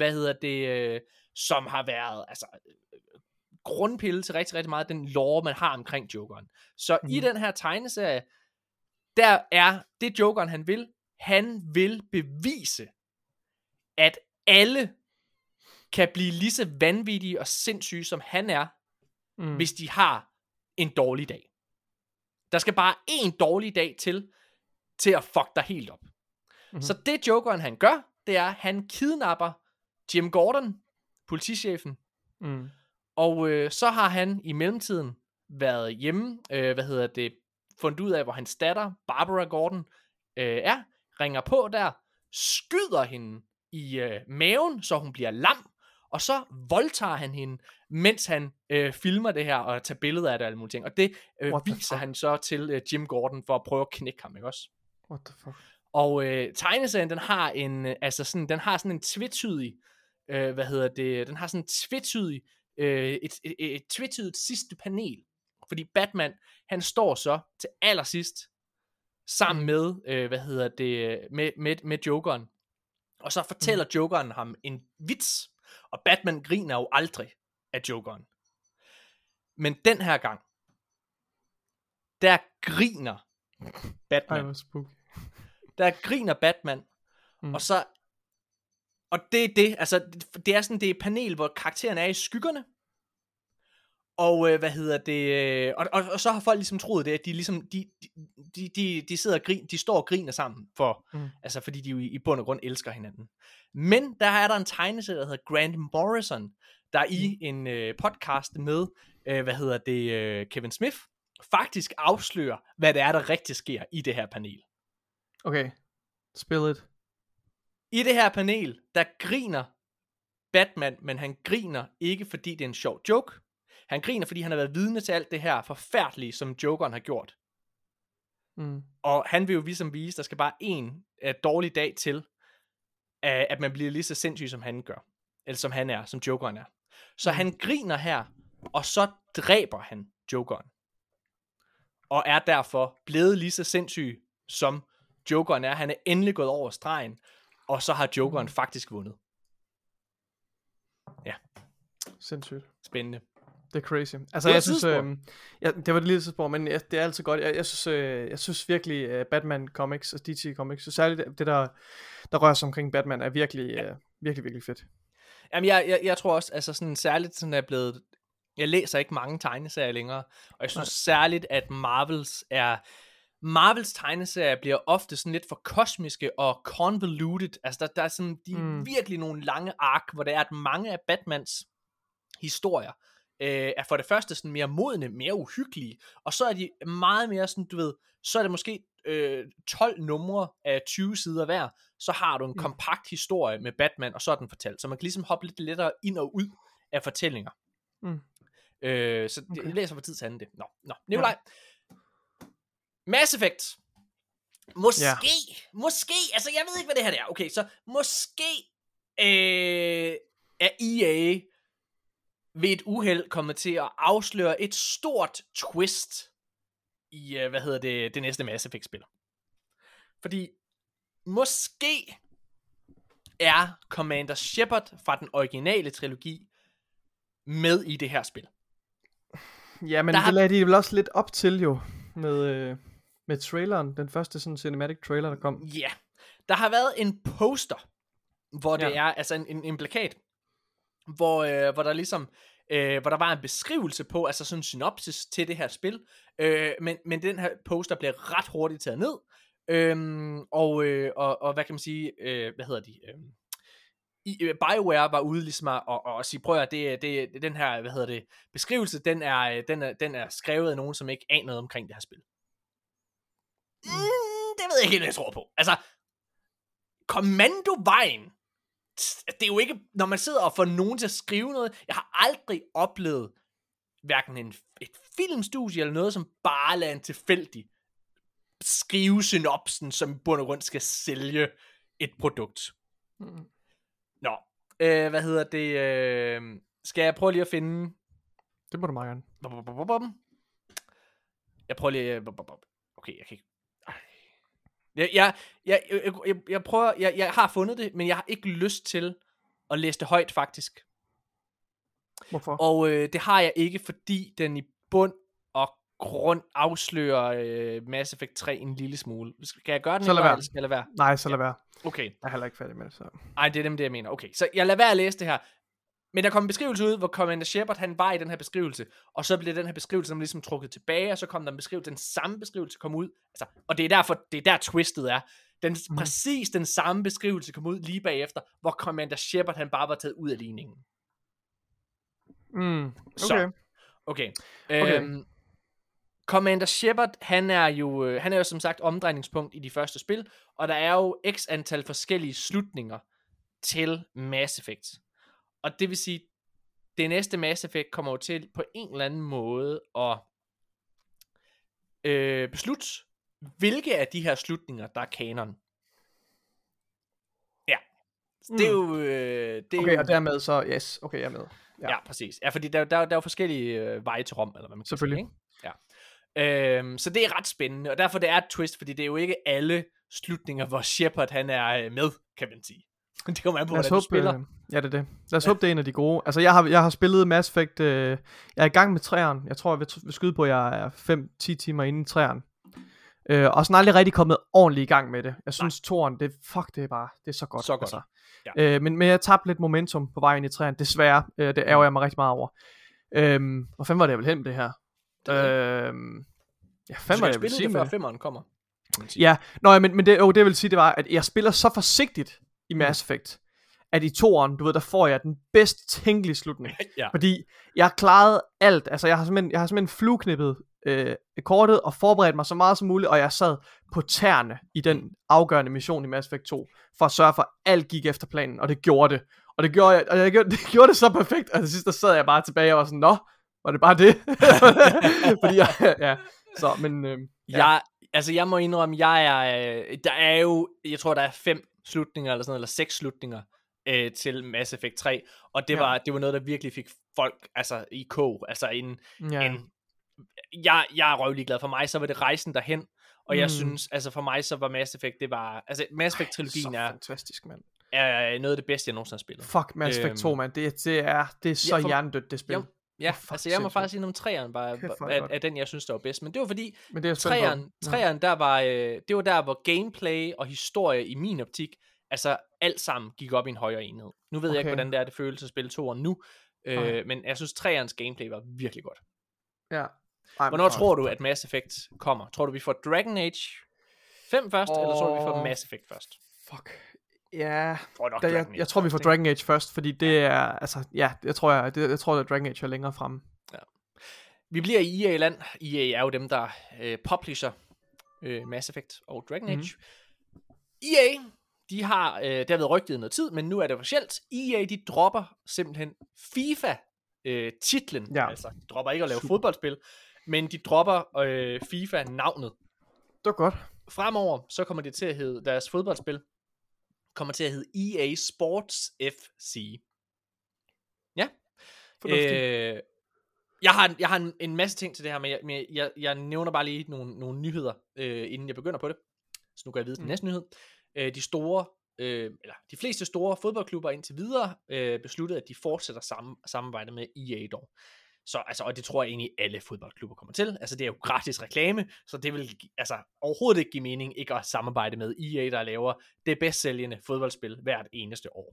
Speaker 1: som har været grundpille til rigtig, rigtig meget af den lore, man har omkring Jokeren. Så i den her tegneserie, der er det Jokeren, han vil bevise, at alle kan blive lige så vanvittige og sindssyge, som han er, hvis de har en dårlig dag. Der skal bare en dårlig dag til at fuck dig helt op. Så det Jokeren, han gør, det er, at han kidnapper Jim Gordon, politichefen, og så har han i mellemtiden været hjemme, fundet ud af, hvor hans datter, Barbara Gordon, ringer på der, skyder hende i maven, så hun bliver lam, og så voldtager han hende, mens han filmer det her, og tager billeder af det og alle mulige ting. Og det viser han så til Jim Gordon, for at prøve at knække ham, ikke også?
Speaker 2: What the fuck?
Speaker 1: Og tegneserien, den har en tvetydig, den har sådan en tvetydig, et tvetydigt sidste panel. Fordi Batman, han står så til allersidst, sammen med, med Jokeren. Og så fortæller Jokeren ham en vits, og Batman griner jo aldrig af Jokeren. Men den her gang, der griner Batman. Der griner Batman, og det er det, altså det er sådan, det er et panel, hvor karakteren er i skyggerne, og og så har folk ligesom troet det, at de ligesom, de sidder og griner, de står og griner sammen, altså fordi de jo i bund og grund elsker hinanden. Men der er der en tegneserie, der hedder Grant Morrison, der i en podcast med, Kevin Smith, faktisk afslører, hvad det er, der rigtig sker i det her panel.
Speaker 2: Okay, spill it.
Speaker 1: I det her panel, der griner Batman, men han griner ikke, fordi det er en sjov joke. Han griner, fordi han har været vidne til alt det her forfærdelige, som Jokeren har gjort. Og han vil jo ligesom vise, der skal bare en dårlig dag til, at man bliver lige så sindssyg, som han gør. Eller som han er, som Jokeren er. Så han griner her, og så dræber han Jokeren. Og er derfor blevet lige så sindssyg, som Jokeren er. Han er endelig gået over stregen, og så har Jokeren faktisk vundet. Ja.
Speaker 2: Sindssygt.
Speaker 1: Spændende.
Speaker 2: Det er crazy. Altså, jeg synes, det var det lille spor, men det er altid godt. Jeg synes virkelig, Batman Comics og DC Comics, så særligt det, der rører sig omkring Batman, er virkelig, virkelig fedt. Jamen,
Speaker 1: jeg tror også, altså sådan særligt sådan er blevet, jeg læser ikke mange tegneserier længere, og jeg synes særligt, at Marvels tegneserier bliver ofte sådan lidt for kosmiske og convoluted. Altså, der er sådan, virkelig nogle lange ark, hvor det er, at mange af Batmans historier er for det første sådan mere modne, mere uhyggelige, og så er de meget mere sådan, du ved, så er det måske 12 numre af 20 sider hver, så har du en kompakt historie med Batman, og så er den fortalt, så man kan ligesom hoppe lidt lettere ind og ud af fortællinger. Så jeg læser for tid til anden det. Nå, Nikolaj. Mass Effect. Måske, altså jeg ved ikke, hvad det her er. Okay, så måske er EA ved et uheld kommet til at afsløre et stort twist i, det næste Mass Effect-spil. Fordi måske er Commander Shepard fra den originale trilogi med i det her spil.
Speaker 2: Ja, men det lagde de vel også lidt op til jo, med traileren, den første sådan cinematic trailer, der kom.
Speaker 1: Ja, der har været en poster, hvor det er, altså en plakat, hvor der ligesom, hvor der var en beskrivelse på, altså sådan en synopsis til det her spil, men den her poster bliver ret hurtigt taget ned, og hvad kan man sige, BioWare var ude ligesom at sige, prøv at det den her, beskrivelse, den er skrevet af nogen, som ikke aner noget omkring det her spil. Det ved jeg ikke, hvad jeg tror på. Altså, kommandovejen, det er jo ikke, når man sidder og får nogen til at skrive noget, jeg har aldrig oplevet hverken et filmstudie eller noget, som bare lader en tilfældig skrive synopsen, som i bund og grund skal sælge et produkt. Nå, skal jeg prøve lige at finde...
Speaker 2: Det må du meget gerne.
Speaker 1: Jeg prøver lige... Okay, jeg kan ikke... Jeg prøver, jeg har fundet det, men jeg har ikke lyst til at læse det højt, faktisk.
Speaker 2: Hvorfor?
Speaker 1: Og det har jeg ikke, fordi den i bund og grund afslører Mass Effect 3 en lille smule. Skal jeg gøre den?
Speaker 2: Så lad være.
Speaker 1: Eller skal jeg lade være?
Speaker 2: Nej, så lad være.
Speaker 1: Okay.
Speaker 2: Jeg er heller ikke færdig med det, så.
Speaker 1: Ej, det er det, jeg mener. Okay, så jeg lader være at læse det her. Men der kom en beskrivelse ud, hvor Commander Shepard, han var i den her beskrivelse, og så blev den her beskrivelse ligesom trukket tilbage, og så kom der en beskrivelse, den samme beskrivelse kom ud. Altså, og det er derfor, det er der twistet er. Præcis den samme beskrivelse kom ud lige bagefter, hvor Commander Shepard, han bare var taget ud af ligningen.
Speaker 2: Okay.
Speaker 1: Så, okay. Commander Shepard, han er jo som sagt omdrejningspunkt i de første spil, og der er jo x antal forskellige slutninger til Mass Effect. Og det vil sige, det næste Mass Effect kommer jo til på en eller anden måde at beslutte, hvilke af de her slutninger, der er kanon. Ja. Det er jo...
Speaker 2: Okay, og dermed så, yes, okay, jeg er med.
Speaker 1: Ja, præcis. Ja, fordi der er jo forskellige veje til Rom, eller hvad man kan
Speaker 2: selvfølgelig
Speaker 1: sige, ikke? Ja. Så det er ret spændende, og derfor det er et twist, fordi det er jo ikke alle slutninger, hvor Shepard han er med, kan man sige. Det kommer an på, hvordan du spiller.
Speaker 2: Ja, det er det. Lad os håbe, det er en af de gode. Altså, jeg har spillet Mass Effect, jeg er i gang med 3'eren. Jeg tror, jeg vil skyde på, at jeg er 5-10 timer inde i 3'eren. Og sådan aldrig rigtig kommet ordentligt i gang med det. Jeg synes, 2'eren, det er så godt.
Speaker 1: Så godt.
Speaker 2: Altså.
Speaker 1: Ja.
Speaker 2: Men jeg tabte lidt momentum på vejen i 3'eren, desværre. Det ærger jeg mig rigtig meget over. Hvor fanden var det, jeg ville hen med det her?
Speaker 1: Ja, fanden var det, jeg ville sige, før 5'eren kommer.
Speaker 2: Ja, men det jeg vil sige, det var, at jeg spiller så forsigtigt i Mass Effect, at i 2'eren, du ved, der får jeg den bedst tænkelige slutning.
Speaker 1: Ja.
Speaker 2: Fordi jeg har klaret alt. Altså, jeg har simpelthen flueknippet kortet og forberedt mig så meget som muligt, og jeg sad på tæerne i den afgørende mission i Mass Effect 2, for at sørge for, at alt gik efter planen, og det gjorde det. Og det gjorde det så perfekt, og til sidst der sad jeg bare tilbage og var sådan, nå, var det bare det? Fordi så, men...
Speaker 1: Jeg må indrømme, der er jo, jeg tror, der er 5 slutninger, eller sådan noget, eller 6 slutninger til Mass Effect 3, og det var noget, der virkelig fik folk, altså i kog, altså jeg er røvlig glad. For mig, så var det rejsen derhen, og jeg synes, altså for mig, så var Mass Effect, det var, altså Mass Effect-trilogien er
Speaker 2: fantastisk, mand.
Speaker 1: Er noget af det bedste, jeg nogensinde har spillet.
Speaker 2: Fuck Mass Effect 2, mand, det er så hjernedødt, det spil.
Speaker 1: Ja, altså jeg må faktisk sige, om 3'eren er den, jeg synes, der var bedst. Men det var fordi, 3'eren, der var, det var der, hvor gameplay og historie i min optik, altså alt sammen gik op i en højere enhed. Nu ved jeg ikke, hvordan det føles at spille 2'eren nu, men jeg synes, 3'erens gameplay var virkelig godt.
Speaker 2: Ja.
Speaker 1: Hvornår tror du, at Mass Effect kommer? Tror du, vi får Dragon Age 5 først, eller tror du, vi får Mass Effect først?
Speaker 2: Fuck. Ja,
Speaker 1: jeg
Speaker 2: tror vi får Dragon Age først, fordi det er, altså, ja, jeg tror at Dragon Age er længere fremme. Ja.
Speaker 1: Vi bliver i EA-land. EA er jo dem, der publisher Mass Effect og Dragon Age. EA, de har, det har været rygtet i noget tid, men nu er det officielt. EA, de dropper simpelthen FIFA-titlen. Altså, de dropper ikke at lave fodboldspil, men de dropper FIFA-navnet.
Speaker 2: Det var godt.
Speaker 1: Fremover, så kommer det til at hedde, deres fodboldspil kommer til at hedde EA Sports FC. Ja. Jeg har en masse ting til det her, men jeg nævner bare lige nogle nyheder, inden jeg begynder på det. Så nu går jeg videre til den næste nyhed. De fleste store fodboldklubber indtil videre besluttede, at de fortsætter samarbejde med EA dog. Så, altså, og det tror jeg egentlig alle fodboldklubber kommer til. Altså det er jo gratis reklame, så det vil altså overhovedet ikke give mening ikke at samarbejde med EA, der laver det bedst sælgende fodboldspil hvert eneste år.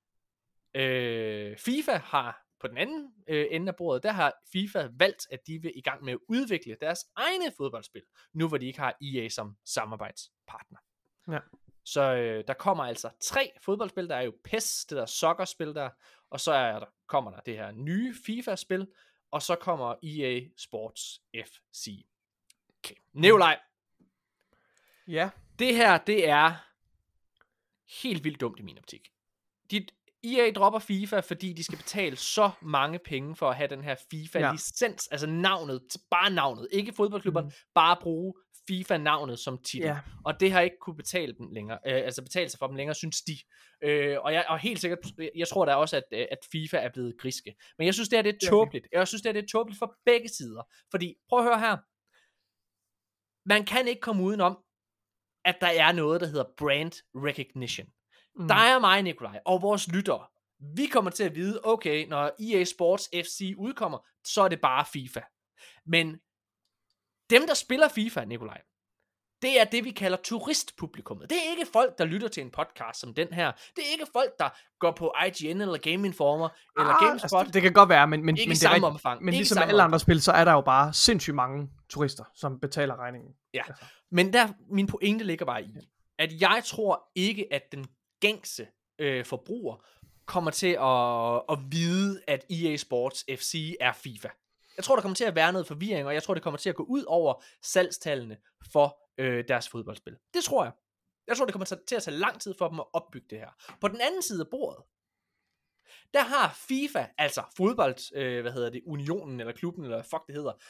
Speaker 1: FIFA har på den anden ende af bordet, der har FIFA valgt, at de vil i gang med at udvikle deres egne fodboldspil, nu hvor de ikke har EA som samarbejdspartner.
Speaker 2: Ja.
Speaker 1: Så der kommer altså 3 fodboldspil. Der er jo PES, det der soccerspil der, og så kommer der det her nye FIFA-spil, og så kommer EA Sports FC. Okay. Nikolaj.
Speaker 2: Ja.
Speaker 1: Det her, det er helt vildt dumt i min optik. EA dropper FIFA, fordi de skal betale så mange penge for at have den her FIFA-licens, altså bare navnet, ikke fodboldklubberne, bare bruge FIFA-navnet som titel, og det har ikke kunne betale sig for dem længere, synes de. Og helt sikkert, jeg tror da også, at FIFA er blevet griske. Men jeg synes, det er tåbeligt. Jeg synes, det er tåbeligt for begge sider. Fordi, prøv at høre her. Man kan ikke komme udenom, at der er noget, der hedder brand recognition. Dig og mig, Nikolaj, og vores lyttere, vi kommer til at vide, okay, når EA Sports FC udkommer, så er det bare FIFA. Men dem, der spiller FIFA, Nikolaj, det er det, vi kalder turistpublikummet. Det er ikke folk, der lytter til en podcast som den her. Det er ikke folk, der går på IGN eller Game Informer eller GameSpot.
Speaker 2: Altså, det kan godt være, men
Speaker 1: ikke
Speaker 2: det
Speaker 1: samme
Speaker 2: er
Speaker 1: omfang.
Speaker 2: Men
Speaker 1: ikke
Speaker 2: ligesom alle andre spil, så er der jo bare sindssygt mange turister, som betaler regningen.
Speaker 1: Ja,
Speaker 2: altså.
Speaker 1: Men min pointe ligger bare i, at jeg tror ikke, at den gængse forbruger kommer til at vide, at EA Sports FC er FIFA. Jeg tror, der kommer til at være noget forvirring, og jeg tror, det kommer til at gå ud over salgstallene for deres fodboldspil. Det tror jeg. Jeg tror, det kommer til at tage lang tid for dem at opbygge det her. På den anden side af bordet, der har FIFA, altså fodbold, unionen eller klubben, eller fuck det hedder,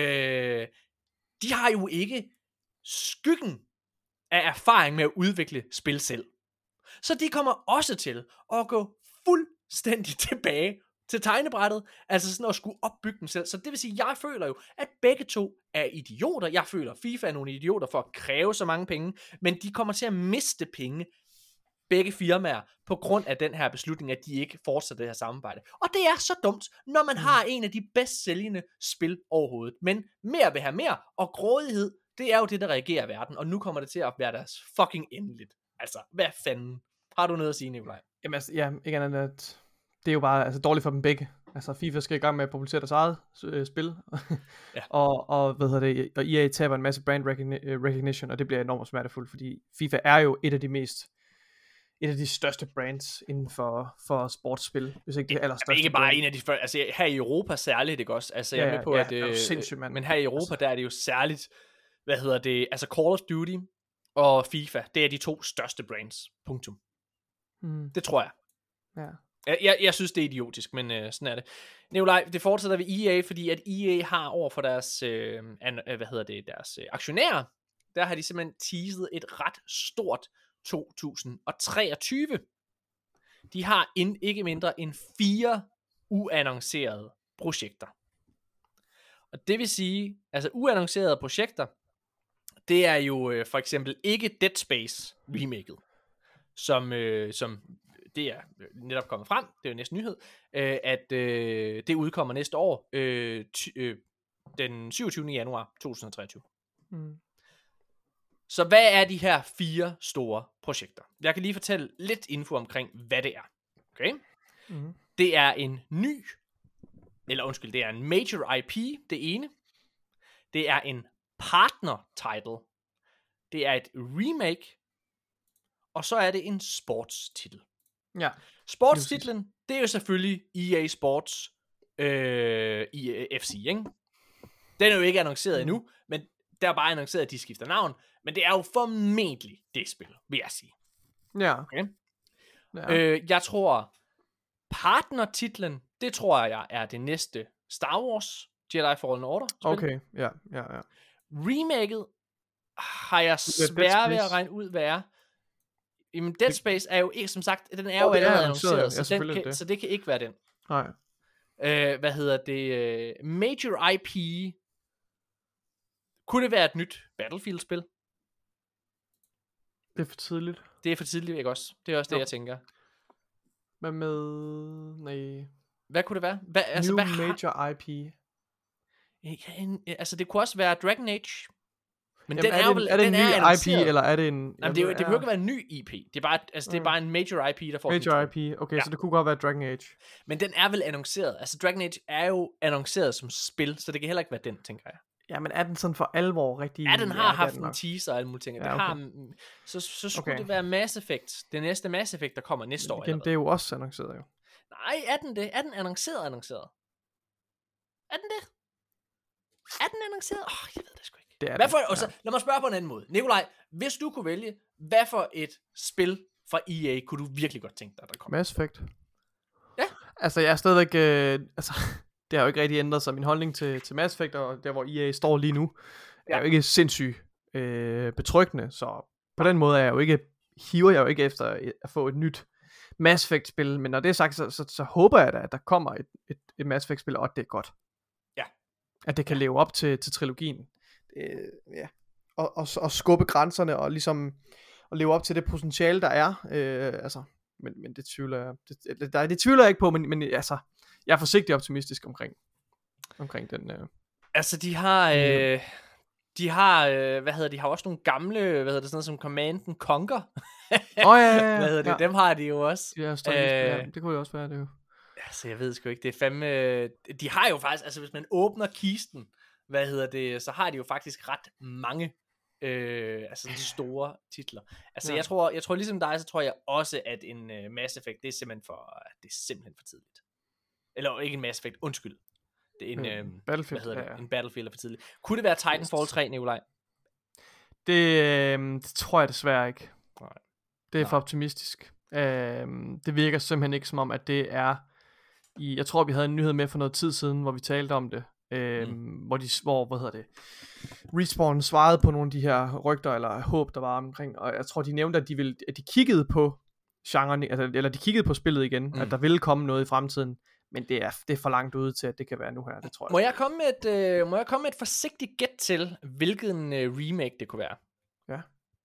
Speaker 1: de har jo ikke skyggen af erfaring med at udvikle spil selv. Så de kommer også til at gå fuldstændig tilbage til tegnebrættet, altså sådan at skulle opbygge dem selv. Så det vil sige, jeg føler jo, at begge to er idioter. Jeg føler, at FIFA er nogle idioter for at kræve så mange penge, men de kommer til at miste penge, begge firmaer, på grund af den her beslutning, at de ikke fortsætter det her samarbejde. Og det er så dumt, når man har en af de bedst sælgende spil overhovedet. Men mere vil have mere, og grådighed, det er jo det, der reagerer i verden, og nu kommer det til at være deres fucking endeligt. Altså, hvad fanden? Har du noget at sige, Nikolaj?
Speaker 2: Jamen altså, ja, ikke andet at det er jo bare dårligt for dem begge. Altså FIFA skal i gang med at publicere deres eget spil. Ja. og EA taber en masse brand recognition, og det bliver enormt smertefuldt, fordi FIFA er jo et af de største brands inden for sportsspil, hvis ikke det allerstørste.
Speaker 1: Ikke bare en af de første, altså her i Europa særligt, ikke også? Altså jeg er med på, at
Speaker 2: det er sindssygt, mand.
Speaker 1: Men her i Europa, der er det jo særligt, altså Call of Duty og FIFA, det er de to største brands. Punktum. Det tror jeg.
Speaker 2: Ja.
Speaker 1: Jeg synes, det er idiotisk, men sådan er det. Nikolaj, det fortsætter ved EA, fordi at EA har over for deres, deres aktionærer, der har de simpelthen teaset et ret stort 2023. De har ikke mindre end 4 uannoncerede projekter. Og det vil sige, altså uannoncerede projekter, det er jo for eksempel ikke Dead Space remaket, som det er netop kommet frem, det er jo næsten nyhed, at det udkommer næste år, den 27. januar 2023. Så hvad er de her 4 store projekter? Jeg kan lige fortælle lidt info omkring, hvad det er. Okay? Det er en det er en major IP, det ene. Det er en partner title. Det er et remake. Og så er det en sportstitel.
Speaker 2: Ja.
Speaker 1: Sportstitlen, det er jo selvfølgelig EA Sports FC, ikke? Den er jo ikke annonceret endnu, men der er bare annonceret, at de skifter navn. Men det er jo formentlig det spil, vil jeg sige.
Speaker 2: Ja.
Speaker 1: Okay? Ja. Jeg tror, partnertitlen, det tror jeg er det næste Star Wars Jedi Fallen Order spil.
Speaker 2: Okay, ja.
Speaker 1: Remaket har jeg svært ved at regne ud, hvad er. Jamen, Dead Space er jo ikke, som sagt, den er jo allerede annonceret, så det kan ikke være den.
Speaker 2: Nej.
Speaker 1: Major IP. Kunne det være et nyt Battlefield-spil?
Speaker 2: Det er for tidligt.
Speaker 1: Det er for tidligt, ikke også? Det er også det, jeg tænker.
Speaker 2: Hvad med... Nej.
Speaker 1: Hvad kunne det være?
Speaker 2: Major IP.
Speaker 1: Altså, det kunne også være Dragon Age. Men
Speaker 2: jamen,
Speaker 1: den
Speaker 2: er det en ny
Speaker 1: annonceret.
Speaker 2: IP, eller er det en...
Speaker 1: Jamen, det behøver ikke være en ny IP. Det er bare, det er bare en major IP, der får...
Speaker 2: Major IP, okay, ja. Så det kunne godt være Dragon Age.
Speaker 1: Men den er vel annonceret. Altså, Dragon Age er jo annonceret som spil, så det kan heller ikke være den, tænker jeg.
Speaker 2: Ja, men er den sådan for alvor rigtig...
Speaker 1: Ja, den har haft en teaser og alle mulige ting.
Speaker 2: Ja, okay.
Speaker 1: Så skulle det være Mass Effect. Det næste Mass Effect, der kommer næste år.
Speaker 2: Igen, det er jo også annonceret, jo.
Speaker 1: Nej, er den det? Er den annonceret? Er den det? Er den annonceret? Jeg ved det sgu ikke.
Speaker 2: Det er
Speaker 1: hvad for, lad mig spørge på en anden måde. Nikolaj, hvis du kunne vælge, hvad for et spil fra EA kunne du virkelig godt tænke dig, der kommer?
Speaker 2: Mass Effect.
Speaker 1: Ja.
Speaker 2: Altså, jeg er stadigvæk... det har jo ikke rigtig ændret sig min holdning til Mass Effect, og der hvor EA står lige nu, er jo ikke sindssygt betryggende, så på den måde hiver jeg jo ikke efter at få et nyt Mass Effect-spil, men når det er sagt, så håber jeg da, at der kommer et Mass Effect-spil, og at det er godt.
Speaker 1: Ja.
Speaker 2: At det kan leve op til trilogien. Ja. at skubbe grænserne og ligesom at leve op til det potentiale, der er. Altså, men det tvivler jeg. Det tvivler jeg ikke på, men altså, jeg er forsigtig optimistisk omkring den.
Speaker 1: Altså, de har de har også nogle gamle, sådan noget som Command & Conquer.
Speaker 2: Ja.
Speaker 1: Dem har de jo også.
Speaker 2: Ja, det kunne jo også være det jo.
Speaker 1: Altså, jeg ved sgu ikke, det er fandme... De har jo faktisk, altså hvis man åbner kisten, så har de jo faktisk ret mange altså de store titler. Altså, jeg tror ligesom dig, så tror jeg også, at en Mass Effect, det er simpelthen for tidligt. Eller ikke en Mass Effect, undskyld. Det er en Battlefield, en Battlefield er for tidligt. Kunne det være Titanfall 3, Nikolaj?
Speaker 2: Det tror jeg desværre ikke. Nej. Det er for optimistisk. Det virker simpelthen ikke som om, at det er jeg tror, vi havde en nyhed med for noget tid siden, hvor vi talte om det. Hvor Respawn svarede på nogle af de her rygter eller håb, der var omkring, og jeg tror, de nævnte, at de kiggede på genren, eller de kiggede på spillet igen, at der ville komme noget i fremtiden, men det er for langt ude til, at det kan være nu her, det tror jeg.
Speaker 1: Må jeg komme med et forsigtigt gæt til, hvilken remake det kunne være?
Speaker 2: Ja.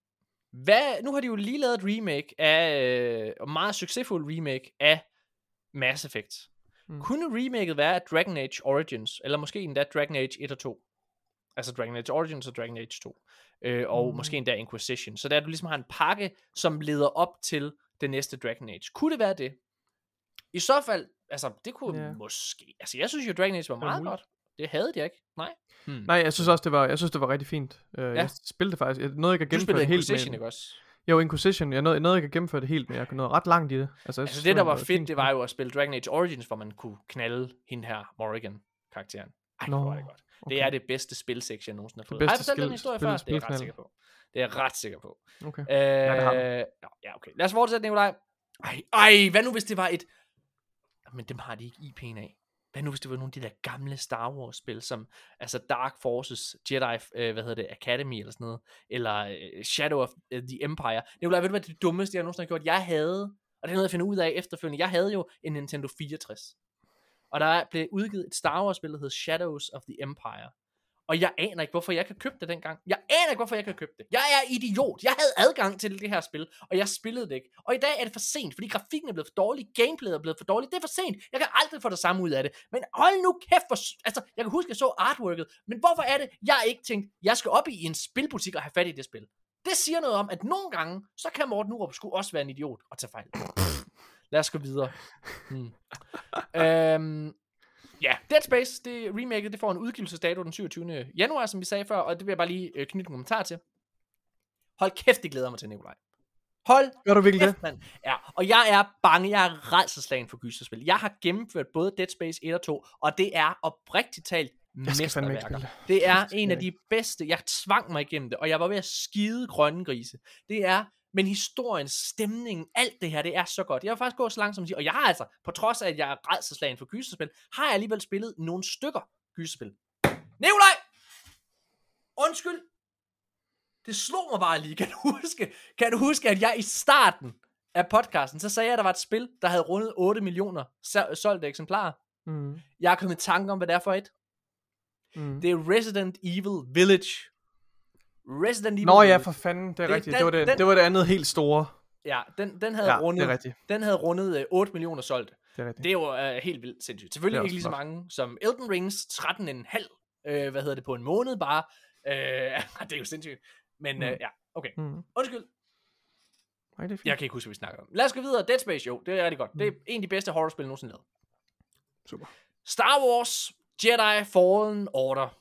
Speaker 1: Nu har de jo lige lavet et remake af, meget succesfuld remake af Mass Effect. Kunne remaket være Dragon Age Origins, eller måske endda Dragon Age 1 og 2? Altså Dragon Age Origins og Dragon Age 2. Og måske endda Inquisition. Så der du ligesom har en pakke, som leder op til det næste Dragon Age. Kunne det være det? I så fald, altså det kunne måske... Altså jeg synes jo, Dragon Age var meget godt. Det havde de ikke. Nej.
Speaker 2: Nej, jeg synes også, det var rigtig fint. Jeg spillede det faktisk. Jeg nåede ikke at gennemføre det helt.
Speaker 1: Du spillede Inquisition, ikke også?
Speaker 2: Jo, Inquisition. Jeg nåede ikke at gennemføre det helt, men jeg nåede ret langt i det. Altså
Speaker 1: det, der var fedt, det var jo at spille Dragon Age Origins, hvor man kunne knalde hende her, Morrigan-karakteren. Hvor var det godt. Okay. Det er det bedste spilsection, jeg nogensinde har fået. Har jeg fortalt den historie før? Det er jeg ret sikker på. Det er jeg ret sikker på.
Speaker 2: Okay.
Speaker 1: Ja, okay. Lad os fortsætte, Nikolaj. Ej, hvad nu hvis det var et... Men dem har de ikke IP'en af. Hvad nu hvis det var nogle af de der gamle Star Wars spil, som altså Dark Forces, Jedi, Academy eller sådan noget, eller Shadow of the Empire. Nikolaj, ved du hvad det dummeste, jeg nogensinde har gjort? Jeg havde, og det er noget, jeg finder ud af efterfølgende, jeg havde jo en Nintendo 64. Og der blev udgivet et Star Wars spil, der hed Shadows of the Empire. Og jeg aner ikke, hvorfor jeg kan købe det dengang. Jeg aner ikke, hvorfor jeg kan købe det. Jeg er idiot. Jeg havde adgang til det her spil, og jeg spillede det ikke. Og i dag er det for sent, fordi grafikken er blevet for dårlig, gameplayet er blevet for dårligt. Det er for sent. Jeg kan aldrig få det samme ud af det. Men hold nu kæft for... Altså, jeg kan huske, at jeg så artworket. Men hvorfor er det, jeg ikke tænkt, jeg skal op i en spilbutik og have fat i det spil? Det siger noget om, at nogle gange, så kan Morten Urup sgu også være en idiot og tage fejl. Lad os gå videre. Ja, Dead Space, det remaket, det får en udgivelsesdato den 27. januar, som vi sagde før, og det vil jeg bare lige knytte en kommentar til. Hold kæft, det glæder mig til, Nikolaj.
Speaker 2: Gør du virkelig
Speaker 1: kæft, mand. Ja, og jeg er bange, jeg er rædselsslagen for gyserspil. Jeg har gennemført både Dead Space 1 og 2, og det er oprigtigt talt mesterværker. Det er en af de bedste. Jeg tvang mig igennem det, og jeg var ved at skide grønne grise. Det er... Men historien, stemningen, alt det her, det er så godt. Jeg vil faktisk gå så langt som at sige, og jeg har altså, på trods af, at jeg er rædselsslagen for gyserspil, har jeg alligevel spillet nogle stykker gyserspil. Nikolaj! Undskyld! Det slog mig bare lige. Kan du huske, at jeg i starten af podcasten, så sagde jeg, at der var et spil, der havde rundet 8 millioner solgte eksemplarer. Jeg er kommet i tanke om, hvad det er for et. Det er Resident Evil Village. Resident Evil.
Speaker 2: Nå ja, for fanden, det er rigtigt. Det var det andet helt store.
Speaker 1: Ja, den havde rundet 8 millioner solgte. Det er jo helt vildt sindssygt. Selvfølgelig ikke lige så mange som Elden Rings 13,5 på en måned bare. Det er jo sindssygt. Men ja, okay. Undskyld. Jeg kan ikke huske, hvad vi snakker om. Lad os gå videre. Dead Space, jo, det er rigtig godt. Det er en af de bedste horrorspil nogensinde lavet.
Speaker 2: Super.
Speaker 1: Star Wars Jedi Fallen Order.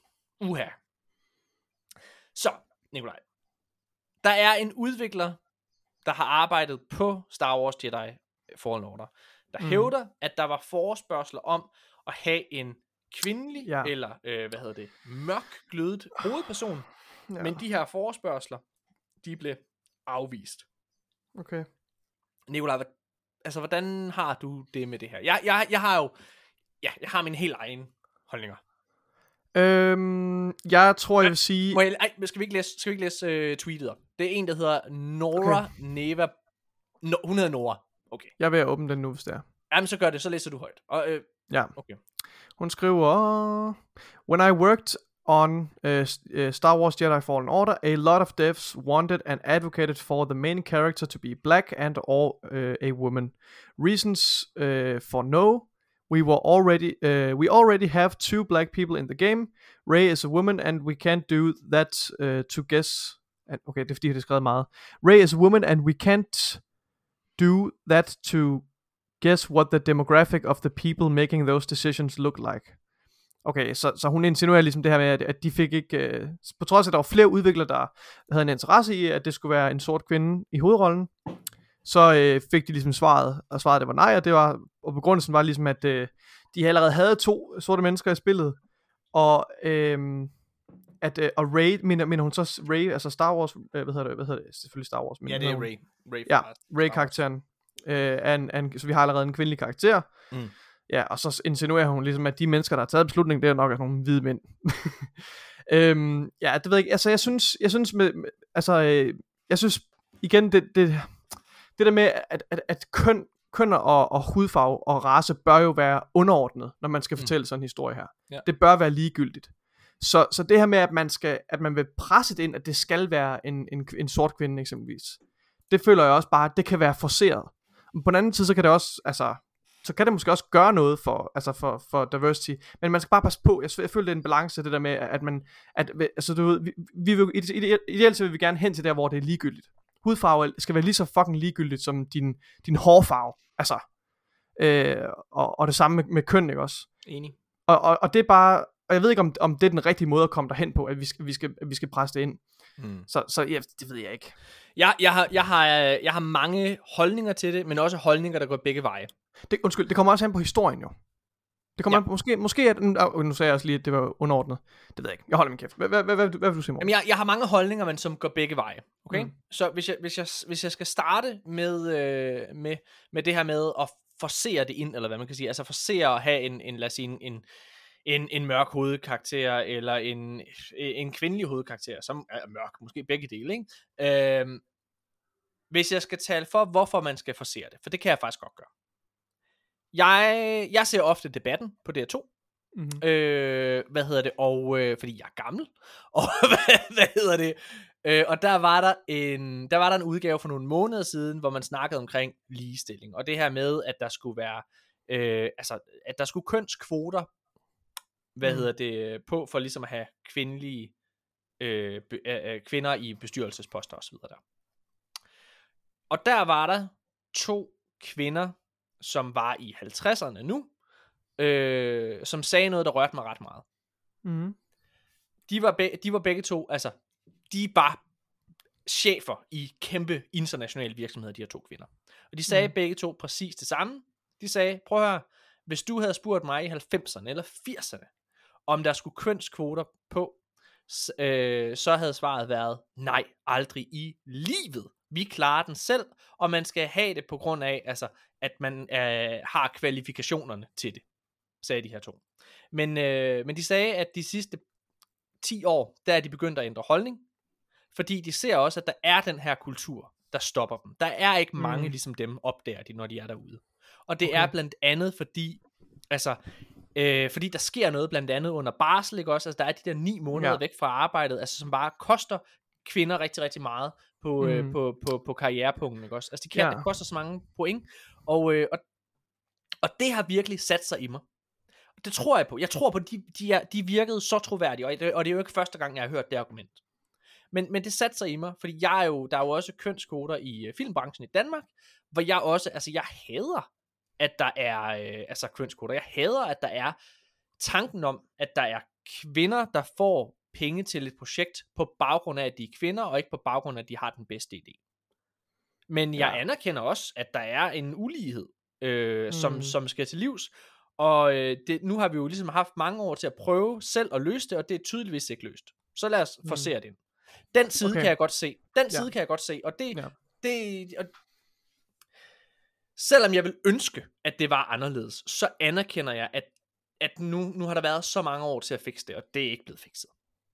Speaker 1: Så, Nikolaj. Der er en udvikler, der har arbejdet på Star Wars Jedi Fallen Order, der hævder, at der var forespørgsler om at have en kvindelig, eller mørkglødet hovedperson, men de her forespørgsler, de blev afvist.
Speaker 2: Okay.
Speaker 1: Nikolaj, altså hvordan har du det med det her? Jeg har jo, jeg har min helt egen holdninger.
Speaker 2: Jeg tror, jeg vil sige...
Speaker 1: Skal vi ikke læse tweetet op? Det er en, der hedder Nora Neva. Hun hedder Nora. Okay.
Speaker 2: Jeg vil åbne den nu, hvis det er.
Speaker 1: Jamen, så gør det. Så læser du højt.
Speaker 2: Ja.
Speaker 1: Okay.
Speaker 2: Hun skriver... When I worked on Star Wars Jedi Fallen Order, a lot of devs wanted and advocated for the main character to be black and or a woman. Reasons for no. We already have 2 black people in the game. Rey is a woman, and we can't do that to guess. Okay, det er fordi, det er skrevet meget. Rey is a woman, and we can't do that to guess what the demographic of the people making those decisions look like. Okay, så hun insinuerer ligesom det her med, at de fik ikke, på trods af, at der var flere udviklere, der havde en interesse i, at det skulle være en sort kvinde i hovedrollen, så fik de ligesom svaret, og svaret det var nej, og begrundelsen var ligesom, at de allerede havde 2 sorte mennesker i spillet, og og Rey, mener hun så Rey, altså Star Wars, hvad hedder det, selvfølgelig Star Wars.
Speaker 1: Ja, det er Rey.
Speaker 2: Ja, Rey-karakteren, så vi har allerede en kvindelig karakter. Ja, og så insinuerer hun ligesom, at de mennesker, der har taget beslutningen, det er nok nogle hvide mænd. Ja, det ved jeg ikke. Altså, jeg synes igen, det der med, at køn og hudfarve og race bør jo være underordnet, når man skal fortælle sådan en historie her. Ja. Det bør være ligegyldigt. Så det her med, at man vil presse det ind, at det skal være en sort kvinde eksempelvis, det føler jeg også bare, at det kan være forceret. På den anden side, så kan det også, altså, så kan det måske også gøre noget for diversity, men man skal bare passe på. Jeg føler, det er en balance, det der med, altså du ved, vi vil, ideelt så vil vi gerne hen til der, hvor det er ligegyldigt. Hudfarve skal være lige så fucking ligegyldigt som din hårfarve, altså, og det samme med køn, ikke også?
Speaker 1: Enig.
Speaker 2: Og det er bare, og jeg ved ikke, om det er den rigtige måde at komme derhen på, at vi skal presse det ind. Så ja, det ved jeg ikke.
Speaker 1: Jeg har mange holdninger til det, men også holdninger, der går begge veje.
Speaker 2: Det kommer også an på historien jo. Det kommer måske at nu sagde jeg også lige, at det var underordnet. Det ved jeg ikke. Jeg holder min kæft. Hvad vil du sige, Morten?
Speaker 1: Jamen, jeg har mange holdninger, men som går begge veje. Okay? Så hvis jeg skal starte med det her med at forcere det ind, eller hvad man kan sige, altså forcere at have lad os sige, en mørk hovedkarakter, eller en kvindelig hovedkarakter, som er mørk, måske begge dele, ikke? Hvis jeg skal tale for, hvorfor man skal forcere det, for det kan jeg faktisk godt gøre. Jeg ser ofte debatten på DR2, fordi jeg er gammel, og og der var der en udgave for nogle måneder siden, hvor man snakkede omkring ligestilling, og det her med, at der skulle være, at der skulle kønskvoter, på, for ligesom at have kvindelige kvinder i bestyrelsesposter osv. der. Og der var der 2 kvinder, som var i 50'erne nu, som sagde noget, der rørte mig ret meget. De var begge 2, altså, de var chefer i kæmpe internationale virksomheder, de her 2 kvinder. Og de sagde begge 2 præcis det samme. De sagde, prøv at høre, hvis du havde spurgt mig i 90'erne eller 80'erne, om der skulle kønskvoter på, så havde svaret været, nej, aldrig i livet. Vi klarer den selv, og man skal have det på grund af, altså, at man har kvalifikationerne til det, sagde de her 2. Men de sagde, at de sidste 10 år, der er de begyndt at ændre holdning, fordi de ser også, at der er den her kultur, der stopper dem. Der er ikke mange ligesom dem, opdager de, når de er derude. Og det er blandt andet fordi, altså, fordi der sker noget blandt andet under barsel, ikke også? Altså der er de der 9 måneder væk fra arbejdet, altså som bare koster kvinder rigtig, rigtig meget på karrierepunkten, ikke også? Altså det koster så mange point, og det har virkelig sat sig i mig. Det tror jeg på. Jeg tror på, de virkede så troværdige, og det er jo ikke første gang, jeg har hørt det argument. Men det satte sig i mig, fordi der er jo også kønskvoter i filmbranchen i Danmark, hvor jeg også, altså jeg hader, at der er kønskvoter. Jeg hader, at der er tanken om, at der er kvinder, der får penge til et projekt på baggrund af, at de er kvinder, og ikke på baggrund af, at de har den bedste idé. Men jeg anerkender også, at der er en ulighed, som skal til livs, og nu har vi jo ligesom haft mange år til at prøve selv at løse det, og det er tydeligvis ikke løst. Så lad os forsere det. Den side kan jeg godt se. Kan jeg godt se, og og selvom jeg vil ønske, at det var anderledes, så anerkender jeg, at nu har der været så mange år til at fikse det, og det er ikke blevet fikset.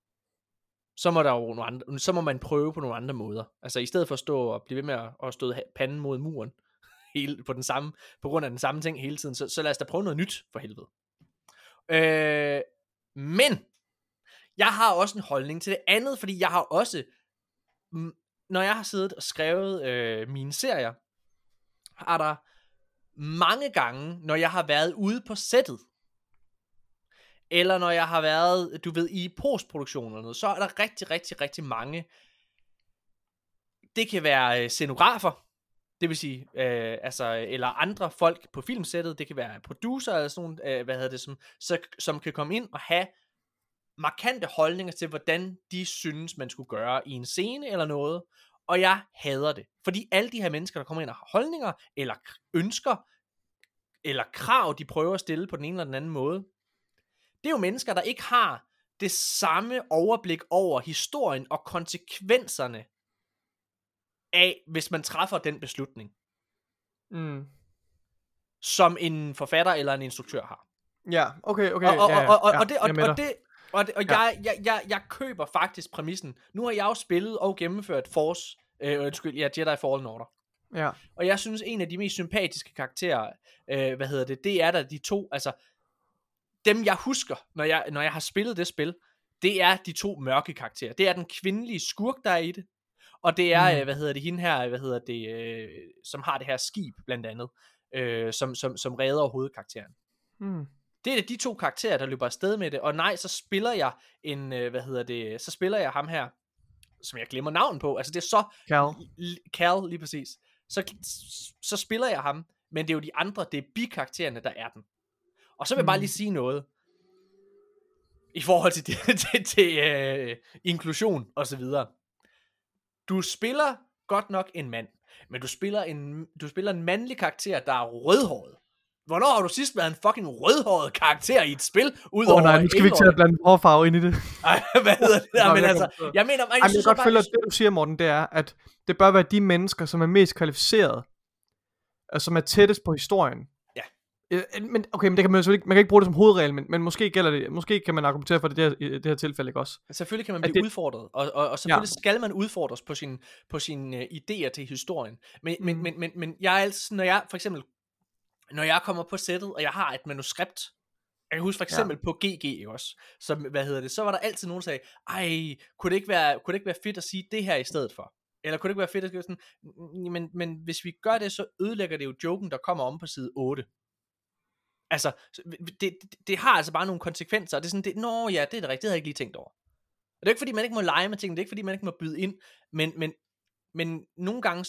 Speaker 1: Så må man prøve på nogle andre måder. Altså i stedet for at stå og blive ved med at stå panden mod muren på grund af den samme ting hele tiden, så lad os da prøve noget nyt for helvede. Men Jeg har også en holdning til det andet, fordi jeg har også, når jeg har siddet og skrevet mine serier, har der mange gange, når jeg har været ude på sættet, eller når jeg har været, du ved, i postproduktion eller noget, så er der rigtig, rigtig, rigtig mange. Det kan være scenografer, det vil sige, eller andre folk på filmsættet, det kan være producer eller sådan nogle, som kan komme ind og have markante holdninger til, hvordan de synes, man skulle gøre i en scene eller noget, og jeg hader det. Fordi alle de her mennesker, der kommer ind og har holdninger, eller ønsker, eller krav, de prøver at stille på den ene eller den anden måde, det er jo mennesker, der ikke har det samme overblik over historien og konsekvenserne af, hvis man træffer den beslutning, som en forfatter eller en instruktør har.
Speaker 2: Ja, okay.
Speaker 1: Jeg køber faktisk præmissen. Nu har jeg jo spillet og gennemført Jedi Fallen Order.
Speaker 2: Ja.
Speaker 1: Og jeg synes, en af de mest sympatiske karakterer, det er der de to, altså, dem jeg husker, når jeg har spillet det spil, det er de to mørke karakterer. Det er den kvindelige skurk, der er i det, og det er, hende her, som har det her skib, blandt andet, som redder hovedkarakteren. Det er de to karakterer, der løber afsted med det, og nej, så spiller jeg så spiller jeg ham her, som jeg glemmer navn på, altså det er så Cal, lige præcis. Så spiller jeg ham, men det er jo de andre, det er bikaraktererne, der er den. Og så vil jeg bare lige sige noget i forhold til inklusion og så videre. Du spiller godt nok en mand, men du spiller en mandlig karakter, der er rødhåret. Hvornår har du sidst været en fucking rødhåret karakter i et spil?
Speaker 2: Nej, nu skal vi ikke til at blande hårfarve ind i det.
Speaker 1: Ej, hvad hedder det der? Men altså, jeg mener...
Speaker 2: Jeg godt føler, at det du siger, Morten, det er, at det bør være de mennesker, som er mest kvalificeret, som er tættest på historien.
Speaker 1: Ja.
Speaker 2: Men okay, men det kan man selvfølgelig ikke, man kan ikke bruge det som hovedregel, men måske gælder det, måske kan man argumentere for det i det her tilfælde, ikke også?
Speaker 1: Selvfølgelig kan man blive udfordret, og selvfølgelig skal man udfordres på sine idéer til historien. Men jeg er altid, når jeg kommer på sættet, og jeg har et manuskript, jeg kan huske for eksempel på GG, ikke også, så var der altid nogen, der sagde, kunne det ikke være fedt at sige det her i stedet for? Eller kunne det ikke være fedt at sige sådan, men hvis vi gør det, så ødelægger det jo joken, der kommer om på side 8. Altså, det har altså bare nogle konsekvenser, og det er sådan, det er det rigtigt, det havde jeg ikke lige tænkt over. Og det er ikke fordi, man ikke må lege med ting, det er ikke fordi, man ikke må byde ind, men nogle gange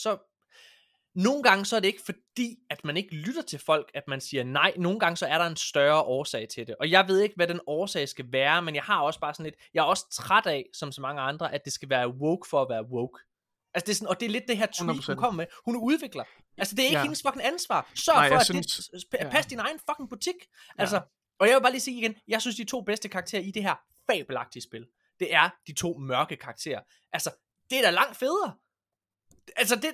Speaker 1: så er det ikke fordi, at man ikke lytter til folk, at man siger nej. Nogle gange så er der en større årsag til det. Og jeg ved ikke, hvad den årsag skal være, men jeg har også bare sådan lidt, jeg er også træt af, som så mange andre, at det skal være woke for at være woke. Altså det er sådan, og det er lidt det her tweet, 100%. Hun kommer med. Hun er udvikler. Altså det er ikke hendes fucking ansvar. Sørg for, at pas din egen fucking butik. Altså, og jeg vil bare lige sige igen, jeg synes de to bedste karakterer i det her fabelagtige spil, det er de to mørke karakterer. Altså, det er da langt federe. Altså,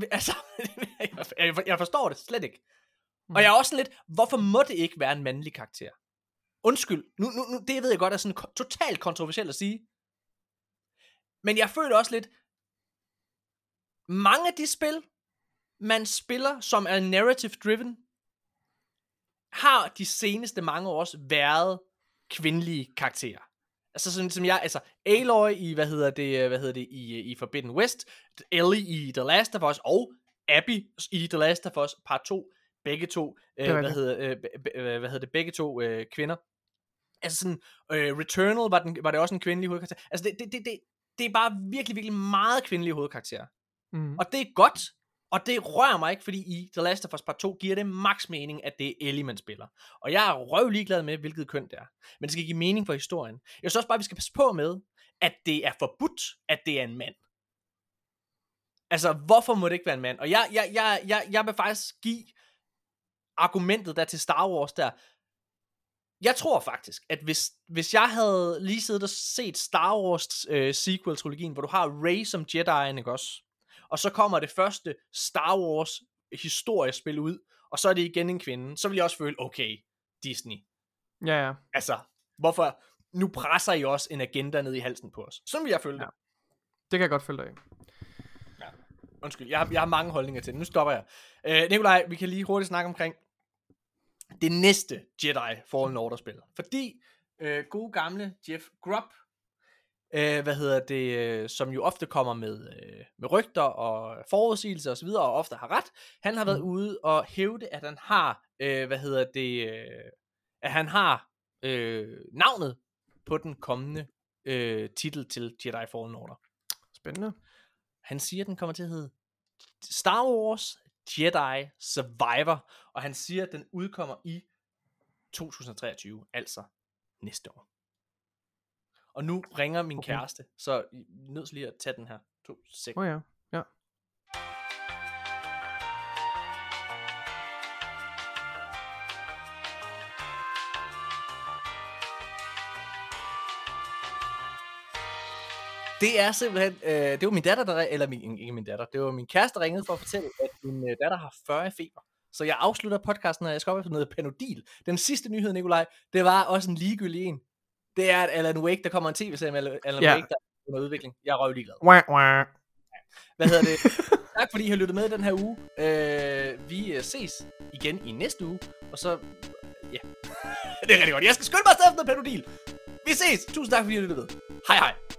Speaker 1: jeg forstår det slet ikke. Og jeg er også sådan lidt, hvorfor må det ikke være en mandlig karakter? Undskyld, nu det ved jeg godt er sådan totalt kontroversielt at sige. Men jeg føler også lidt, mange af de spil, man spiller, som er narrative driven, har de seneste mange år også været kvindelige karakterer. Altså sådan som Aloy i i Forbidden West, Ellie i The Last of Us og Abby i The Last of Us part 2, begge to begge to kvinder. Altså sådan Returnal var det også en kvindelig hovedkarakter. Altså det er bare virkelig virkelig meget kvindelige hovedkarakterer. Og det er godt. Og det rører mig ikke, fordi i The Last of Us Part 2 giver det maks mening, at det er Ellie, man spiller. Og jeg er røvlig glad med, hvilket køn det er. Men det skal give mening for historien. Jeg synes også bare, vi skal passe på med, at det er forbudt, at det er en mand. Altså, hvorfor må det ikke være en mand? Og jeg vil faktisk give argumentet der til Star Wars der. Jeg tror faktisk, at hvis jeg havde lige siddet og set Star Wars sequel-trilogien, hvor du har Rey som Jedi'en, ikke også? Og så kommer det første Star Wars historiespil ud, og så er det igen en kvinde, så vil jeg også føle, okay, Disney.
Speaker 2: Ja.
Speaker 1: Altså, hvorfor? Nu presser I også en agenda ned i halsen på os. Sådan vil jeg føle det.
Speaker 2: Det kan jeg godt følge dig af.
Speaker 1: Ja. Undskyld, jeg har mange holdninger til det. Nu stopper jeg. Nikolaj, vi kan lige hurtigt snakke omkring det næste Jedi Fallen Order spil. Fordi gode gamle Jeff Grubb som jo ofte kommer med rygter og forudsigelser osv., og ofte har ret. Han har været ude og hævde, at han har, navnet på den kommende titel til Jedi Fallen Order.
Speaker 2: Spændende.
Speaker 1: Han siger, at den kommer til at hedde Star Wars Jedi Survivor, og han siger, at den udkommer i 2023, altså næste år. Og nu ringer min kæreste, så I er nødt til lige at tage den her 2 sekunder.
Speaker 2: Ja.
Speaker 1: Det er simpelthen, det var min datter, ikke min datter, det var min kæreste, der ringede for at fortælle, at min datter har 40 i feber. Så jeg afslutter podcasten, og jeg skal op efter noget Panodil. Den sidste nyhed, Nikolaj, det var også en ligegyldig en. Det er, at Alan Wake, der kommer en tv-serie med Alan Wake, der er under udvikling. Jeg er røvlig glad. Hvad hedder det? Tak fordi I har lyttet med den her uge. Vi ses igen i næste uge, og så, ja, det er rigtig godt. Jeg skal skynde mig afsted efter noget Panodil. Vi ses. Tusind tak fordi I har lyttet med. Hej hej.